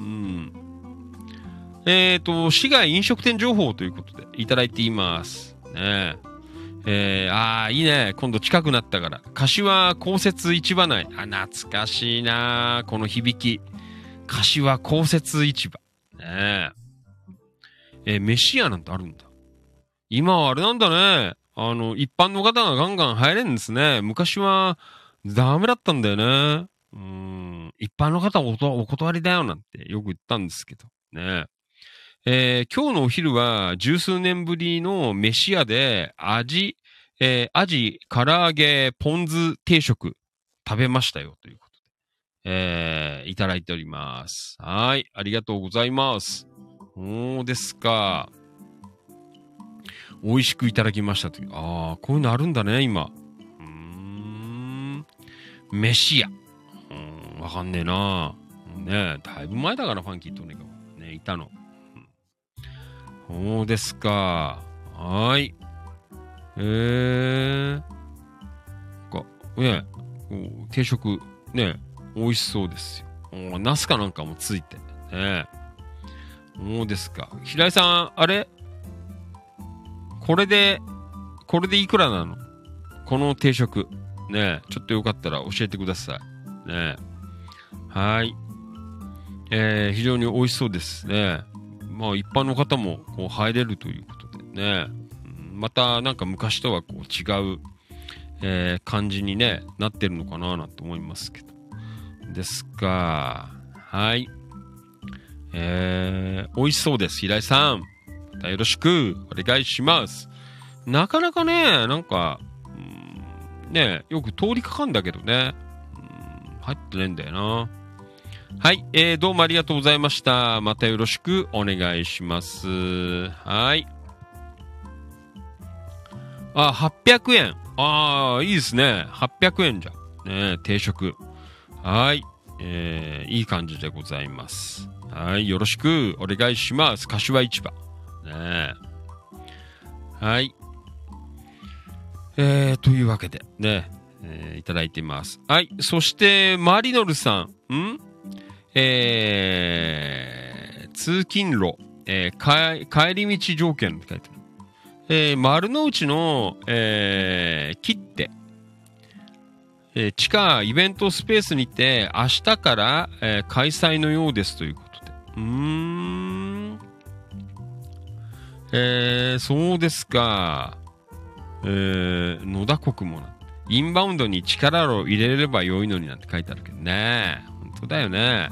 えっと、市外飲食店情報ということでいただいています。ねえー、ああ、いいね。今度近くなったから。柏公設市場内。あ、懐かしいなこの響き。柏公設市場。ねえ。えー、飯屋なんてあるんだ。今はあれなんだね。あの、一般の方がガンガン入れるんですね。昔はダメだったんだよね。うーん。一般の方は お, お断りだよなんてよく言ったんですけど。ねえー、今日のお昼は十数年ぶりの飯屋で味、えー、アジ、唐揚げ、ポン酢定食食べましたよということで、えー、いただいております。はい。ありがとうございます。そうですか。 美味しくいただきましたという。ああ、こういうのあるんだね、今。うーん。飯屋。うん、わかんねえな。ねえ、だいぶ前だから、ファンキーとねが。ね、いたの。うん、そうですか。はーい。えー。か、ねえ、定食、ねえ、美味しそうですよ。ナスかなんかもついて。ねえ。そうですか。平井さん、あれこれで、これでいくらなの？この定食。ねえ、ちょっとよかったら教えてください。ねえ。はい。えー、非常に美味しそうですね。まあ一般の方もこう入れるということでね。またなんか昔とはこう違う、えー、感じにね、なってるのかななんて思いますけど。ですか。はい。えー、美味しそうです。平井さん。またよろしくお願いします。なかなかね、なんか、うん、ね、よく通りかかんだけどね。うん、入ってないんだよな。はい、えー、どうもありがとうございました。またよろしくお願いします。はい。あ、はっぴゃくえん。ああ、いいですね。はっぴゃくえんじゃ。ね、定食。はい。えー、いい感じでございます。はい。よろしくお願いします。柏市場。ね、はい。えー、というわけで、ね、えー、いただいています。はい。そして、マリノルさん。んえー、通勤路、えー、帰り道条件って書いてある。えー、丸の内の、えー、切手、えー、地下イベントスペースにて明日から、えー、開催のようですということで。うーん。えー、そうですか。えー、野田国もな。インバウンドに力を入れれば良いのになんて書いてあるけどね。本当だよね。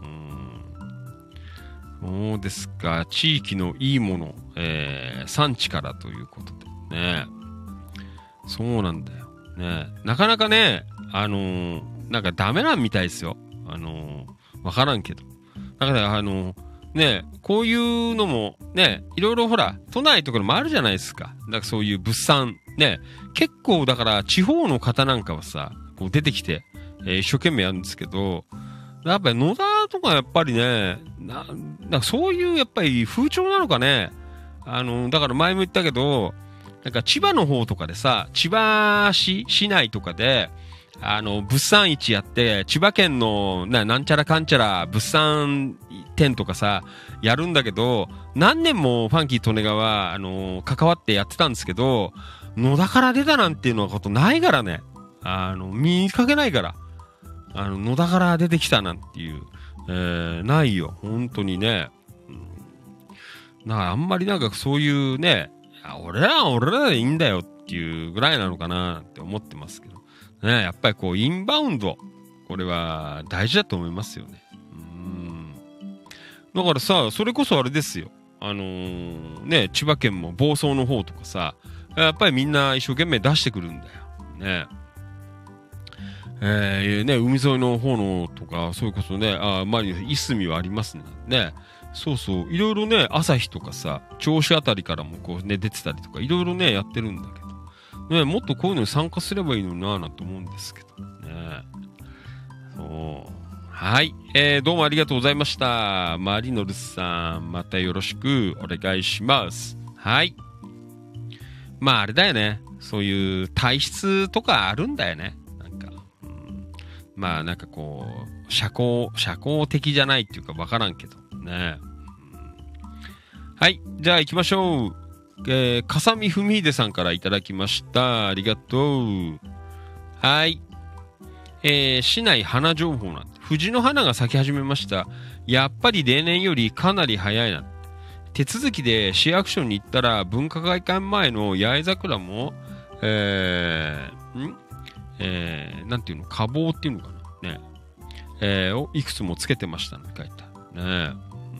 そうですか。地域のいいもの、えー、産地からということでね。そうなんだよ。ね。なかなかね、あのー、なんかダメなんみたいですよ。あのー、わからんけど。だから、あのー、ね、こういうのもね、いろいろほら、都内とかもあるじゃないですか。だからそういう物産。ね。結構だから地方の方なんかはさ、こう出てきて、えー、一生懸命やるんですけど、やっぱり野田とかやっぱりね、な、なんかそういうやっぱり風潮なのかね。あの、だから前も言ったけど、なんか千葉の方とかでさ、千葉市、市内とかで、あの、物産市やって、千葉県のな、なんちゃらかんちゃら物産店とかさ、やるんだけど、何年もファンキー利根川、あの、関わってやってたんですけど、野田から出たなんていうのはことないからね。あの、見かけないから。あの、野田から出てきたなんていう、えー、ないよ。本当にね。うん、なんかあんまりなんかそういうね、俺らは俺らでいいんだよっていうぐらいなのかなって思ってますけど。ね、やっぱりこう、インバウンド。これは大事だと思いますよね。うん。だからさ、それこそあれですよ。あのー、ね、千葉県も房総の方とかさ、やっぱりみんな一生懸命出してくるんだよ。ね。えー、ね、海沿いの方のとか、それこそね、あ、まあ、いすみはありますね。ね。そうそう。いろいろね、朝日とかさ、銚子あたりからもこうね、出てたりとか、いろいろね、やってるんだけど。ね、もっとこういうのに参加すればいいのになぁなんて思うんですけど。ね。そう。はい。えー、どうもありがとうございました。マリノルさん、またよろしくお願いします。はい。まあ、あれだよね。そういう体質とかあるんだよね。まあなんかこう、社交、社交的じゃないっていうかわからんけどね。はい。じゃあ行きましょう。えー、かさみふみひでさんからいただきました。ありがとう。はい。えー、市内花情報なんて。藤の花が咲き始めました。やっぱり例年よりかなり早いな。手続きで市役所に行ったら文化会館前の八重桜も、えー、んえー、なんていうの、花房っていうのかなね。えー、をいくつもつけてましたね、書いた。ね。うん。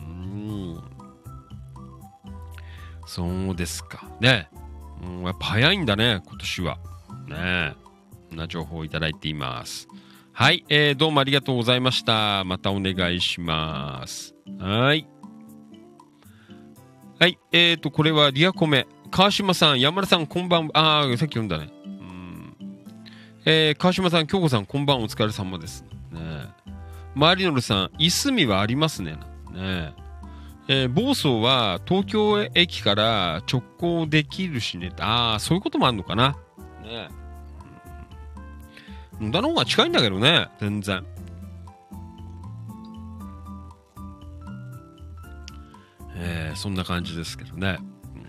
そうですか。ね。うん、やっぱ早いんだね、今年は。ね。こんな情報をいただいています。はい、えー、どうもありがとうございました。またお願いします。はい。はい、えーと、これはリアコメ。 川島さん、山田さん、こんばんは。あー、さっき読んだね。うん。えー、川島さん、京子さん、こんばんは。お疲れ様です。ねマリノルさん、いすみはありますね。ねえー、房総は東京駅から直行できるしね。ああ、そういうこともあるのかな。ねえ。野田の方が近いんだけどね、全然。えー、そんな感じですけどね。うん、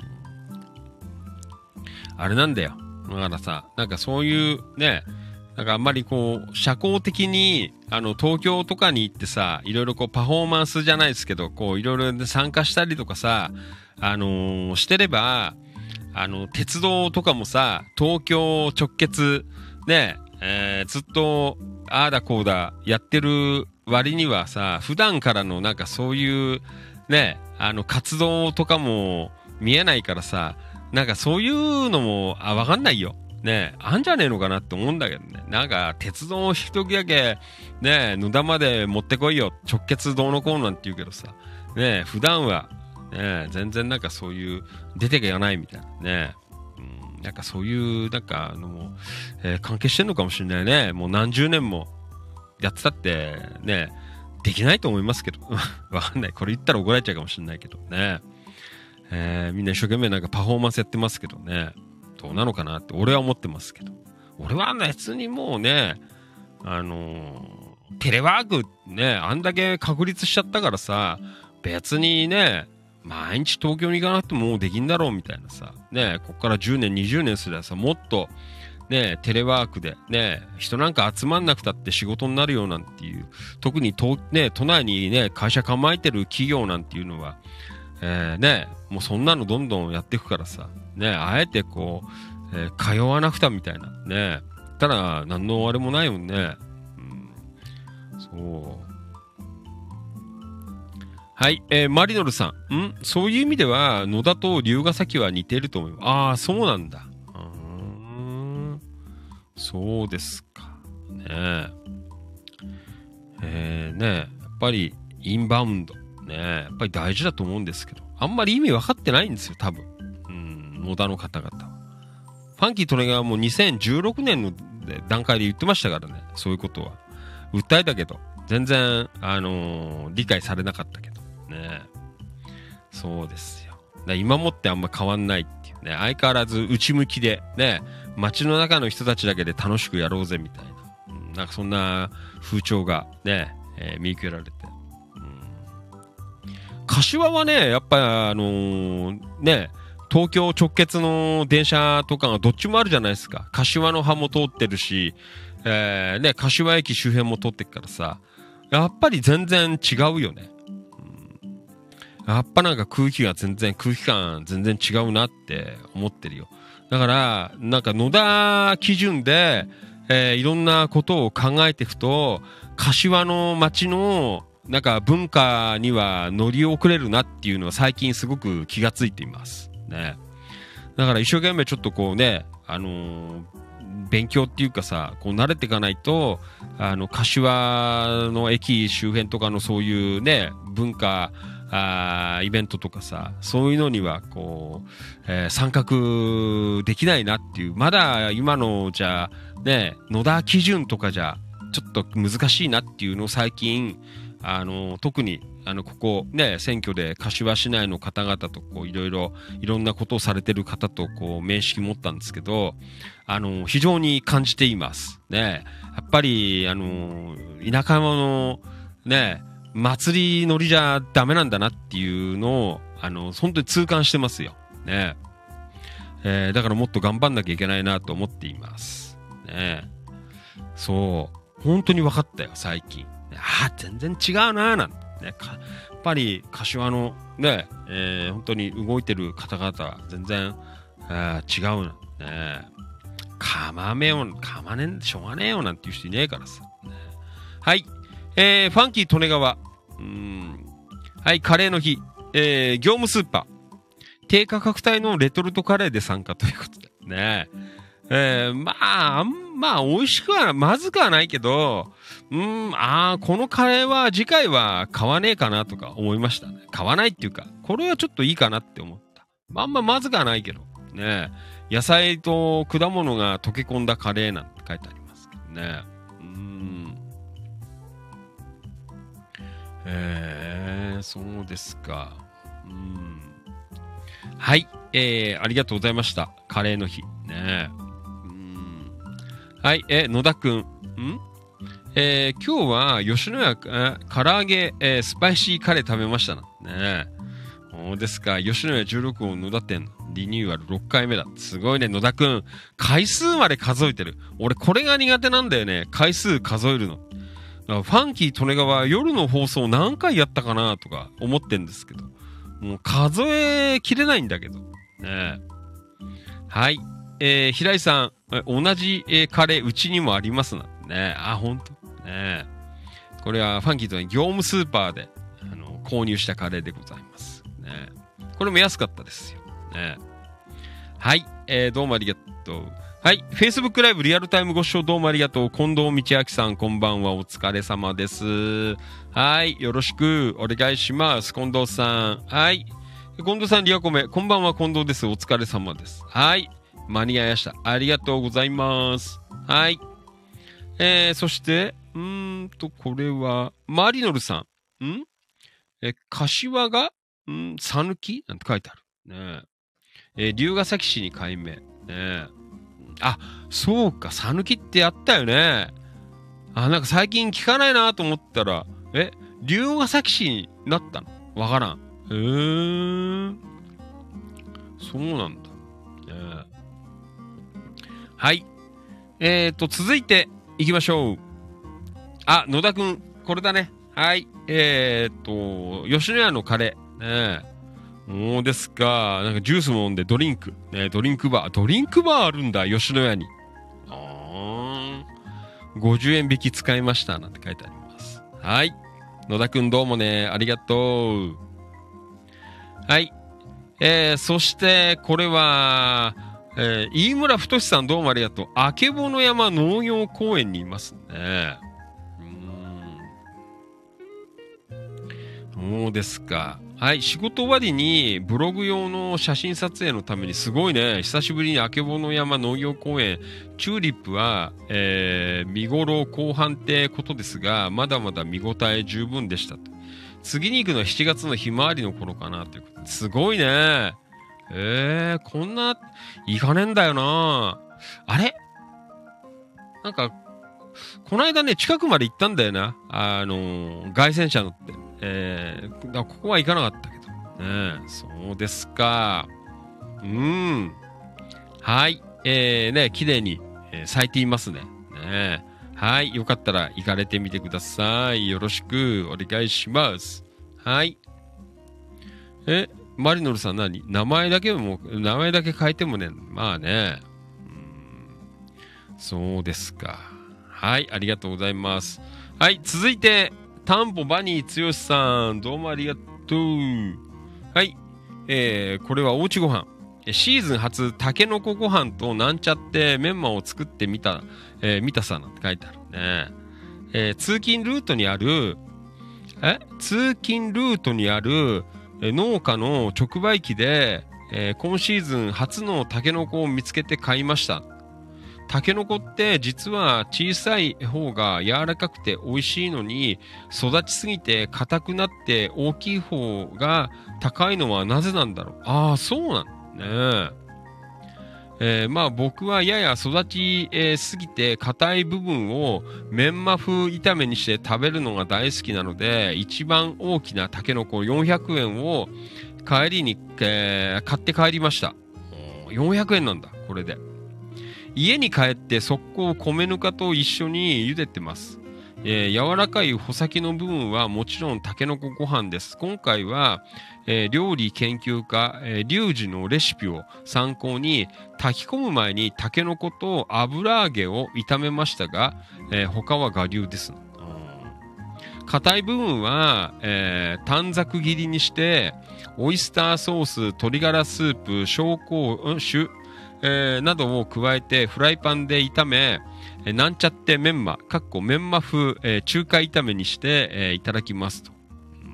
あれなんだよ。だからさ、なんかそういうね、なんかあんまりこう、社交的に、あの、東京とかに行ってさ、いろいろこう、パフォーマンスじゃないですけど、こう、いろいろ参加したりとかさ、あのー、してれば、あの、鉄道とかもさ、東京直結、ね、えー、ずっと、ああだこうだ、やってる割にはさ、普段からのなんかそういう、ね、あの、活動とかも見えないからさ、なんかそういうのも、あ、わかんないよ。ねえ、あんじゃねえのかなって思うんだけどね。なんか、鉄道を引くときだけ、ねえ、野田まで持ってこいよ。直結どうのこうのなんて言うけどさ。ねえ、普段は、ねえ、全然なんかそういう、出てけがないみたいなね。うん、なんかそういう、なんか、のも、えー関係してんのかもしれないね。もう何十年もやってたって、ね、できないと思いますけど。わかんない。これ言ったら怒られちゃうかもしれないけどね。えーみんな一生懸命なんかパフォーマンスやってますけどね。どうなのかなって俺は思ってますけど。俺は別にもうね、あのーテレワークね、あんだけ確立しちゃったからさ、別にね、毎日東京に行かなくてももうできんだろうみたいなさ、ね、こっからじゅうねん、にじゅうねんすればさ、もっと、ね、テレワークで、ね、人なんか集まんなくたって仕事になるよなんていう、特に都、ね、都内にね、会社構えてる企業なんていうのは、えー、ね、もうそんなのどんどんやっていくからさ、ね、あえてこう、えー通わなくたみたいな、ね、ただ何のあれもないもんね。うん、そう。はい、えーマリノルさん、んそういう意味では野田と龍ヶ崎は似てると思います。ああ、そうなんだ。うーん、そうですか。ねえ。えー、ねえ、やっぱりインバウンド。ねえ、やっぱり大事だと思うんですけど、あんまり意味分かってないんですよ、多分。うん、野田の方々は。ファンキートレガーもにせんじゅうろくねんの段階で言ってましたからね、そういうことは。訴えたけど、全然、あのー理解されなかったけど。ねえ。そうですよ。だから今もってあんま変わんないっていうね、相変わらず内向きで、ね、街の中の人たちだけで楽しくやろうぜみたいな。うん、なんかそんな風潮がね、えー見受けられて。柏はね、やっぱあのーね、東京直結の電車とかがどっちもあるじゃないですか。柏の葉も通ってるし、えー、ね、柏駅周辺も通ってるからさ、やっぱり全然違うよね。うん、やっぱなんか空気が全然、空気感全然違うなって思ってるよ。だから、なんか野田基準で、えー、いろんなことを考えていくと、柏の街のなんか文化には乗り遅れるなっていうのは最近すごく気がついていますね。だから一生懸命ちょっとこうね、あのー勉強っていうかさ、こう慣れていかないと、あの柏の駅周辺とかのそういうね、文化あイベントとかさ、そういうのにはこう、えー参画できないなっていう、まだ今のじゃね、野田基準とかじゃちょっと難しいなっていうのを最近、あの特にあのここね、選挙で柏市内の方々とこういろいろいろんなことをされてる方とこう面識持ったんですけど、あの非常に感じていますね。やっぱりあの田舎のね、祭り乗りじゃダメなんだなっていうのをあの本当に痛感してますよね。えー、だからもっと頑張んなきゃいけないなと思っていますね。そう本当に分かったよ最近。ああ、全然違うなーなんてね。かやっぱり柏のね、えー、本当に動いてる方々は全然、えー、違うなね。かまめよ、かまねん、しょうがねえよなんていう人いねえからさ。ね、はい。えー、ファンキー利根川。うーん。はい、カレーの日。えー、業務スーパー。低価格帯のレトルトカレーで参加ということで。ねえー、まあ、まあ、美味しくは、まずくはないけど、うーん、ああ、このカレーは次回は買わねえかなとか思いましたね。買わないっていうか、これはちょっといいかなって思った。まあんままずくはないけど。 ね。野菜と果物が溶け込んだカレーなんて書いてありますけどね。うーん。えー、そうですか。うん。はい、えー、ありがとうございました。カレーの日。ね。うん。はい、え、野田くん。んえー、今日は吉野家、え唐揚げ、えー、スパイシーカレー食べましたな。ね。そうですか。吉野家じゅうろく号野田店リニューアルろっかいめだ。すごいね、野田くん。回数まで数えてる。俺これが苦手なんだよね。回数数えるの。ファンキー利根川夜の放送何回やったかなとか思ってんですけど。もう数えきれないんだけど。ね。はい。えー、平井さん、同じ、えー、カレーうちにもありますな。ね。あ、ほんと。ね。これはファンキーとね、業務スーパーで、あの、購入したカレーでございます。ね。これも安かったですよ。ね。はい。えー、どうもありがとう。はい。Facebook ライブリアルタイムご視聴どうもありがとう。近藤道明さん、こんばんは。お疲れ様です。はい。よろしくお願いします。近藤さん。はい。近藤さん、リアコメ。こんばんは、近藤です。お疲れ様です。はい。間に合いました。ありがとうございます。はい。えー、そして、うーんと、これは、マリノルさん。んえ、柏が、んさぬきなんて書いてある。ねえ。えー、龍ヶ崎市に改名。ねえ。あ、そうか、さぬきってやったよね。あ、なんか最近聞かないなと思ったら、え、龍ヶ崎市になったのわからん。へー。そうなんだ。ね、はい。えーと、続いて、行きましょう。あ、野田くん、これだね。はい。えーと、吉野家のカレー。ねえ。もうですか。なんかジュースも飲んでドリンク。ね、ドリンクバー。ドリンクバーあるんだ、吉野家に。あー。ごじゅうえん引き使いました。なんて書いてあります。はい。野田くんどうもね、ありがとう。はい。えー、そして、これは、えー、飯村太さんどうもありがとう。あけぼの山農業公園にいますね。うーん。そうですか。はい。仕事終わりにブログ用の写真撮影のためにすごいね。久しぶりにあけぼの山農業公園。チューリップは、えー、見頃後半ってことですが、まだまだ見応え十分でしたと。次に行くのはしちがつのひまわりの頃かなということ。すごいね。えー、こんな、行かねえんだよな。あれなんか、この間ね、近くまで行ったんだよな。あのー、凱旋車乗って。えー、だここは行かなかったけど。ね、そうですか。うーん。はい。えー、ね、綺麗に、えー、咲いていますね。ね。はい。よかったら行かれてみてください。よろしくお願いします。はい。え、マリノルさん何名前だけも、名前だけ変えてもね、まあね。うーん、そうですか。はい、ありがとうございます。はい、続いて、タンポバニーつよしさん、どうもありがとう。はい、えー、これはおうちご飯。シーズン初、タケノコご飯となんちゃってメンマを作ってみた、えー、見たさなんて書いてあるね。えー、通勤ルートにある、え通勤ルートにある、農家の直売機で、えー、今シーズン初のタケノコを見つけて買いました。タケノコって実は小さい方が柔らかくて美味しいのに、育ちすぎて硬くなって大きい方が高いのはなぜなんだろう。ああ、そうなんだね。えー、まあ僕はやや育ち、えー、すぎて硬い部分をメンマ風炒めにして食べるのが大好きなので、一番大きなタケノコよんひゃくえんを帰りに、えー、買って帰りました。よんひゃくえんなんだ、これで。家に帰って速攻米ぬかと一緒に茹でてます。えー、柔らかい穂先の部分はもちろんタケノコご飯です。今回は、えー、料理研究家、えー、リュウジのレシピを参考に炊き込む前にタケノコと油揚げを炒めましたが、えー、他は我流です。硬い部分は、えー、短冊切りにしてオイスターソース、鶏ガラスープ、紹興酒、えー、などを加えてフライパンで炒め、えー、なんちゃってメンマ、かっこメンマ風、えー、中華炒めにして、えー、いただきますと。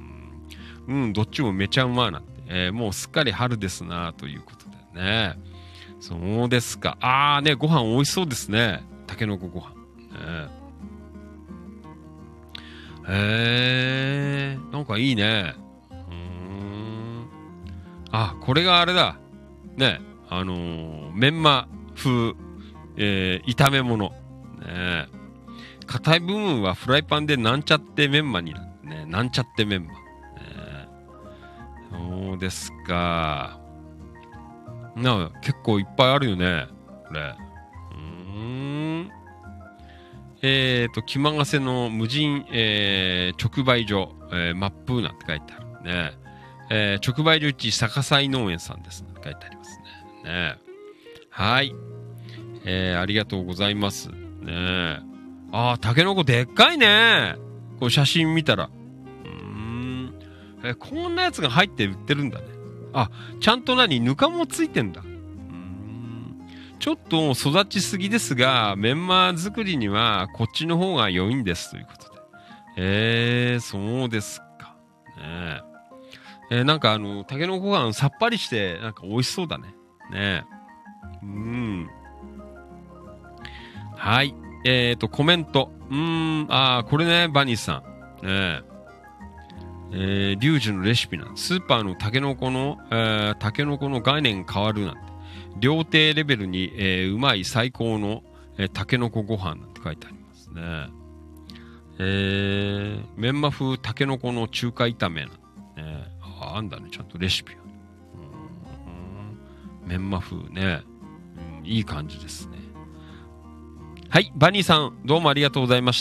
うん、うん、どっちもめちゃうまーなって、えー、もうすっかり春ですなということでね。 そうですか。あーね、ご飯美味しそうですね。たけのこご飯。ね、へー、なんかいいね。うーん。あ、これがあれだ。ね、あのー、メンマ風、えー、炒め物。ね、硬い部分はフライパンでなんちゃってメンマになってね。なんちゃってメンマ。ね、そうですか。な結構いっぱいあるよね。これ。うーん。えーと、気まがせの無人、えー、直売所、えー、マップなんて書いてあるね。えー、直売所一逆祭農園さんですなんて書いてありますね。ね、はい。えー、ありがとうございます。ね、あー、タケノコでっかいね。こう写真見たら。うーん。えー、こんなやつが入って売ってるんだね。あ、ちゃんと何、ぬかもついてんだ。うーん。ちょっと育ちすぎですが、メンマ作りにはこっちの方が良いんですということで。えー、そうですか。ねえ。えー、なんかあの、タケノコご飯さっぱりして、なんか美味しそうだね。ねえ。うーん。はい。えーと、コメント。うーん、あー、これね、バニーさん。ねえ。えー、リュウジのレシピなんスーパーのタケノコの、えー、タケノコの概念変わるなんて。料亭レベルに、えー、うまい最高の、えー、タケノコご飯なんて書いてありますね。えー、メンマ風タケノコの中華炒めなんて、ね。あ、あんだね、ちゃんとレシピが。うん、メンマ風ね、うん。いい感じですね。はい、バニーさん、どうもありがとうございました。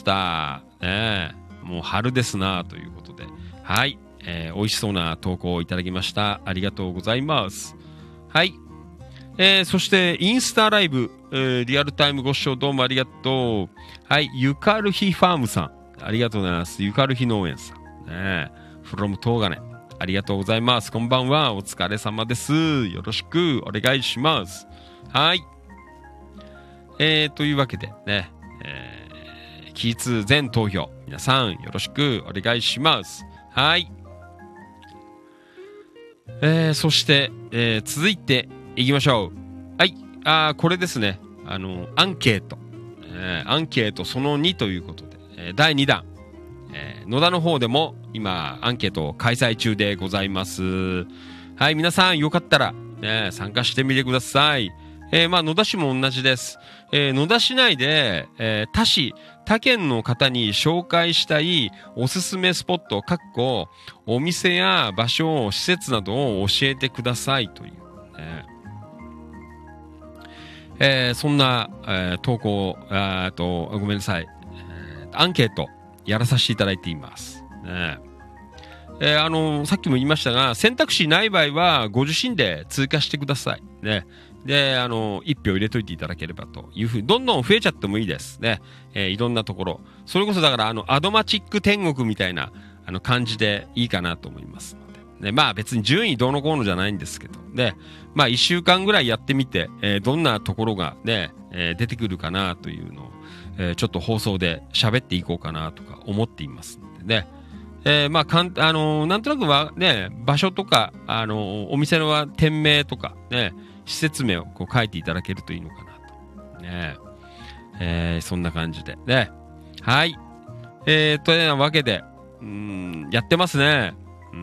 ね、もう春ですなということで。はい、えー、美味しそうな投稿をいただきました。ありがとうございます。はい。えー、そして、インスタライブ、えー、リアルタイムご視聴どうもありがとう。はい、ゆかるひファームさん。ありがとうございます。ゆかるひ農園さん。ね、from 東金。ありがとうございます。こんばんは。お疲れ様です。よろしくお願いします。はい。えー、というわけでね、えー、キーツ全投票。皆さん、よろしくお願いします。はい。えー、そして、えー、続いていきましょう。はい。あー、これですね。あの、アンケート。えー、アンケートそのにということで、えー、だいにだん。えー、野田の方でも今、アンケートを開催中でございます。はい。皆さん、よかったら、ね、参加してみてください。えー、まあ、野田市も同じです。えー、野田市内で、えー、他市、他県の方に紹介したいおすすめスポット、かっこ、お店や場所、施設などを教えてくださいという、ね。えー、そんな、えー、投稿、あと、ごめんなさい、えー、アンケートやらさせていただいています。ね、えー、あのー、さっきも言いましたが、選択肢ない場合はご自身で追加してください。ね。で、あの、一票入れといていただければというふうに、どんどん増えちゃってもいいですね。えー、いろんなところ。それこそだから、あの、アドマチック天国みたいな、あの、感じでいいかなと思いますので。ね、まあ別に順位どうのこうのじゃないんですけど、ね、まあ一週間ぐらいやってみて、えー、どんなところがね、えー、出てくるかなというのを、えー、ちょっと放送で喋っていこうかなとか思っていますのでね。えー、まあ、かん、あのー、なんとなくはね、場所とか、あのー、お店の店名とか、ね、施設名をこう書いていただけるといいのかなと。ねえー、そんな感じで。ね。はい。えー、というわけで、うーん、やってますね。うん。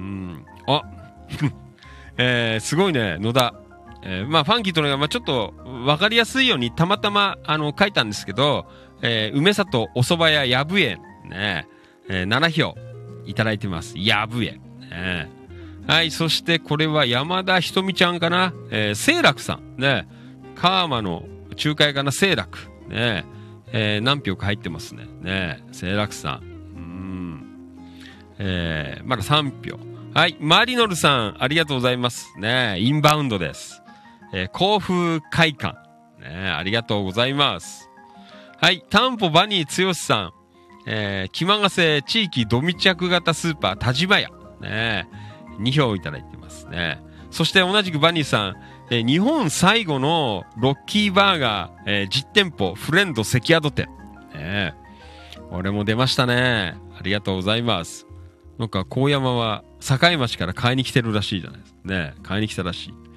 あえー、すごいね、野田。えー、まあ、ファンキーとのが、まあ、ちょっと、わかりやすいように、たまたま、あの、書いたんですけど、えー、梅里お蕎麦屋やぶえ、ね、えー、なな票いただいてます。やぶえ。ね、はい、そしてこれは山田ひとみちゃんかな、えー、清楽さん。ね、川間の仲介かな、清楽。ね、えー、何票か入ってますね。ね、清楽さん。うーん。えー、まださん票。はい、マリノルさん、ありがとうございます。ね、インバウンドです。えー、甲府会館。ね、ありがとうございます。はい、タンポバニーつよしさん。えー、気まがせ地域ド密着型スーパー田島屋。ね、に票いただいてますね。そして同じくバニーさん、えー、日本最後のロッキーバーガー、えー、実店舗フレンド関宿店。ね、俺も出ましたね。ありがとうございます。なんか高山は境町から買いに来てるらしいじゃないですか。ね、買いに来たらしい。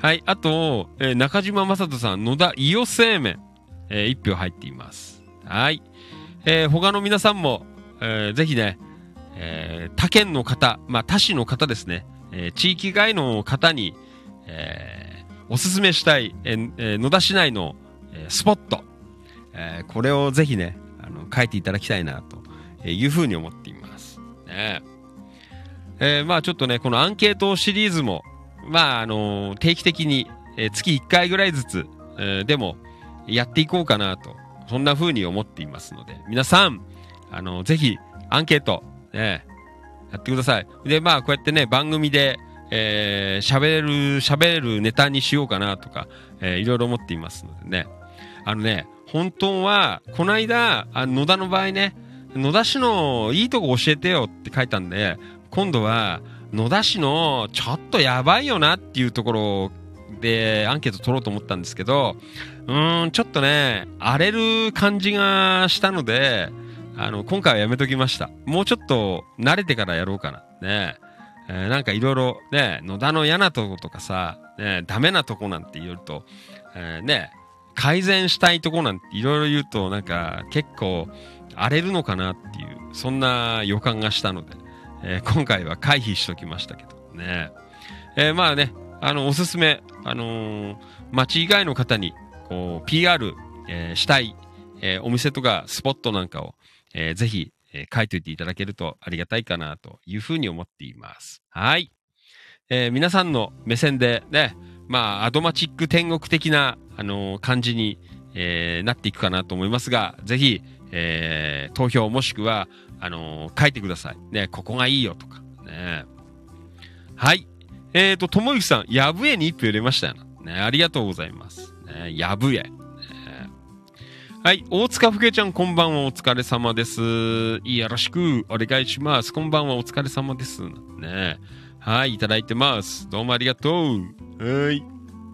はい。あと、えー中島正人さん、野田伊予製麺、えー、一票入っています。はい。えー他の皆さんも、えーぜひね、えー他県の方、まあ他市の方ですね、えー地域外の方に、えーおすすめしたい、えーえー野田市内の、えースポット、えーこれをぜひね、あの、書いていただきたいな、というふうに思っています。ねえーまあちょっとね、このアンケートシリーズも、まああのー定期的に、えー月いっかいぐらいずつ、えーでもやっていこうかなと、そんな風に思っていますので、皆さん、あのーぜひアンケート、ね、やってください。で、まあこうやってね、番組で、えー、喋れる、喋れるネタにしようかなとか、えー、いろいろ思っていますのでね。あのね、本当は、この間、あの野田の場合ね、野田市のいいとこ教えてよって書いたんで、今度は野田市のちょっとやばいよなっていうところでアンケート取ろうと思ったんですけど、うーん、ちょっとね、荒れる感じがしたので、あの、今回はやめときました。もうちょっと慣れてからやろうかな。ねえーなんかいろいろ、ね、野田の嫌なとことかさ、ね、ダメなとこなんて言うと、えーね、改善したいとこなんていろいろ言うと、なんか結構荒れるのかなっていう、そんな予感がしたので、えー今回は回避しときましたけどね。えーまあね、あの、おすすめ、あのー町以外の方に、こう、ピーアール、えーしたい、えーお店とかスポットなんかを、えーぜひ、えー書いといていただけるとありがたいかなというふうに思っています。はい。えー皆さんの目線でね、まあ、アドマチック天国的な、あのー感じに、えーなっていくかなと思いますが、ぜひ、えー投票もしくは、あのー書いてください。ね、ここがいいよとか。ね。はい。えーと、ともゆきさん、やぶえに一票入れましたよね。ありがとうございます。ね、やぶえ。ね、はい。大塚ふけちゃん、こんばんは。お疲れ様です。よろしくお願いします。こんばんは。お疲れ様です。ね。はい。いただいてます。どうもありがとう。はい。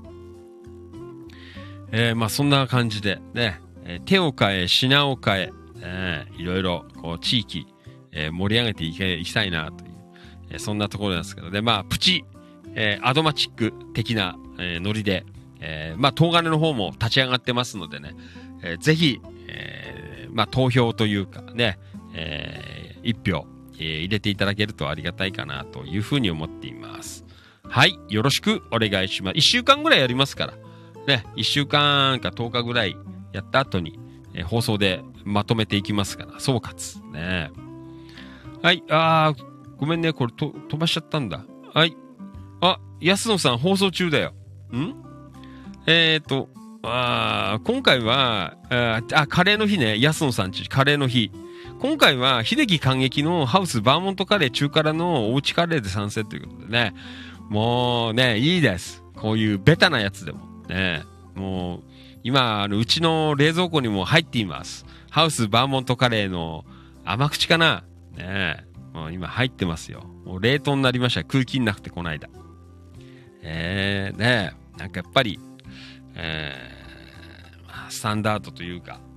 えー、まあ、そんな感じで、ね。えー手を変え、品を変え、えーいろいろ、こう、地域、えー盛り上げていけ、いきたいな、という、えーそんなところなんですけど、で、まあ、プチ、えーアドマチック的な、えーノリで、えーまあ、東金の方も立ち上がってますのでね、えーぜひ、えーまあ、投票というかね、えー、一票、えー入れていただけるとありがたいかなというふうに思っています。はい。よろしくお願いします。一週間ぐらいやりますから。ね。一週間かとおかぐらいやった後に、えー放送でまとめていきますから。総括。ね。はい。あー、ごめんね。これと飛ばしちゃったんだ。はい。あ、安野さん放送中だよ。んえーと、あ今回は、あ、あカレーの日ね。安野さんち、カレーの日。今回は、秀樹感激のハウスバーモントカレー中辛のおうちカレーで参戦ということでね。もうね、いいです。こういうベタなやつでも。ね。もう、今、あの、うちの冷蔵庫にも入っています。ハウスバーモントカレーの甘口かな。ね。もう今入ってますよ。もう冷凍になりました。空気になくてこないだ。えー、ね。なんかやっぱり、えーまあ、スタンダードというか、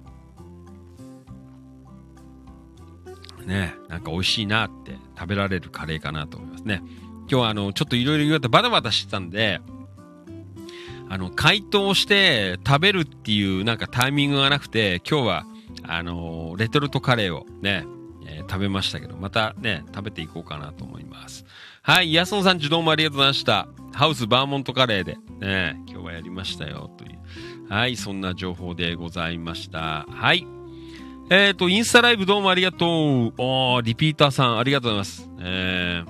ね、なんか美味しいなって食べられるカレーかなと思いますね。今日はあの、ちょっといろいろ言われてバタバタしてたんで、あの、解凍して食べるっていうなんかタイミングがなくて、今日は、あのーレトルトカレーをね、えー食べましたけど、またね、食べていこうかなと思います。はい、安野さんちどうもありがとうございました。ハウスバーモントカレーで、ね、今日はやりましたよ、という。はい、そんな情報でございました。はい。えっと、インスタライブどうもありがとう。おー、リピーターさんありがとうございます。え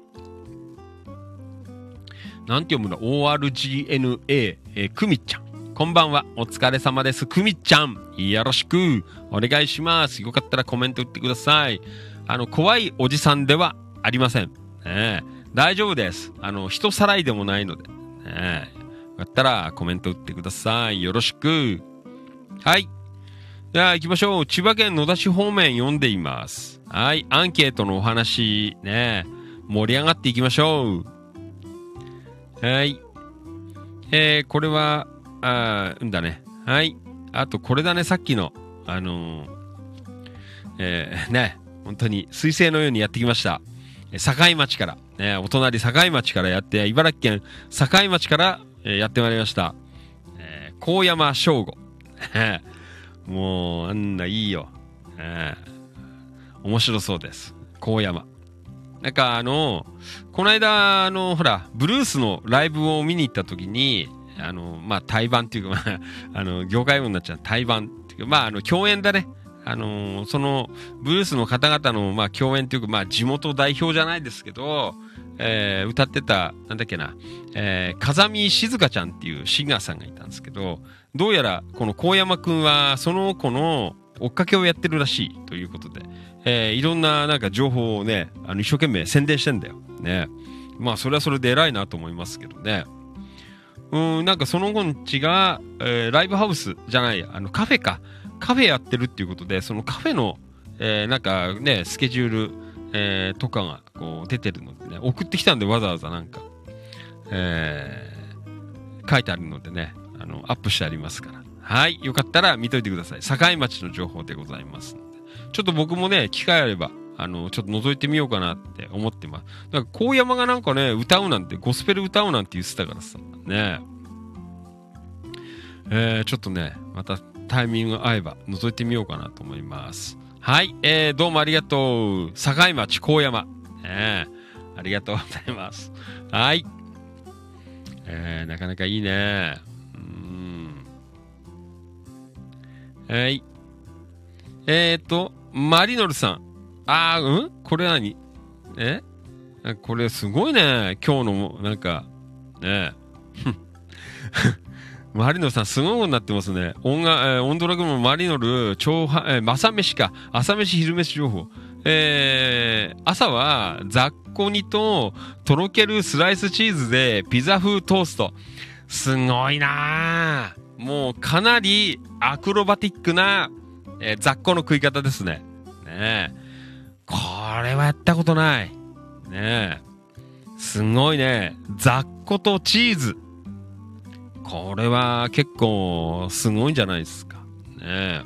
ー、なんて読むの ?オーアールジーエヌエー、えー、くみちゃん。こんばんは。お疲れ様です。くみちゃん。よろしく。お願いします。よかったらコメント打ってください。あの、怖いおじさんではありません。ね、大丈夫です。あの、人さらいでもないので。ね、よかったらコメント打ってください。よろしく。はい。じゃあ行きましょう。千葉県野田市方面読んでいます。はい。アンケートのお話、ね。盛り上がっていきましょう。はい。えー、これは、あー、うんだね。はい。あと、これだね。さっきの、あのー、えー、ね。本当に、彗星のようにやってきました。境町から、ね。お隣境町からやって、茨城県境町から、 えーやってまいりました。えー、高山翔吾。もう、あんないいよ。えー、面白そうです。高山。なんかあの、この間、あの、ほら、ブルースのライブを見に行った時に、あの、まあ、対バンっていうか、まあ、あの、業界用になっちゃう対バンっていうか、まあ、あの、共演だね。あの、その、ブルースの方々の、まあ、共演っていうか、まあ、地元代表じゃないですけど、えー、歌ってた、なんだっけな、えー、風見静香ちゃんっていうシンガーさんがいたんですけど、どうやら、この高山くんは、その子の追っかけをやってるらしいということで、えー、いろんななんか情報をね、あの一生懸命宣伝してんだよ。ね。まあそれはそれで偉いなと思いますけどね。うーん、なんかその子んちが、えー、ライブハウスじゃないや、あのカフェか。カフェやってるっていうことで、そのカフェの、えー、なんかね、スケジュール、えー、とかがこう出てるのでね、送ってきたんでわざわざなんか、えー、書いてあるのでね、あの、アップしてありますから。はい。よかったら見といてください。境町の情報でございますので。ちょっと僕もね、機会あれば、あの、ちょっと覗いてみようかなって思ってます。だから、高山がなんかね、歌うなんて、ゴスペル歌うなんて言ってたからさ、ね。えー、ちょっとね、またタイミング合えば、覗いてみようかなと思います。はい。えー、どうもありがとう。境町高山。ね、ありがとうございます。はい。えー、なかなかいいね。うーん。はい。えーと、マリノルさん。あー、うんこれ何えこれすごいね。今日の、なんか、ねマリノルさんすごいことになってますね。音楽、えー、オンドラグもマリノル、朝は、えー、朝飯か。朝飯、昼飯情報。えー、朝は、雑魚煮と、とろけるスライスチーズで、ピザ風トースト。すごいなぁ。もう、かなり、アクロバティックな、えー、雑魚の食い方ですね。ねえ。これはやったことない。ねえ。すごいね。雑魚とチーズ。これは結構すごいんじゃないですか。ねえ。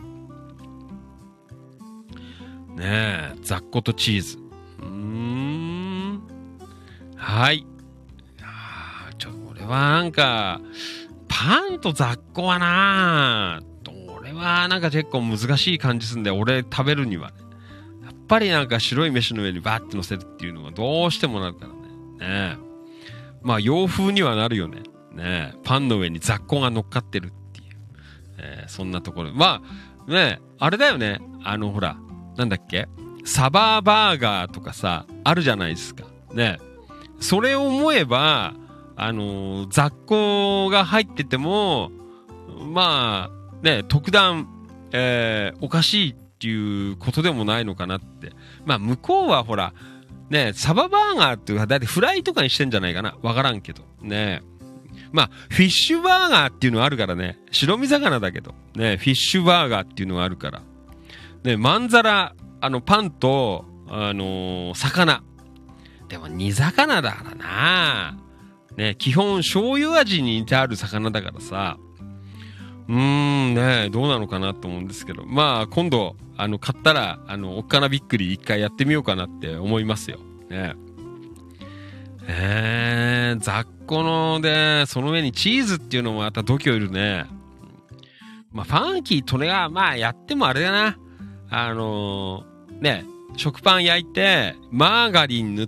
ねえ。雑魚とチーズ。うーん。はい。あーちょ、これはなんか、パンと雑魚はなぁ。俺はなんか結構難しい感じすんで、俺食べるにはね。やっぱりなんか白い飯の上にバーって乗せるっていうのがどうしてもなるからね。ねえ。まあ洋風にはなるよね。ねえ。パンの上に雑魚が乗っかってるっていう。えー、そんなところ。まあ、ねえ、あれだよね。あのほら、なんだっけサバーバーガーとかさ、あるじゃないですか。ねえ。それを思えば、あのー、雑魚が入ってても、まあ、ね、特段、えー、おかしいっていうことでもないのかなって。まあ、向こうはほら、ね、サババーガーっていうか、だいたいフライとかにしてんじゃないかな。わからんけど。ね。まあ、フィッシュバーガーっていうのがあるからね。白身魚だけど。ね、フィッシュバーガーっていうのがあるから。ね、まんざら、あの、パンと、あのー、魚。でも、煮魚だからな。ね、基本、醤油味に似てある魚だからさ。うーんね、どうなのかなと思うんですけど。まあ、今度、あの、買ったら、あの、おっかなびっくり一回やってみようかなって思いますよ。ね。えー、雑魚ので、その上にチーズっていうのもまた度胸いるね。まあ、ファンキーとねが、まあ、やってもあれだな。あのー、ね、食パン焼いて、マーガリン塗って、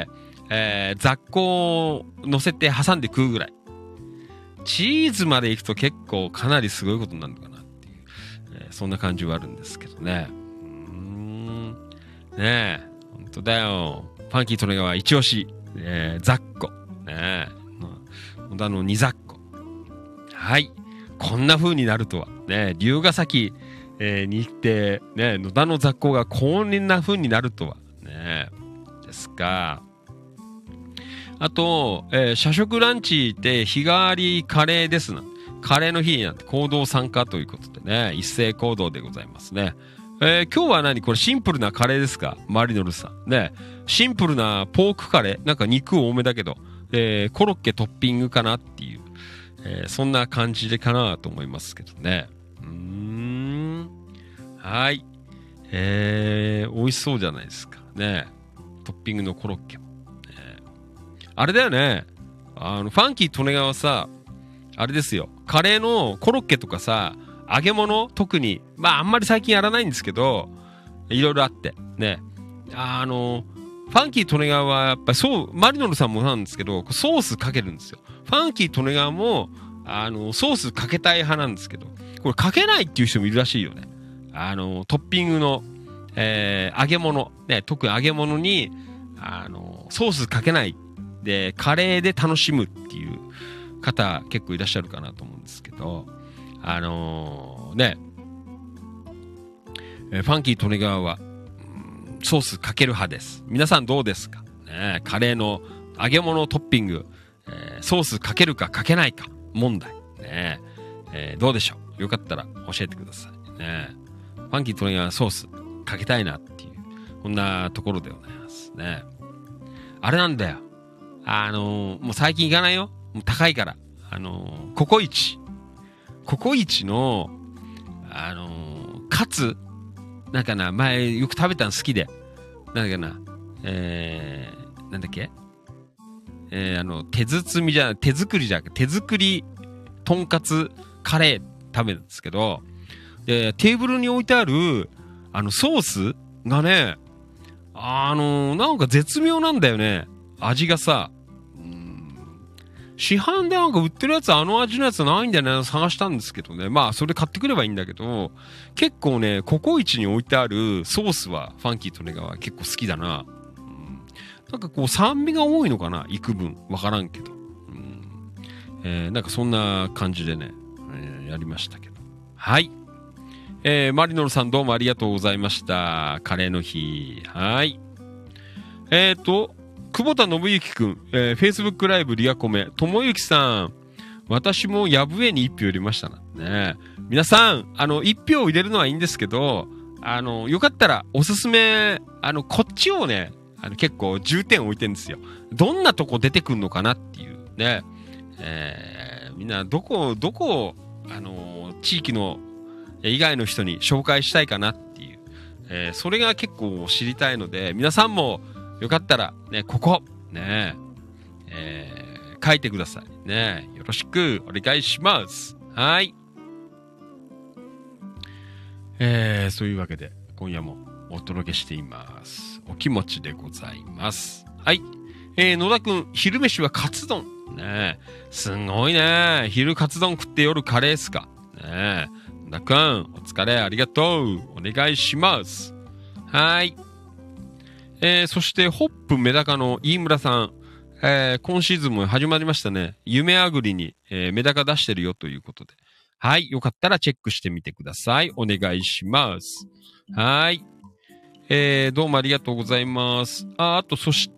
えー、雑魚を乗せて挟んで食うぐらい。チーズまで行くと結構かなりすごいことになるのかなっていう、えー、そんな感じはあるんですけどね。うーん。ねえ、ほんとだよ。ファンキートネガは一押し、えー、雑魚。ねえ。野田の二雑魚。はい。こんな風になるとは。ね龍ヶ崎、えー、に行って、ね野田の雑魚がこんな風になるとは。ねですか。あと、えー、社食ランチで日替わりカレーですな。カレーの日になって行動参加ということでね、一斉行動でございますね。えー、今日は何これシンプルなカレーですかマリノルさん。ね、シンプルなポークカレー。なんか肉多めだけど、えー、コロッケトッピングかなっていう、えー、そんな感じでかなと思いますけどね。うーん。はい。えー、美味しそうじゃないですか。ね、トッピングのコロッケも。あれだよね。あの、ファンキー利根川さ、 あれですよ。カレーのコロッケとかさ、揚げ物特に、まああんまり最近やらないんですけど、いろいろあって、ね。あの、ファンキー利根川はやっぱりそう、マリノルさんもなんですけど、ソースかけるんですよ。ファンキー利根川も、あの、ソースかけたい派なんですけど、これかけないっていう人もいるらしいよね。あの、トッピングの、えー、揚げ物、ね、特に揚げ物に、あの、ソースかけない。で、カレーで楽しむっていう方結構いらっしゃるかなと思うんですけど、あのー、ね、えー、ファンキー利根川は、うん、ソースかける派です。皆さんどうですかね、カレーの揚げ物トッピング、えー、ソースかけるかかけないか問題。ねえー、どうでしょうよかったら教えてください。ねファンキー利根川ソースかけたいなっていう、こんなところでございますね。あれなんだよ。あのー、もう最近行かないよ。もう高いから。あのー、ココイチ。ココイチの、あのー、カツなんかな、前よく食べたの好きで。なんだっけな。えー、なんだっけえー、あの、手包みじゃない、手作りじゃなくて、手作り、とんかつ、カレー食べるんですけど、で、テーブルに置いてある、あの、ソースがね、あのー、なんか絶妙なんだよね。味がさ、うーん、市販でなんか売ってるやつ、あの味のやつないんだよね。探したんですけどね。まあ、それ買ってくればいいんだけど、結構ね、ココイチに置いてあるソースは、ファンキー利根川結構好きだな。うん、なんかこう、酸味が多いのかな幾分。わからんけど。うんえー、なんかそんな感じでね、えー、やりましたけど。はい。えー、マリノルさんどうもありがとうございました。カレーの日。はい。えーと、久保田信之くん、えー、Facebook ライブリアコメ、ともゆきさん、私もやぶえに一票入れましたな。ね皆さん、あの、一票入れるのはいいんですけど、あの、よかったらおすすめ、あの、こっちをね、あの、結構重点置いてるんですよ。どんなとこ出てくんのかなっていうね。えー、みんなどこ、どこ、あの、地域の以外の人に紹介したいかなっていう、えー、それが結構知りたいので、皆さんもよかったらね、ここ、ね、えー、書いてください。ね、よろしくお願いします。はい。えー、そういうわけで、今夜もお届けしています。お気持ちでございます。はい。えー、野田くん、昼飯はカツ丼。ねすごいね。昼カツ丼食って夜カレーっすか。ね野田くん、お疲れ、ありがとう。お願いします。はい。えー、そして、ホップメダカの飯村さん。えー、今シーズンも始まりましたね。夢あぐりに、えー、メダカ出してるよということで。はい。よかったらチェックしてみてください。お願いします。はい。えー、どうもありがとうございます。あ、あと、そして、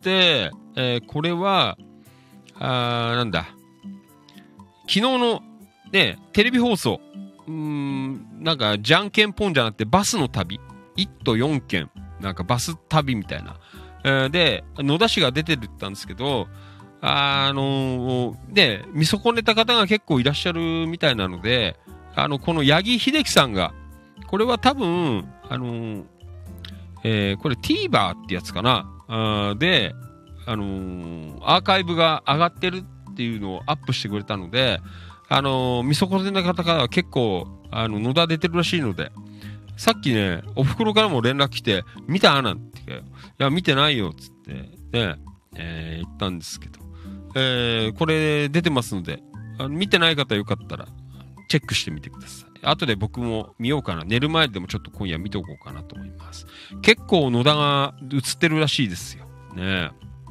えー、これは、あー、なんだ。昨日の、ね、テレビ放送。うーん、なんか、じゃんけんぽんじゃなくて、バスの旅。いち都よんけん。なんか、バス旅みたいな。えー、で、野田市が出てるって言ったんですけど、あのー、で、見損ねた方が結構いらっしゃるみたいなので、あの、この八木秀樹さんが、これは多分、あのー、えー、これ TVer ってやつかな。あで、あのー、アーカイブが上がってるっていうのをアップしてくれたので、あのー、見損ねた方からは結構、あの、野田出てるらしいので、さっきね、お袋からも連絡来て、見たなんて、いや、見てないよ、つって、ね、えー、言ったんですけど、えー、これ出てますので、あの見てない方よかったら、チェックしてみてください。後で僕も見ようかな。寝る前でもちょっと今夜見ておこうかなと思います。結構野田が映ってるらしいですよ。ねうん。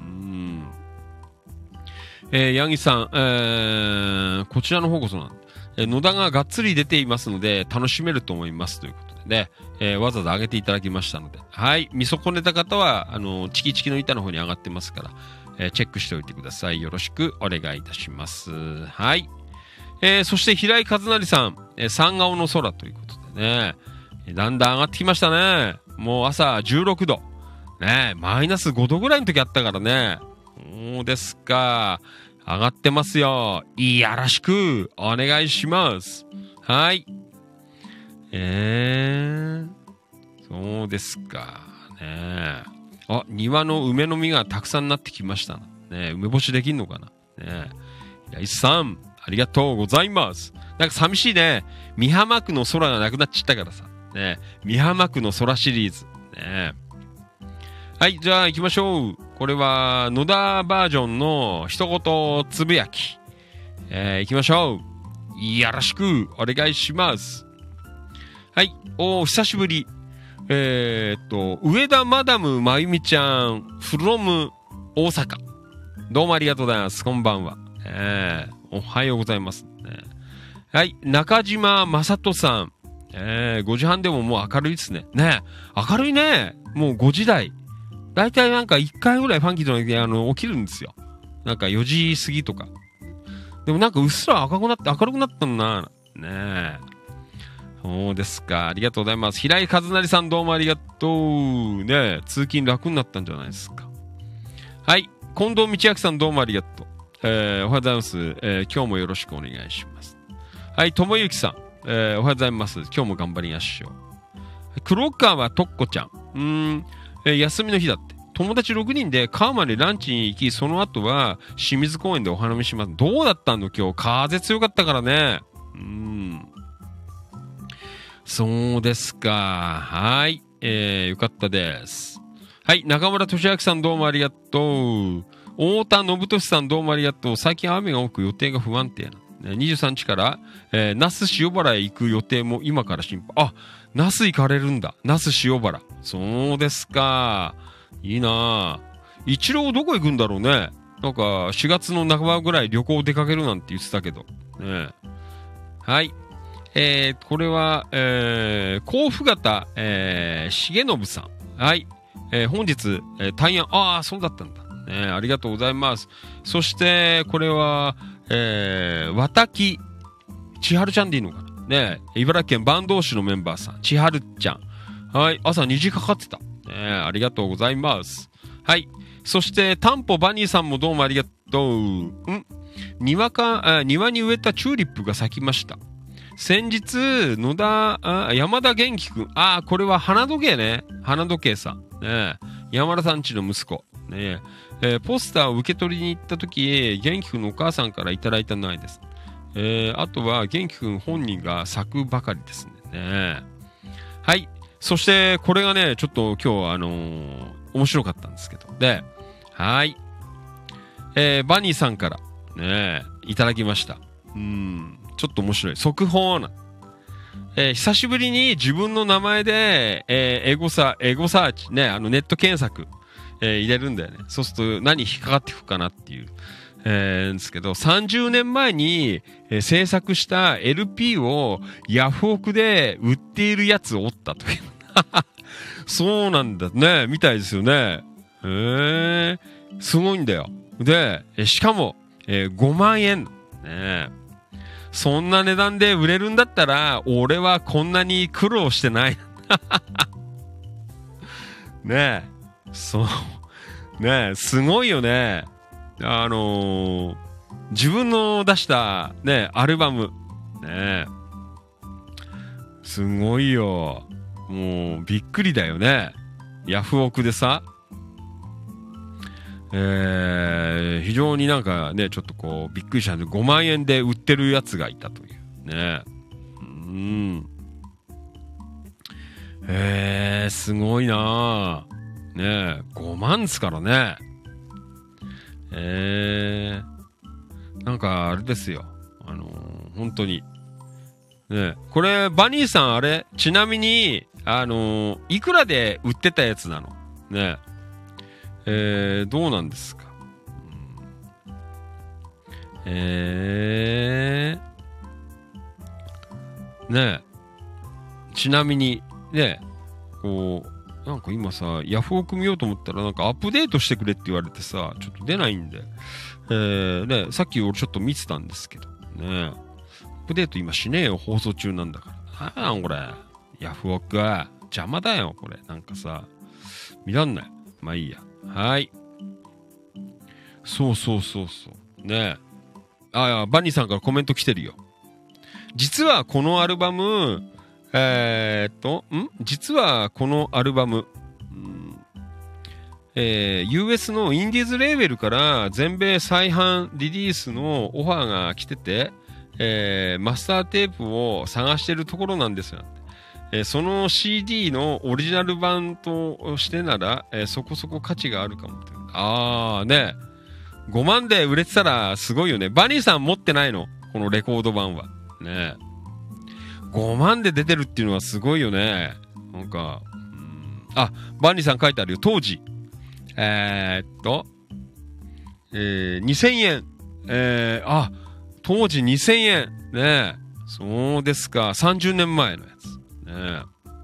えー、ヤギさん、えー、こちらの方こそなん、えー、野田ががっつり出ていますので、楽しめると思いますということでね、えー、わざわざ上げていただきましたので、はい。見損ねた方は、あの、チキチキの板の方に上がってますから、えー、チェックしておいてください。よろしくお願いいたします。はい。えー、そして平井和成さん、えー、三顔の空ということでね、だんだん上がってきましたね。もう朝じゅうろくど。ねマイナスごどぐらいの時あったからね。そうですか。上がってますよ。よろしくお願いします。はい。えー、そうですか。ねあ、庭の梅の実がたくさんなってきましたね。梅干しできんのかなね平井さん、 ありがとうございます。なんか寂しいね。美浜区の空がなくなっちゃったからさ。ね。美浜区の空シリーズ。ね。はい、じゃあ行きましょう。これは、野田バージョンの一言つぶやき。えー、行きましょう。よろしくお願いします。はい、お久しぶり。えー、っと、上田マダムまゆみちゃん、from 大阪。どうもありがとうございます。こんばんは。えー、おはようございます、ね。はい、中島正人さん。えー、ごじはんでももう明るいですね。ね明るいね。もうごじ台。だいたいなんかいっかいぐらいファンキーとのあの起きるんですよ。なんかよじ過ぎとか。でもなんかうっすら赤くなって明るくなったんだな。ねえ。そうですか。ありがとうございます。平井和成さんどうもありがとう。ねえ、通勤楽になったんじゃないですか。はい。近藤道明さんどうもありがとう。えー、おはようございます。えー、今日もよろしくお願いします。はい。友之さん、えー、おはようございます。今日も頑張りましょう。黒川とっこちゃん。うーん、えー、休みの日だって。友達ろくにんで川までランチに行き、その後は清水公園でお花見します。どうだったの今日。風強かったからね。うーん。そうですか。はい。えー、よかったです。はい。中村俊明さんどうもありがとう。太田信俊さんどうもありがとう。最近雨が多く予定が不安定な。にじゅうさんにちから、えー、那須塩原へ行く予定も今から心配。あ、那須行かれるんだ。那須塩原。そうですか。いいなぁ。一郎どこ行くんだろうね。なんかしがつの半ばぐらい旅行出かけるなんて言ってたけど。ね、はい。えー、これは、えー、甲府型、えー、重信さん。はい。えー、本日、えー、大安、ああ、そうだったんだ。ね、ありがとうございます。そして、これは、えー、わたき、ちはるちゃんでいいのかなね、茨城県坂東市のメンバーさん、ちはるちゃん。はい。朝にじかかってた。ね、ありがとうございます。はい。そして、タンポバニーさんもどうもありがとう。ん庭か、あ、庭に植えたチューリップが咲きました。先日、野田、あ山田元気くん。ああ、これは花時計ね。花時計さん。ね、山田さんちの息子。ねえー、ポスターを受け取りに行った時、元気くんのお母さんからいただいた苗です。えー、あとは元気くん本人が咲くばかりですね。はい。そして、これがね、ちょっと今日、あのー、面白かったんですけど。で、はい。えー、バニーさんから、ね、いただきました。うん。ちょっと面白い。速報な。えー、久しぶりに自分の名前で、えー、エゴサ、エゴサーチ、ね、あのネット検索、えー、入れるんだよね。そうすると何引っかかっていくかなっていう、えー、んですけど、さんじゅうねんまえに、えー、制作した エルピー をヤフオクで売っているやつをおったという。そうなんだね。みたいですよね。へー、すごいんだよ。で、えしかも、えー、ごまんえん。ね、そんな値段で売れるんだったら、俺はこんなに苦労してない。ねえ。そう。ねえ、すごいよね。あのー、自分の出したね、アルバム。ねえ。すごいよ。もう、びっくりだよね。ヤフオクでさ。えー、非常になんかね、ちょっとこう、びっくりしたんで、ごまんえんで売ってるやつがいたという。ね。うん。えー、すごいなぁ。ねえ、ごまんですからね。えー、なんかあれですよ。あのー、本当に。ね、これ、バニーさんあれ、ちなみに、あのー、いくらで売ってたやつなのね。えー、どうなんですか、うん、えー、ねえ、ちなみに、ねこう、なんか今さ、ヤフオク見ようと思ったらなんかアップデートしてくれって言われてさ、ちょっと出ないんで、えー、ねさっき俺ちょっと見てたんですけど、ねアップデート今しねえよ、放送中なんだから。なんなんこれ。ヤフオクは邪魔だよ、これ。なんかさ、見らんない。まあいいや。はい。そうそうそうそう。ねえ。あ、バニーさんからコメント来てるよ。実はこのアルバム、えー、っと、ん実はこのアルバム、んえー、ユーエス のインディーズレーベルから全米再販リリースのオファーが来てて、えー、マスターテープを探してるところなんですよ。えー、その シーディー のオリジナル版としてなら、えー、そこそこ価値があるかもって。あーね、ごまんで売れてたらすごいよね。バニーさん持ってないの？このレコード版は。ね。ごまんで出てるっていうのはすごいよね。なんか、うん、あ、バニーさん書いてあるよ。当時。えー、っと、えー、にせんえん。えー、あ、当時にせんえん。ね。そうですか。さんじゅうねんまえのやつ。ね。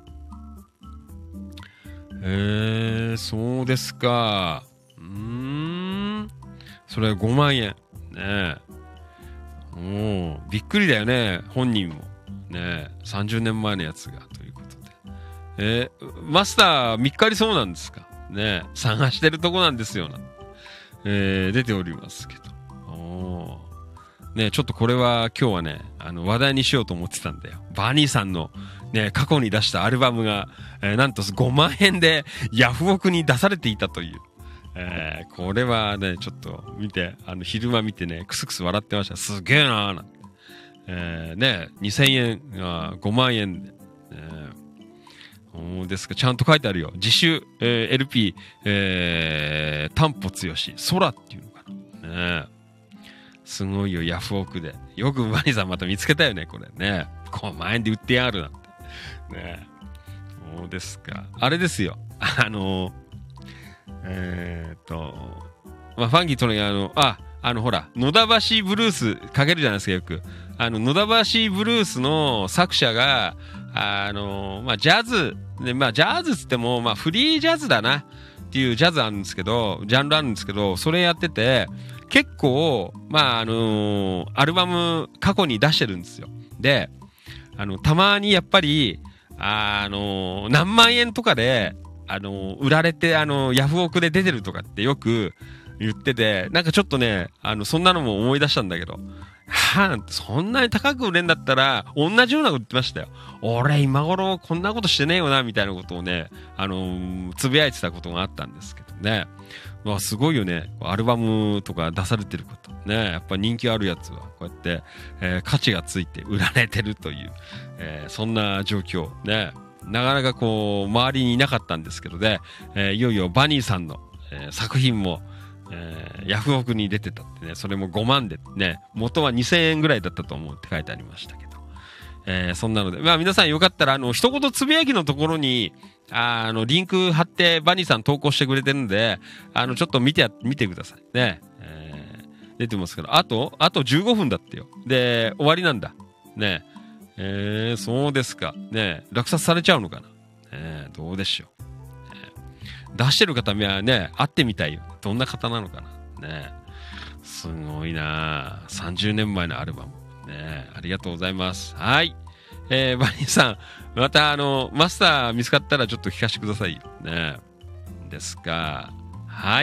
えー、そうですか。うーん。それごまんえん。ね。おー、びっくりだよね。本人も。ね。さんじゅうねんまえのやつが。ということで。えー、マスター見っかりそうなんですかね。探してるとこなんですよ。なんえー、出ておりますけど。おー。ね、ちょっとこれは今日はね、あの、話題にしようと思ってたんだよ。バニーさんのね、過去に出したアルバムが、えー、なんとごまんえんでヤフオクに出されていたという。えー、これはね、ちょっと見て、あの、昼間見てね、クスクス笑ってました。すげえなーなんて。えー、ね、にせんえんがごまんえんで。えー、ですか、ちゃんと書いてあるよ。自主、えー、エルピー、えー、担保強し、空っていうのかな。ね、すごいよ、ヤフオクで。よくバニーさんまた見つけたよね、これね。ごまんえんで売ってやるなんて。ね、そうですか。あれですよ。あのー、えー、っと、まあ、ファンキーとのあの、あ、あのほら、野田橋ブルースかけるじゃないですか、よく。あの、野田橋ブルースの作者が、あの、まあ、ジャズ、で、まあ、ジャズつっても、まあ、フリージャズだなっていうジャズあるんですけど、ジャンルあるんですけど、それやってて、結構、まあ、あのー、アルバム過去に出してるんですよ。で、あの、たまにやっぱり、あのー、何万円とかで、あのー、売られて、あのー、ヤフオクで出てるとかってよく言ってて、なんかちょっとね、あの、そんなのも思い出したんだけど、はぁ、そんなに高く売れんだったら、同じようなこと言ってましたよ。俺、今頃こんなことしてねえよな、みたいなことをね、あのー、つぶやいてたことがあったんですけどね。まあ、すごいよね。アルバムとか出されてること。ね。やっぱ人気あるやつは、こうやって、えー、価値がついて売られてるという、えー、そんな状況。ね。なかなかこう、周りにいなかったんですけどね、えー、いよいよバニーさんの、えー、作品も、えー、ヤフオクに出てたってね、それもごまんでね、元はにせんえんぐらいだったと思うって書いてありましたけど。えー、そんなので、まあ皆さんよかったら、あの、一言つぶやきのところに、あ, あの、リンク貼ってバニーさん投稿してくれてるんで、あの、ちょっと見てや、見てくださいね。えー、出てますから、あと、あとじゅうごふんだってよ。で、終わりなんだ。ねえー、そうですか。ね落札されちゃうのかな。えー、どうでしょう。出してる方にはね、会ってみたいよ。どんな方なのかな。ねすごいなさんじゅうねんまえのアルバム。ねありがとうございます。はい。えー、バニーさん、またあの、マスター見つかったらちょっと聞かせてくださいよ。ねですか。はい。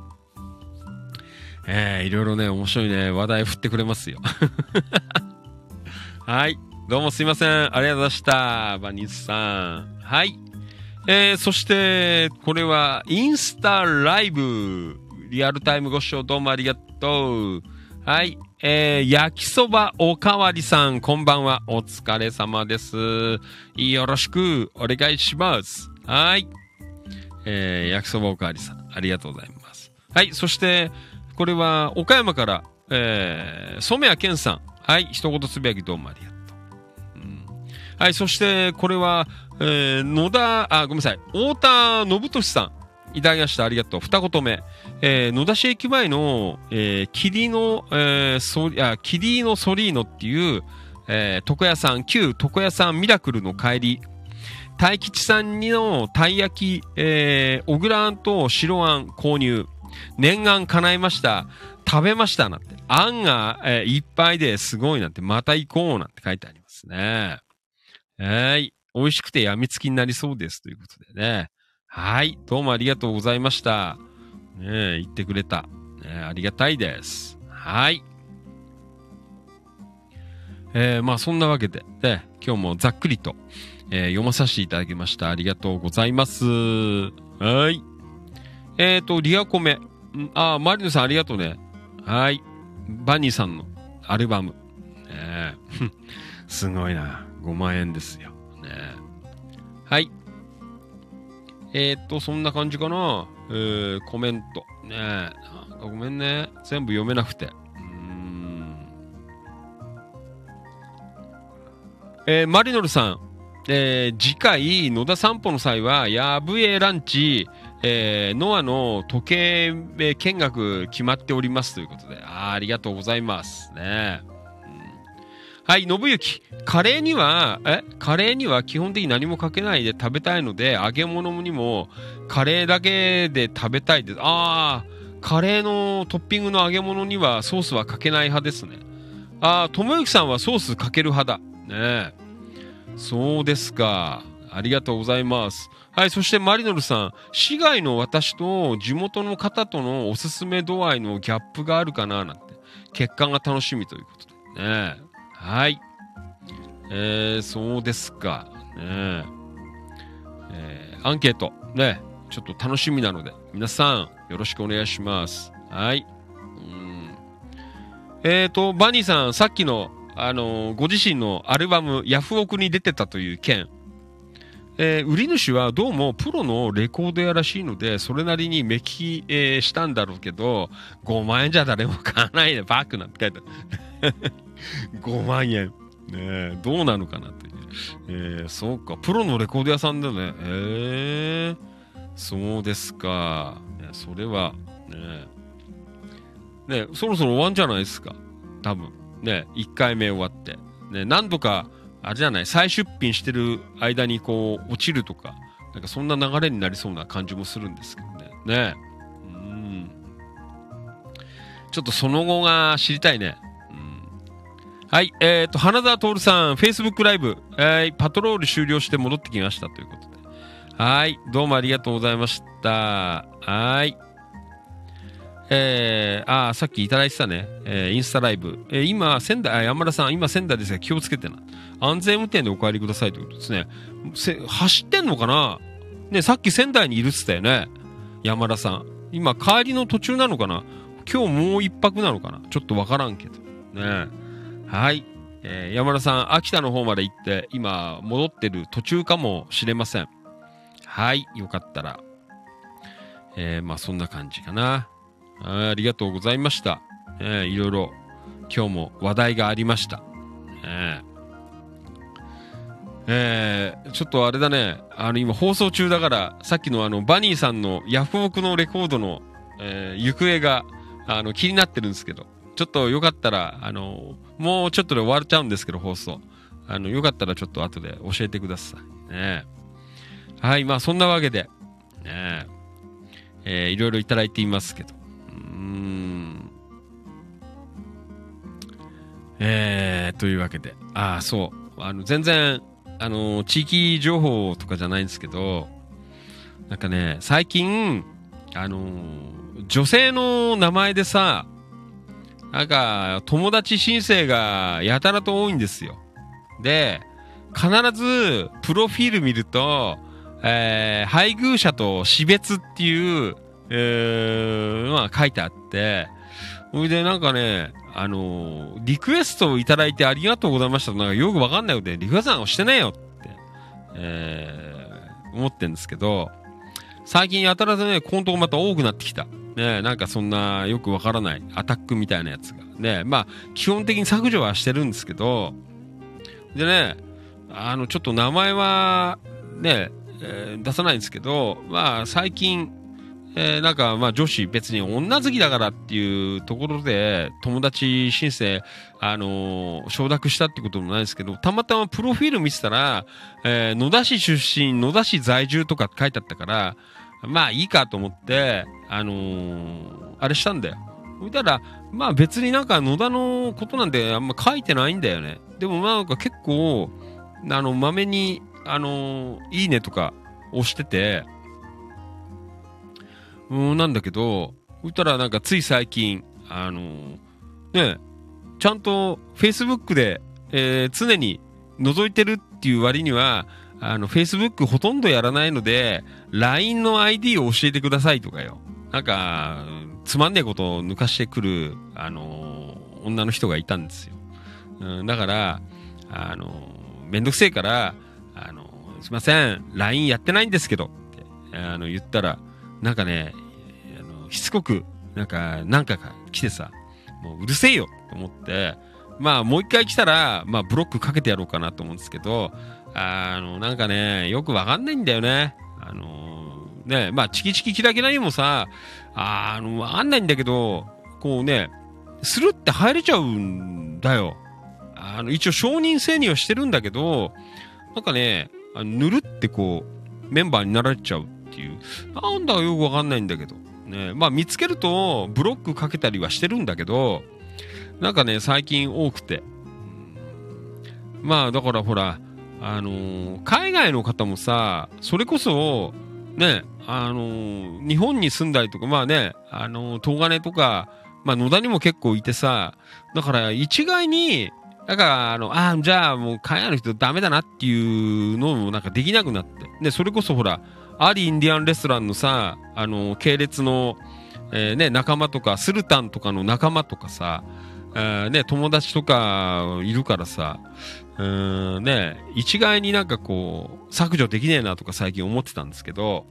えー、いろいろね、面白いね、話題振ってくれますよ。はい。どうもすいません。ありがとうございました。バニーさん。はい。えー、そして、これは、インスタライブ。リアルタイムご視聴どうもありがとう。はい。えー、焼きそばおかわりさん、こんばんは。お疲れ様です。よろしくお願いします。はい。えー、焼きそばおかわりさん、ありがとうございます。はい。そして、これは、岡山から、えー、染谷健さん。はい。一言つぶやきどうもありがとう。うん、はい。そして、これは、えー、野田、あ、ごめんなさい。太田信俊さん。いただきました。ありがとう。二言目。えー、野田市駅前の、えー、霧の、えー、そ、あ、霧のソリーノっていう、えー、床屋さん、旧床屋さんミラクルの帰り。大吉さんにのたい焼き、えー、小倉あんと白あん購入。念願叶いました。食べましたなんて。あんが、えー、いっぱいですごいなんて。また行こうなんて書いてありますね。はい。美味しくて病みつきになりそうですということでね。はい。どうもありがとうございました。ねえ、言ってくれた。ね、ありがたいです。はい。えー、まあそんなわけで、ね、今日もざっくりと、えー、読まさせていただきました。ありがとうございます。はい。 えっ、ー、と、リアコメ。んあ、マリノさんありがとうね。はい。バニーさんのアルバム。ね、すごいな。ごまんえんですよ。ね、はい。えっ、ー、と、そんな感じかな。えー、コメント。ねえ。ごめんね。全部読めなくて。うーん。えー、マリノルさん。えー、次回、野田散歩の際は、やぶえランチ、えー、ノアの時計見学決まっておりますということで。あ, ありがとうございますね。はい、信行。カレーには、えカレーには基本的に何もかけないで食べたいので、揚げ物にもカレーだけで食べたいです。ああ、カレーのトッピングの揚げ物にはソースはかけない派ですね。ああ、智之さんはソースかける派だ。ねえ。そうですか。ありがとうございます。はい、そしてマリノルさん。市外の私と地元の方とのおすすめ度合いのギャップがあるかななんて。結果が楽しみということで。ねえ。はい。えー、そうですか。ねえー、アンケート。ね。ちょっと楽しみなので、皆さん、よろしくお願いします。はい。うん。えーと、バニーさん、さっきの、あのー、ご自身のアルバム、ヤフオクに出てたという件。えー、売り主はどうもプロのレコード屋らしいので、それなりに目利き、えー、したんだろうけど、ごまんえんじゃ誰も買わないで、バックなんて書いてある。ごまんえん。ねえ、どうなのかなって。えー、そうか。プロのレコード屋さんだね。えー、そうですか。ね、それは、ね、ね、そろそろ終わんじゃないですか。多分。ね、いっかいめ終わって。ね、何度か、あれじゃない、再出品してる間にこう、落ちるとか、なんかそんな流れになりそうな感じもするんですけどね。ね。うん。ちょっとその後が知りたいね。はい、えっ、ー、と、花田徹さん、Facebook ライブ、えー、パトロール終了して戻ってきましたということで。はい、どうもありがとうございました。はい。えー、あー、さっきいただいてたね、えー、インスタライブ。えー、今、仙台、山田さん、今仙台ですが気をつけてな。安全運転でお帰りくださいということですね。せ走ってんのかなね、さっき仙台にいるって言ったよね。山田さん。今、帰りの途中なのかな今日もう一泊なのかなちょっとわからんけど。ねはい、えー、山田さん、秋田の方まで行って、今、戻ってる途中かもしれません。はい、よかったら。えー、まあ、そんな感じかな。あ, ありがとうございました。えー、いろいろ、今日も話題がありました。えーえー、ちょっとあれだね、あの、今放送中だから、さっきのあの、バニーさんのヤフオクのレコードの、えー、行方が、あの、気になってるんですけど、ちょっとよかったら、あの、もうちょっとで終わっちゃうんですけど、放送。あの、よかったらちょっと後で教えてください。ね。はい、まあそんなわけで、ねえー、いろいろいただいていますけど。うーん。えー、というわけで。ああ、そう。あの、全然、あの、地域情報とかじゃないんですけど、なんかね、最近、あの、女性の名前でさ、なんか、友達申請がやたらと多いんですよ。で、必ず、プロフィール見ると、えー、配偶者と死別っていう、えー、まあ書いてあって、それでなんかね、あのー、リクエストをいただいてありがとうございましたと、なんかよくわかんないので、リクエストなんかしてねえよって、えー、思ってんですけど、最近やたらとね、コントがまた多くなってきた。ね、なんかそんなよくわからないアタックみたいなやつが。ね、まあ、基本的に削除はしてるんですけど、でね、あの、ちょっと名前は、ね、えー、出さないんですけど、まあ、最近、えー、なんか、まあ、女子別に女好きだからっていうところで、友達申請、あのー、承諾したってこともないですけど、たまたまプロフィール見てたら、えー、野田市出身、野田市在住とかって書いてあったから、まあいいかと思って、あのー、あれしたんだよ。見たら、まあ別になんか野田のことなんてあんま書いてないんだよね。でもまあなんか結構、あの、まめに、あのー、いいねとか押してて、うん、なんだけど、見たらなんかつい最近、あのー、ね、ちゃんと Facebook で、えー、常に覗いてるっていう割には、あの、Facebook ほとんどやらないので、ライン の アイディー を教えてくださいとかよ。 なんか、つまんねえことを抜かしてくる、あのー、女の人がいたんですよ。うん、だから、あのー、めんどくせえから、あのー、すいません、ライン やってないんですけど、って、あの、言ったら、なんかね、あの、しつこく、なんか、なんかが来てさ、もううるせえよと思って、まあ、もう一回来たら、まあ、ブロックかけてやろうかなと思うんですけど、あの、なんかね、よくわかんないんだよね。あのー、ね、まあ、チキチキキラキラにもさ、ああの、わかんないんだけど、こうね、スルって入れちゃうんだよ。あの、一応承認制にはしてるんだけど、なんかね、あのぬるってこう、メンバーになられちゃうっていう。なんだかよくわかんないんだけど。ね、まあ見つけると、ブロックかけたりはしてるんだけど、なんかね、最近多くて。まあ、だからほら、あのー、海外の方もさ、それこそ、ね、あのー、日本に住んだりとか、まあね、あのー、東金とか、まあ野田にも結構いてさ、だから一概に、だから、あの、ああ、じゃあもう海外の人ダメだなっていうのもなんかできなくなって。で、それこそほら、アリインディアンレストランのさ、あのー、系列の、えー、ね、仲間とか、スルタンとかの仲間とかさ、えー、ね、友達とかいるからさ、うーん、ね、一概になんかこう、削除できねえなとか最近思ってたんですけど、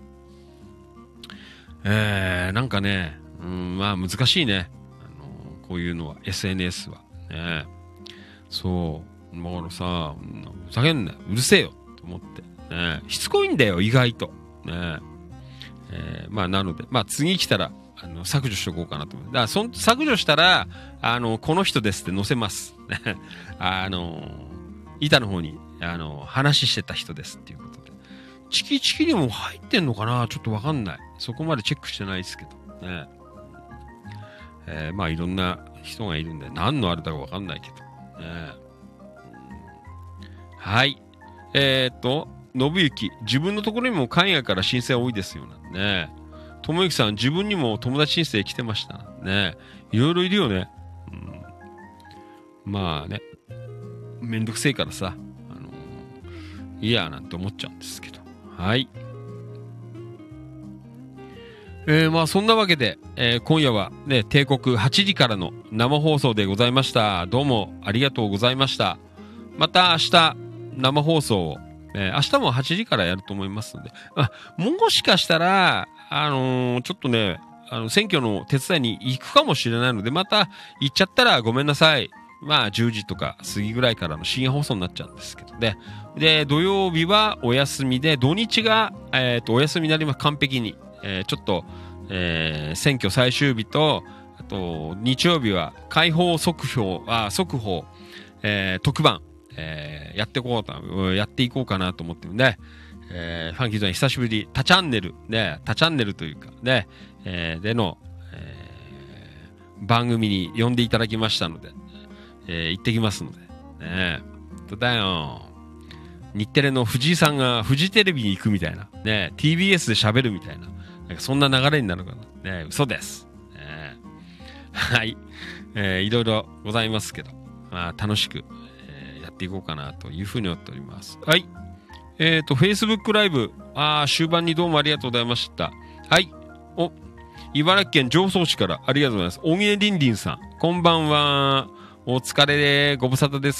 えー、なんかね、うん、まあ難しいね。あのー、こういうのは、エスエヌエス は。ね、そう。だからさ、ふざけんなよ、うるせえよ、と思って。ね、しつこいんだよ、意外と。ね、えー、まあなので、まあ次来たら、あの、削除しとこうかなと思う。だから、そん、削除したら、あの、この人ですって載せます。あの、板の方に、あの、話してた人ですっていうことで。チキチキにも入ってんのかなちょっとわかんない。そこまでチェックしてないですけど。ね。えー、まあいろんな人がいるんで、何のあれだかわかんないけど。ね。はい。えー、っと、信行、自分のところにも海外から申請多いですよね。ともゆきさん、自分にも友達申請来てましたね。いろいろいるよね。うん、まあね、めんどくせえからさ、あのー、いやなんて思っちゃうんですけど。はい。えー、まあそんなわけで、えー、今夜はね、帝国はちじからの生放送でございました。どうもありがとうございました。また明日、生放送を、えー、明日もはちじからやると思いますので、あ、もしかしたら、あのー、ちょっとね、あの、選挙の手伝いに行くかもしれないので、また行っちゃったらごめんなさい。まあ、じゅうじとか過ぎぐらいからの深夜放送になっちゃうんですけどね。で、土曜日はお休みで、土日が、えっと、お休みになります。完璧に。えー、ちょっと、えー、選挙最終日と、あと、日曜日は解放速報、あ、速報、えー、特番、えー、やっていこうと、やっていこうかなと思ってるんで、えー、ファンキーズは久しぶり、他チャンネル、ね、他チャンネルというか、ね、えー、での、えー、番組に呼んでいただきましたので、えー、行ってきますので、ね、とだよ。日テレの藤井さんがフジテレビに行くみたいな、ね、ティービーエス で喋るみたいな、なんかそんな流れになるかな。ね、嘘です。ね、はい、えー。いろいろございますけど、まあ、楽しく、えー、やっていこうかなというふうに思っております。はい。えっと、Facebook ライブ、ああ、終盤にどうもありがとうございました。はい。お、茨城県常総市からありがとうございます。おぎねりんりんさん、こんばんは。お疲れでご無沙汰です。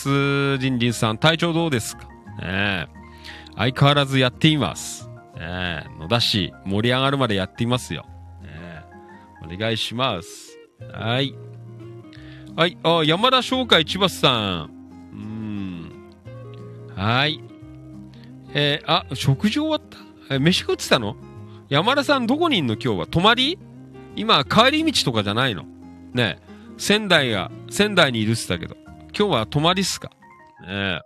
りんりんさん、体調どうですか？ね、相変わらずやっています。ね、野田市、盛り上がるまでやっていますよ。ね、お願いします。はい。はい。あ、山田商会千葉さん。うーん。はい。えー、あ、食事終わった？え、飯食ってたの？山田さんどこにいんの今日は？泊まり？今、帰り道とかじゃないの？ねえ。仙台が、仙台にいるって言ったけど。今日は泊まりっすか？ね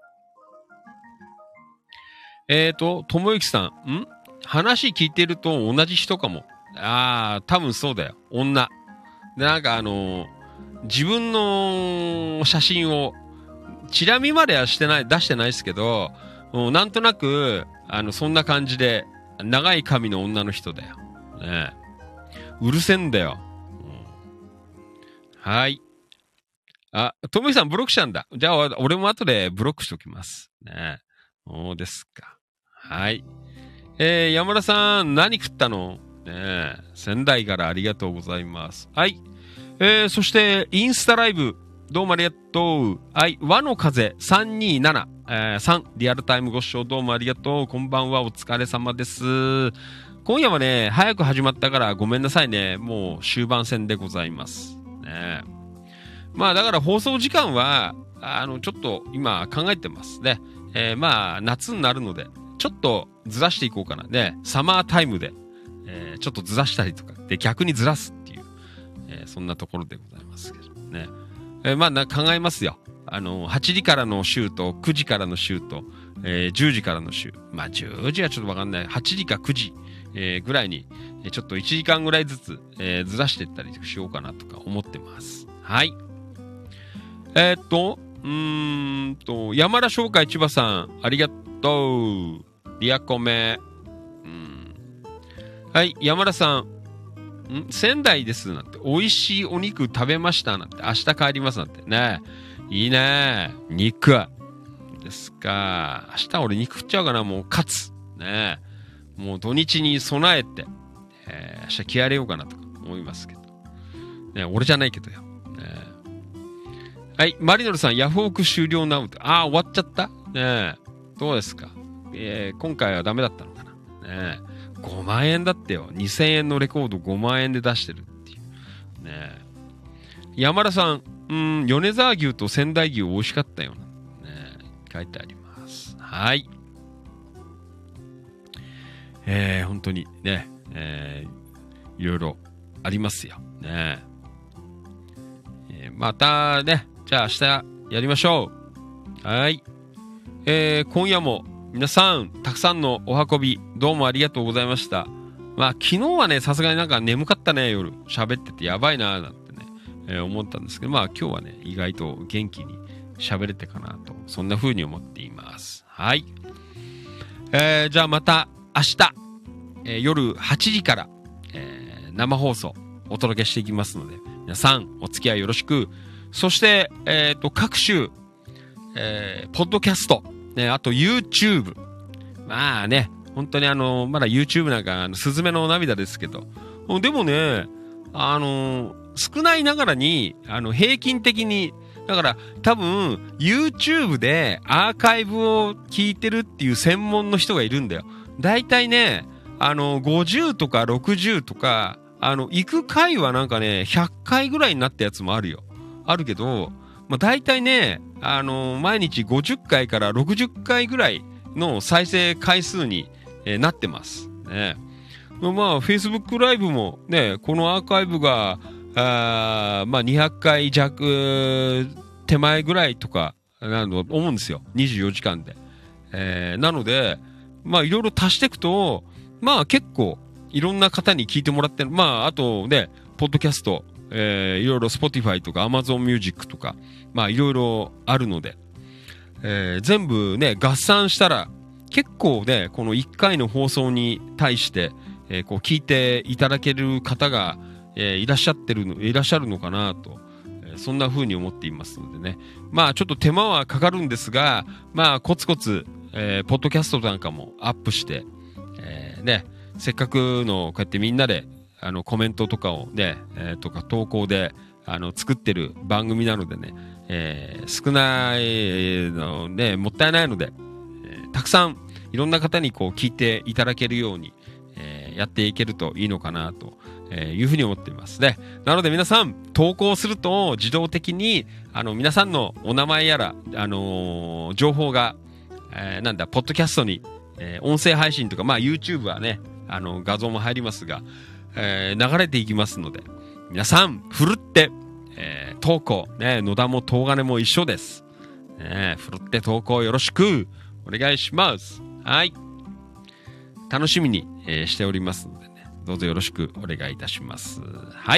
え。えーと、ともゆきさん、ん？話聞いてると同じ人かも。あー、多分そうだよ。女。で、なんかあのー、自分の写真を、チラ見まではしてない、出してないですけど、もうなんとなく、あの、そんな感じで、長い髪の女の人だよ。ねえ。うるせんだよ。うん、はい。あ、ともゆきさんブロックしたんだ。じゃあ、俺も後でブロックしておきます。ねえ。そうですか。はい。えー、山田さん、何食ったの？ え、仙台からありがとうございます。はい。えー、そして、インスタライブ、どうもありがとう。はい。和の風さんにーなな、えー、さん、リアルタイムご視聴どうもありがとう。こんばんは、お疲れ様です。今夜はね、早く始まったからごめんなさいね。もう終盤戦でございます。ね、まあだから放送時間は、あの、ちょっと今考えてますね。えー、まあ夏になるので、ちょっとずらしていこうかな。ね、サマータイムで、えー、ちょっとずらしたりとか、で、逆にずらすっていう、えー、そんなところでございますけどね。えー、まあな考えますよ。あの、はちじからの週とくじからの週と、えー、じゅうじからの週。まあじゅうじはちょっとわかんない。はちじかくじ。えー、ぐらいに、えー、ちょっといちじかんぐらいずつ、えー、ずらしていったりしようかなとか思ってます。はい。えー、っと、うーんと、山田商会千葉さん、ありがとう。リアコメ。うん。はい、山田さん、ん仙台ですなんて、美味しいお肉食べましたなんて、明日帰りますなんて。ねいいね肉。ですか。明日俺肉食っちゃうかな、もうカツ。ねもう土日に備えて、えー、明日気合れようかなとか思いますけど。ね、俺じゃないけどよ。ね、はい、マリノルさん、ヤフオク終了なうて。ああ、終わっちゃったねどうですか、えー、今回はダメだったのかなねごまんえんだってよ。にせんえんのレコードごまんえんで出してるっていう。ね山田さん、うん、米沢牛と仙台牛美味しかったよな。ね書いてあります。はい。えー、本当にね、えー、いろいろありますよ。ねえー、またね、じゃあ明日やりましょう。はい。えー、今夜も皆さん、たくさんのお運び、どうもありがとうございました。まあ、昨日はね、さすがになんか眠かったね、夜。喋っててやばいなーなんてね、えー、思ったんですけど、まあ今日はね、意外と元気に喋れてかなと、そんな風に思っています。はい。えー、じゃあまた、明日、えー、夜はちじから、えー、生放送お届けしていきますので、皆さんお付き合いよろしく。そして、えっと、各種、えー、ポッドキャスト、ね、あと YouTube。まあね、本当にあの、まだ YouTube なんか、あの、スズメの涙ですけど、でもね、あの、少ないながらに、あの、平均的に、だから多分 YouTube でアーカイブを聞いてるっていう専門の人がいるんだよ。だいたいね、あの、ごじゅうとかろくじゅうとか、あの、行く回はなんかね、ひゃっかいぐらいになったやつもあるよ。あるけど、まあ、だいたいね、あの、毎日ごじゅっかいからろくじゅっかいぐらいの再生回数に、えー、なってます。ね。まあ、Facebook ライブもね、このアーカイブが、あまあ、にひゃっかい弱手前ぐらいとか、なの思うんですよ。にじゅうよじかんで。えー、なので、まあ、いろいろ足していくと、まあ、結構、いろんな方に聞いてもらってる。まあ、あとね、ポッドキャスト、えー、いろいろ Spotify とか Amazon Music とか、まあ、いろいろあるので、えー、全部ね、合算したら、結構ね、このいっかいの放送に対して、えー、こう聞いていただける方が、えー、いらっしゃってるの、いらっしゃるのかなと、えー、そんな風に思っていますのでね。まあちょっと手間はかかるんですが、まあコツコツ、えー、ポッドキャストなんかもアップして、えー、ね、せっかくのこうやってみんなで、あのコメントとかをね、えー、とか投稿で、あの作ってる番組なのでね、えー、少ないのね、もったいないので、えー、たくさんいろんな方にこう聞いていただけるように、えー、やっていけるといいのかなと。えー、いうふうに思っていますね。なので皆さん投稿すると自動的にあの皆さんのお名前やら、あのー、情報が、えー、なんだポッドキャストに、えー、音声配信とか、まあ YouTube はね、あの画像も入りますが、えー、流れていきますので皆さんふるって、えー、投稿ね、野田も東金も一緒です。ね、ふるって投稿よろしくお願いします。はい。楽しみに、えー、しておりますので。どうぞよろしくお願いいたします。はい。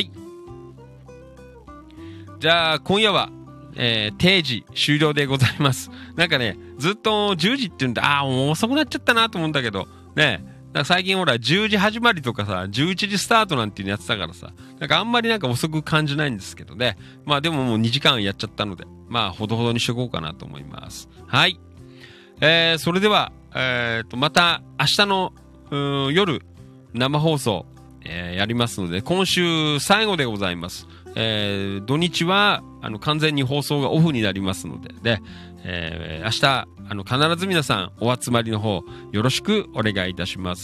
じゃあ、今夜は、えー、定時終了でございます。なんかね、ずっとじゅうじって言うんで、ああ、もう遅くなっちゃったなと思うんだけど、ね、なんか最近ほら、じゅうじ始まりとかさ、じゅういちじスタートなんていうのやってたからさ、なんかあんまりなんか遅く感じないんですけどね。まあでももうにじかんやっちゃったので、まあほどほどにしとこうかなと思います。はい。えー、それでは、えーと、また明日の、夜、生放送、ええー、やりますので、今週最後でございます。えー、土日は、あの、完全に放送がオフになりますので、で、えー、明日、あの、必ず皆さん、お集まりの方、よろしくお願いいたします。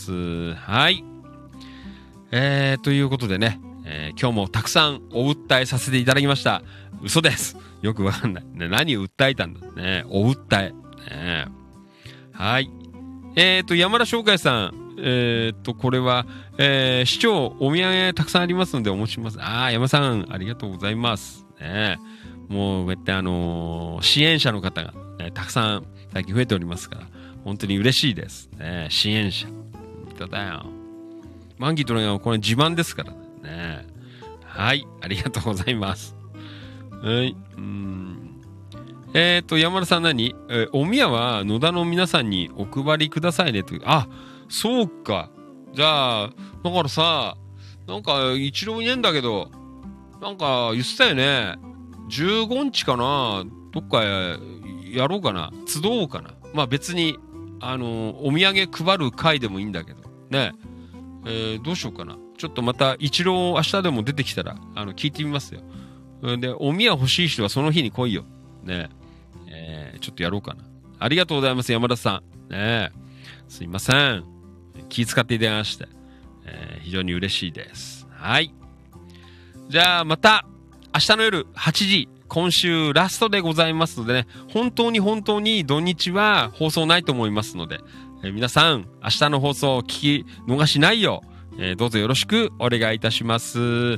はい。えー、ということでね、えー、今日もたくさんお訴えさせていただきました。嘘です。よくわかんない。ね、何を訴えたんだね。お訴え。ね、はい。えーと、山田翔海さん。えーと、これは、えー、市長、お土産たくさんありますのでお持ちします。あー、山さん、ありがとうございます。ね、もう、こうやってあのー、支援者の方が、ね、たくさん最近増えておりますから、本当に嬉しいです。ね、支援者。本当だよ。マンギーとのこれ自慢ですからね。はい、ありがとうございます。はい、うーん。えーと、山田さん何、えー、お宮は野田の皆さんにお配りくださいねと。あ、そうか。じゃあ、だからさ、なんか一郎いねえんだけど、なんか言ってたよね。じゅうごにちかな、どっかやろうかな。集おうかな。まあ別に、あのー、お土産配る会でもいいんだけど。ね。えー、どうしようかな。ちょっとまた一郎明日でも出てきたら、あの、聞いてみますよ。で、お宮欲しい人はその日に来いよ。ね。えー、ちょっとやろうかな。ありがとうございます、山田さん。ね。すいません。気遣っていただきまして、えー、非常に嬉しいです。はい。じゃあまた明日の夜はちじ、今週ラストでございますのでね、本当に本当に土日は放送ないと思いますので、えー、皆さん明日の放送を聞き逃しないよう、えー、どうぞよろしくお願いいたします。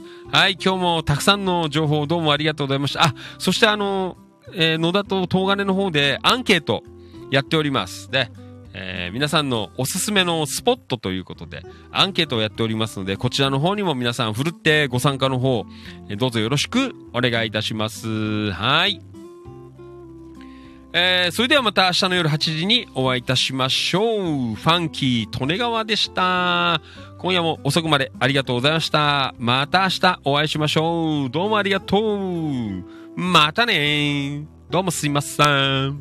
はい、今日もたくさんの情報どうもありがとうございました。あ、そしてあの、えー、野田と東金の方でアンケートやっております。で、えー、皆さんのおすすめのスポットということでアンケートをやっておりますので、こちらの方にも皆さんふるってご参加の方、えー、どうぞよろしくお願いいたします。はい、えー、それではまた明日の夜はちじにお会いいたしましょう。ファンキー利根川でした。今夜も遅くまでありがとうございました。また明日お会いしましょう。どうもありがとう。またね。どうもすいません。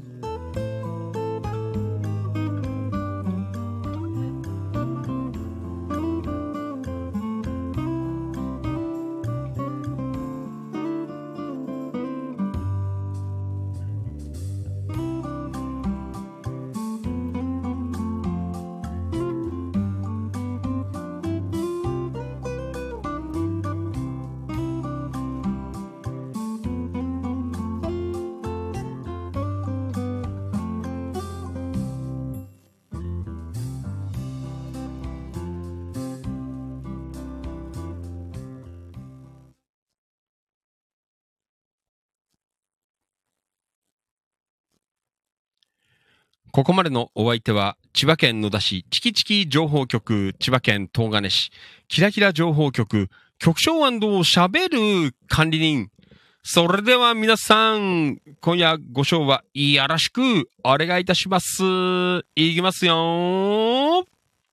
ここまでのお相手は、千葉県野田市チキチキ情報局、千葉県東金市、キラキラ情報局、局長&しゃべる管理人。それでは皆さん、今夜ご賞はよろしくお願いいたします。いきますよ。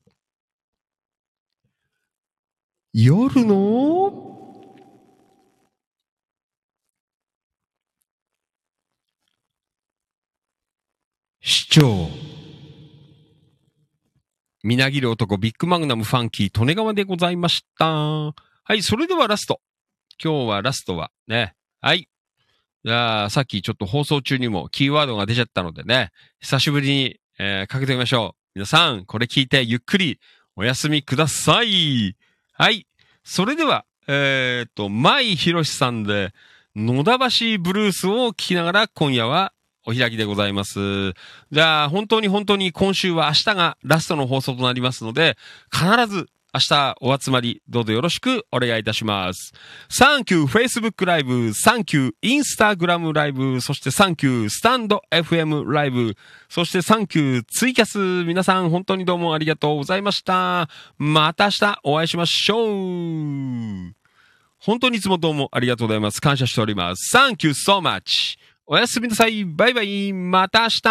夜の市長。みなぎる男ビッグマグナムファンキー利根川でございました。はい、それではラスト。今日はラストはね。はい。じゃあ、さっきちょっと放送中にもキーワードが出ちゃったのでね、久しぶりに、えー、かけてみましょう。皆さん、これ聞いてゆっくりお休みください。はい。それでは、えー、っと、舞ひろしさんで、野田橋ブルースを聞きながら今夜はお開きでございます。じゃあ、本当に本当に今週は明日がラストの放送となりますので、必ず明日お集まり、どうぞよろしくお願いいたします。サンキュー Facebook ライブ、サンキュー Instagram ライブ、そしてサンキュースタンド エフエム ライブ、そしてサンキューツイキャス、皆さん本当にどうもありがとうございました。また明日お会いしましょう。本当にいつもどうもありがとうございます。感謝しております。Thank you so much。おやすみなさい。バイバイ。また明日。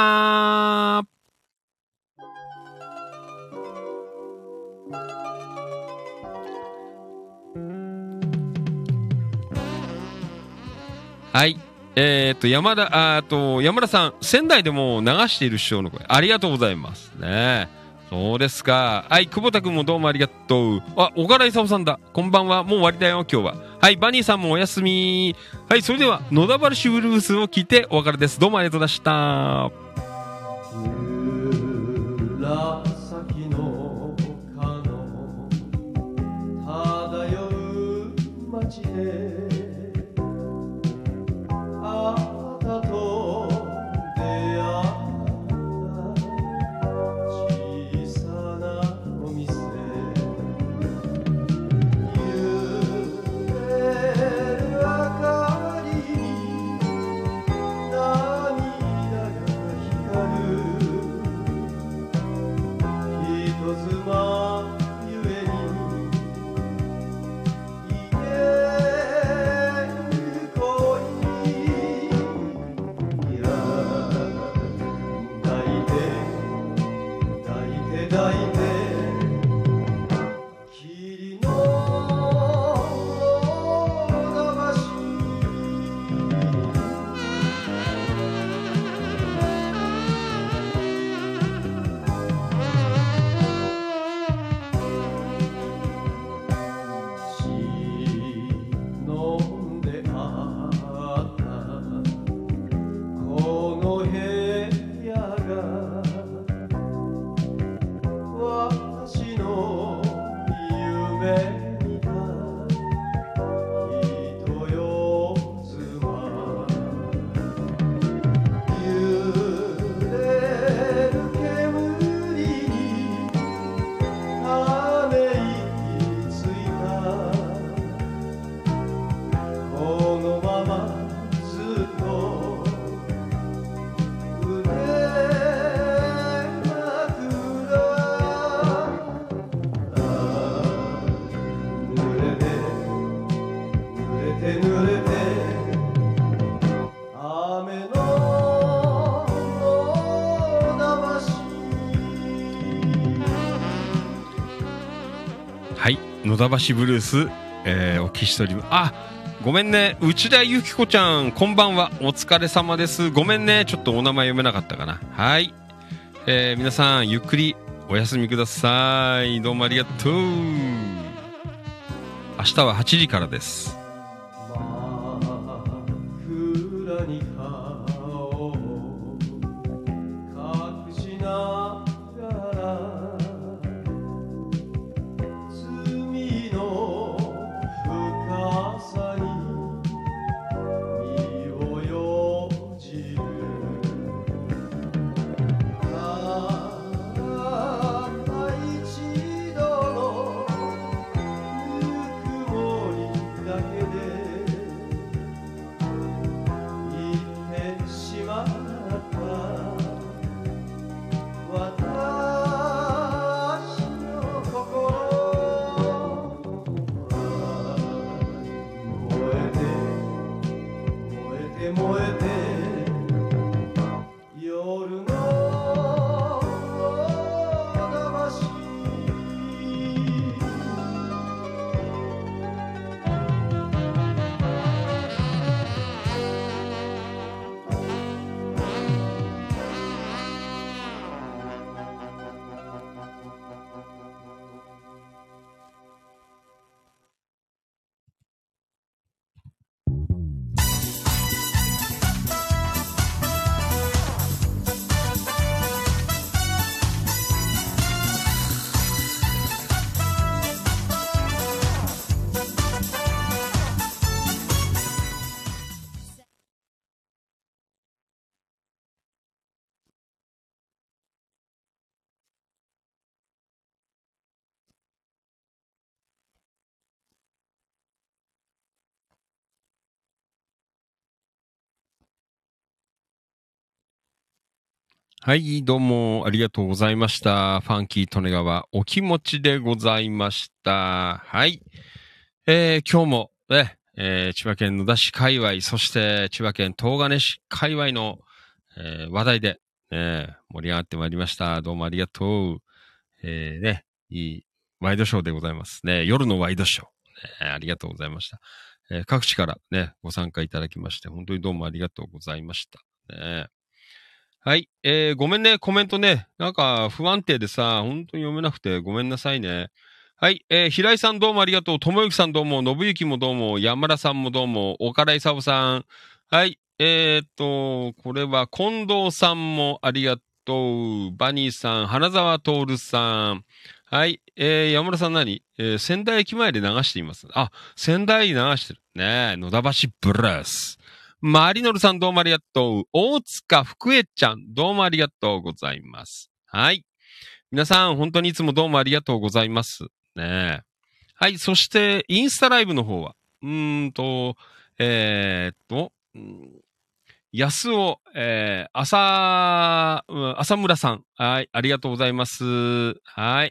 はい。えー、っと、山田、あーと、山田さん、仙台でも流している師匠の声、ありがとうございます。ね。 そうですか。はい、久保田くんもどうもありがとう。あ、岡田勲さんだ。こんばんは。もう終わりだよ、今日は。はい、バニーさんもおやすみ。はい、それでは、野田原市ブルースを聞いてお別れです。どうもありがとうございました。 紫の丘の漂う街であなたと出会った小さなお店揺れる明かりに涙が光る人妻ゆえに言える恋いや抱いて抱いて抱いて霧の流し忍んであったこの部屋が私の夢見た人よ妻揺れる煙にため息ついたこのままずっと腕枕濡れて濡れて濡れて雨の野流しはい、野田橋ブルース、えーお聞きしております。あ、ごめんね、内田由紀子ちゃん、こんばんは。お疲れ様です。ごめんね、ちょっとお名前読めなかったかな。はい。えー皆さん、ゆっくりお休みください。どうもありがとう。明日ははちじからです。 真っ暗に顔を隠しながら罪の深さに身をよじるたった一度のぬくもりだけで言ってしまった私の心燃えて燃えて燃えて夜の流しはい、どうもありがとうございました。ファンキー利根川お気持ちでございました。はい。えー、今日も、ね、えー千葉県野田市界隈、そして千葉県東金市界隈の、えー話題で、ね、盛り上がってまいりました。どうもありがとう。えー、ね、いいワイドショーでございますね。夜のワイドショー。ね、ありがとうございました。えー各地からね、ご参加いただきまして、本当にどうもありがとうございました。ね、 はい。えー、ごめんね、コメントね。なんか不安定でさ、本当に読めなくてごめんなさいね。はい。えー、平井さんどうもありがとう。ともゆきさんどうも。信行もどうも。山田さんもどうも。岡田勲さん。はい。えーっと、これは近藤さんもありがとう。バニーさん、花沢徹さん。はい。えー、山田さん何えー、仙台駅前で流しています。あ、仙台流してる。ねえ、野田橋ブルース。マリノルさんどうもありがとう。大塚福江ちゃんどうもありがとうございます。はい。皆さん本当にいつもどうもありがとうございます。ねえ。はい。そして、インスタライブの方は、うーんと、えー、っと、うん安尾、えー、朝、うん浅村さん。はい。ありがとうございます。はい。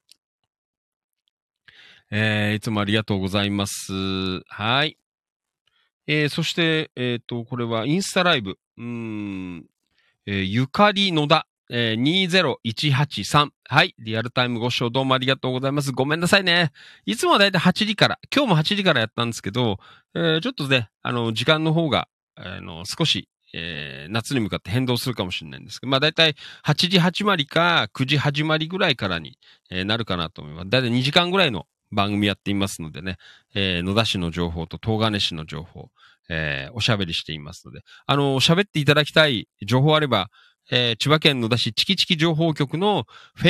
えー、いつもありがとうございます。はい。えー、そして、えっ、と、これはインスタライブ。うーん、えーゆかりのだ、えー、にぜろいちはちさん。はい。リアルタイムご視聴どうもありがとうございます。ごめんなさいね。いつもはだいたいはちじから、今日もはちじからやったんですけど、えー、ちょっとね、あの、時間の方が、あの、少し、えー、夏に向かって変動するかもしれないんですけど、まあだいたいはちじ始まりかくじ始まりぐらいからに、えーなるかなと思います。だいたいにじかんぐらいの番組やっていますのでね、えー野田市の情報と東金市の情報、えーおしゃべりしていますので、あの、喋っていただきたい情報あれば、えー千葉県野田市チキチキ情報局の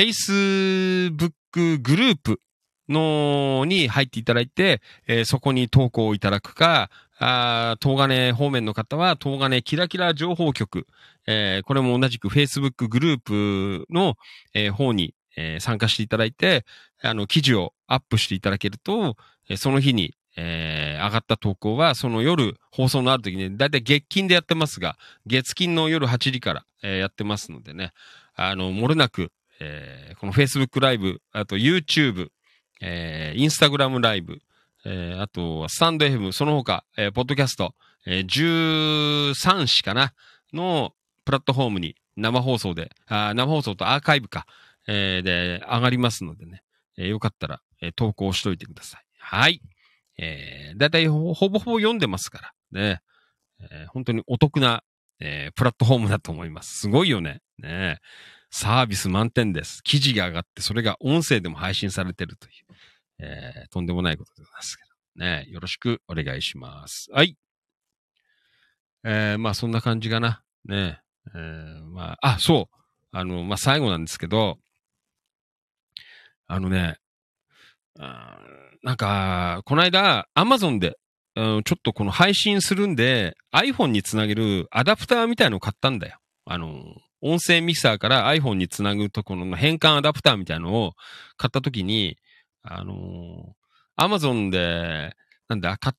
Facebook グループのに入っていただいて、えーそこに投稿いただくか、あ東金方面の方は東金キラキラ情報局、えーこれも同じく Facebook グループの、えー方に、えー参加していただいて、あの、記事をアップしていただけると、えーその日に、えー上がった投稿は、その夜、放送のある時に、だいたい月金でやってますが、月金の夜はちじから、えーやってますのでね、あの、漏れなく、えーこの Facebook ライブ、あと YouTube、えー、Instagram ライブ、えーあとはスタンド エフエム、その他、えーポッドキャスト、えーじゅうさんしかな、のプラットフォームに生放送で、あ生放送とアーカイブか、えーで上がりますのでね、えーよかったら、えー投稿しといてください。はい。えー、だいたいほほぼほぼ読んでますからね。えー本当にお得な、えープラットフォームだと思います。すごいよね。ねサービス満点です。記事が上がって、それが音声でも配信されてるという、えーとんでもないことでございますけど。ねよろしくお願いします。はい。えー、まあそんな感じかな。ねえー、まあ、あ、そう。あの、まあ最後なんですけど、あのね、あーなんか、この間、アマゾンで、うんちょっとこの配信するんで、iPhone につなげるアダプターみたいのを買ったんだよ。あの、音声ミキサーから iPhone につなぐところの変換アダプターみたいのを買ったときに、あの、Amazon で、なんだ、買って、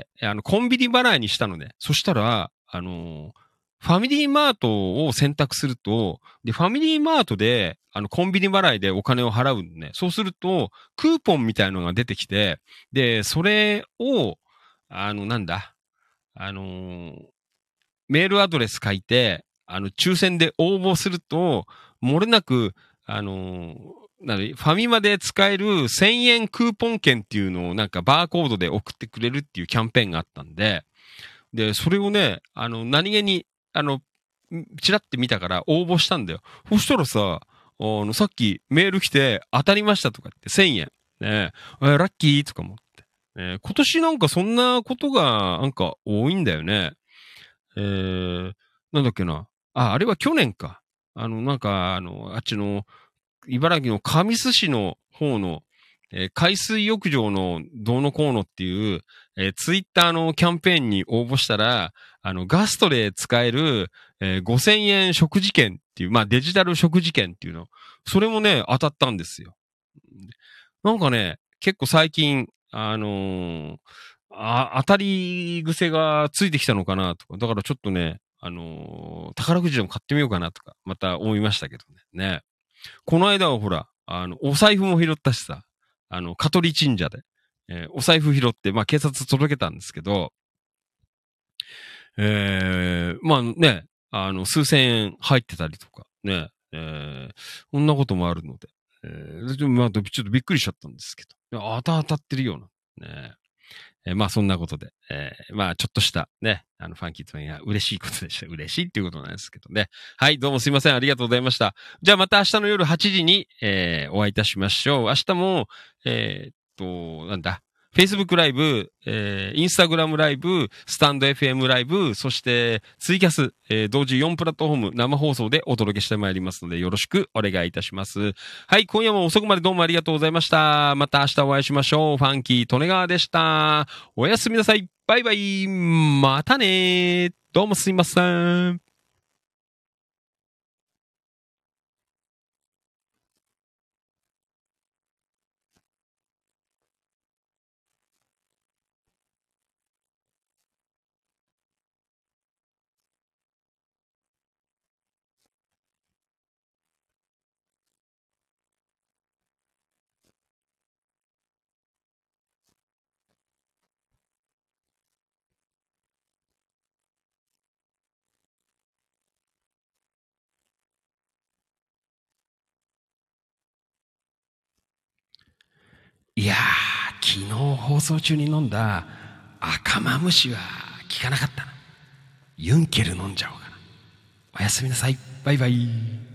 あの、コンビニ払いにしたのね。そしたら、あの、ファミリーマートを選択すると、で、ファミリーマートで、あの、コンビニ払いでお金を払うのね。そうすると、クーポンみたいのが出てきて、で、それを、あの、なんだ、あのーメールアドレス書いて、あの、抽選で応募すると、漏れなく、あのーなに、ファミマで使えるせんえんクーポン券っていうのをなんかバーコードで送ってくれるっていうキャンペーンがあったんで、で、それをね、あの、何気に、あの、チラって見たから応募したんだよ。そしたらさ、あの、さっきメール来て当たりましたとか言ってせんえん。ねえ、えラッキーとか思って。ね今年なんかそんなことがなんか多いんだよね。えー、なんだっけな。あ、あれは去年か。あの、なんか、あの、あっちの、茨城の神栖市の方の、えー海水浴場のどうのこうのっていう、えーツイッターのキャンペーンに応募したら、あの、ガストで使える、えーごせんえん食事券っていう、まあデジタル食事券っていうの、それもね、当たったんですよ。なんかね、結構最近、あのーあ、当たり癖がついてきたのかなとか、だからちょっとね、あのー宝くじでも買ってみようかなとか、また思いましたけどね。ね。この間はほら、あの、お財布も拾ったしさ、あの、香取神社で、えーお財布拾って、まあ警察届けたんですけど、えー、まあね、あの、数千円入ってたりとか、ね、えー、こんなこともあるので、えー、でもまあ、ちょっとびっくりしちゃったんですけど、あた当たってるような、ね、えーまあそんなことで、えーまあちょっとしたね、 あの、ファンキートネガー、嬉しいことでした。嬉しいっていうことなんですけどね。はい、どうもすいません。ありがとうございました。じゃあまた明日の夜はちじに、えー、お会いいたしましょう。明日も、えー、っと、なんだ。Facebook ライブ、えー、Instagram ライブ、スタンド エフエム ライブ、そしてツイキャス、えー、同時よんプラットフォーム生放送でお届けしてまいりますのでよろしくお願いいたします。はい、今夜も遅くまでどうもありがとうございました。また明日お会いしましょう。ファンキー・トネガーでした。おやすみなさい。バイバイ。またねー。どうもすいません。いやー、昨日放送中に飲んだ赤マムシは効かなかったな。ユンケル飲んじゃおうかな。おやすみなさい。バイバイ。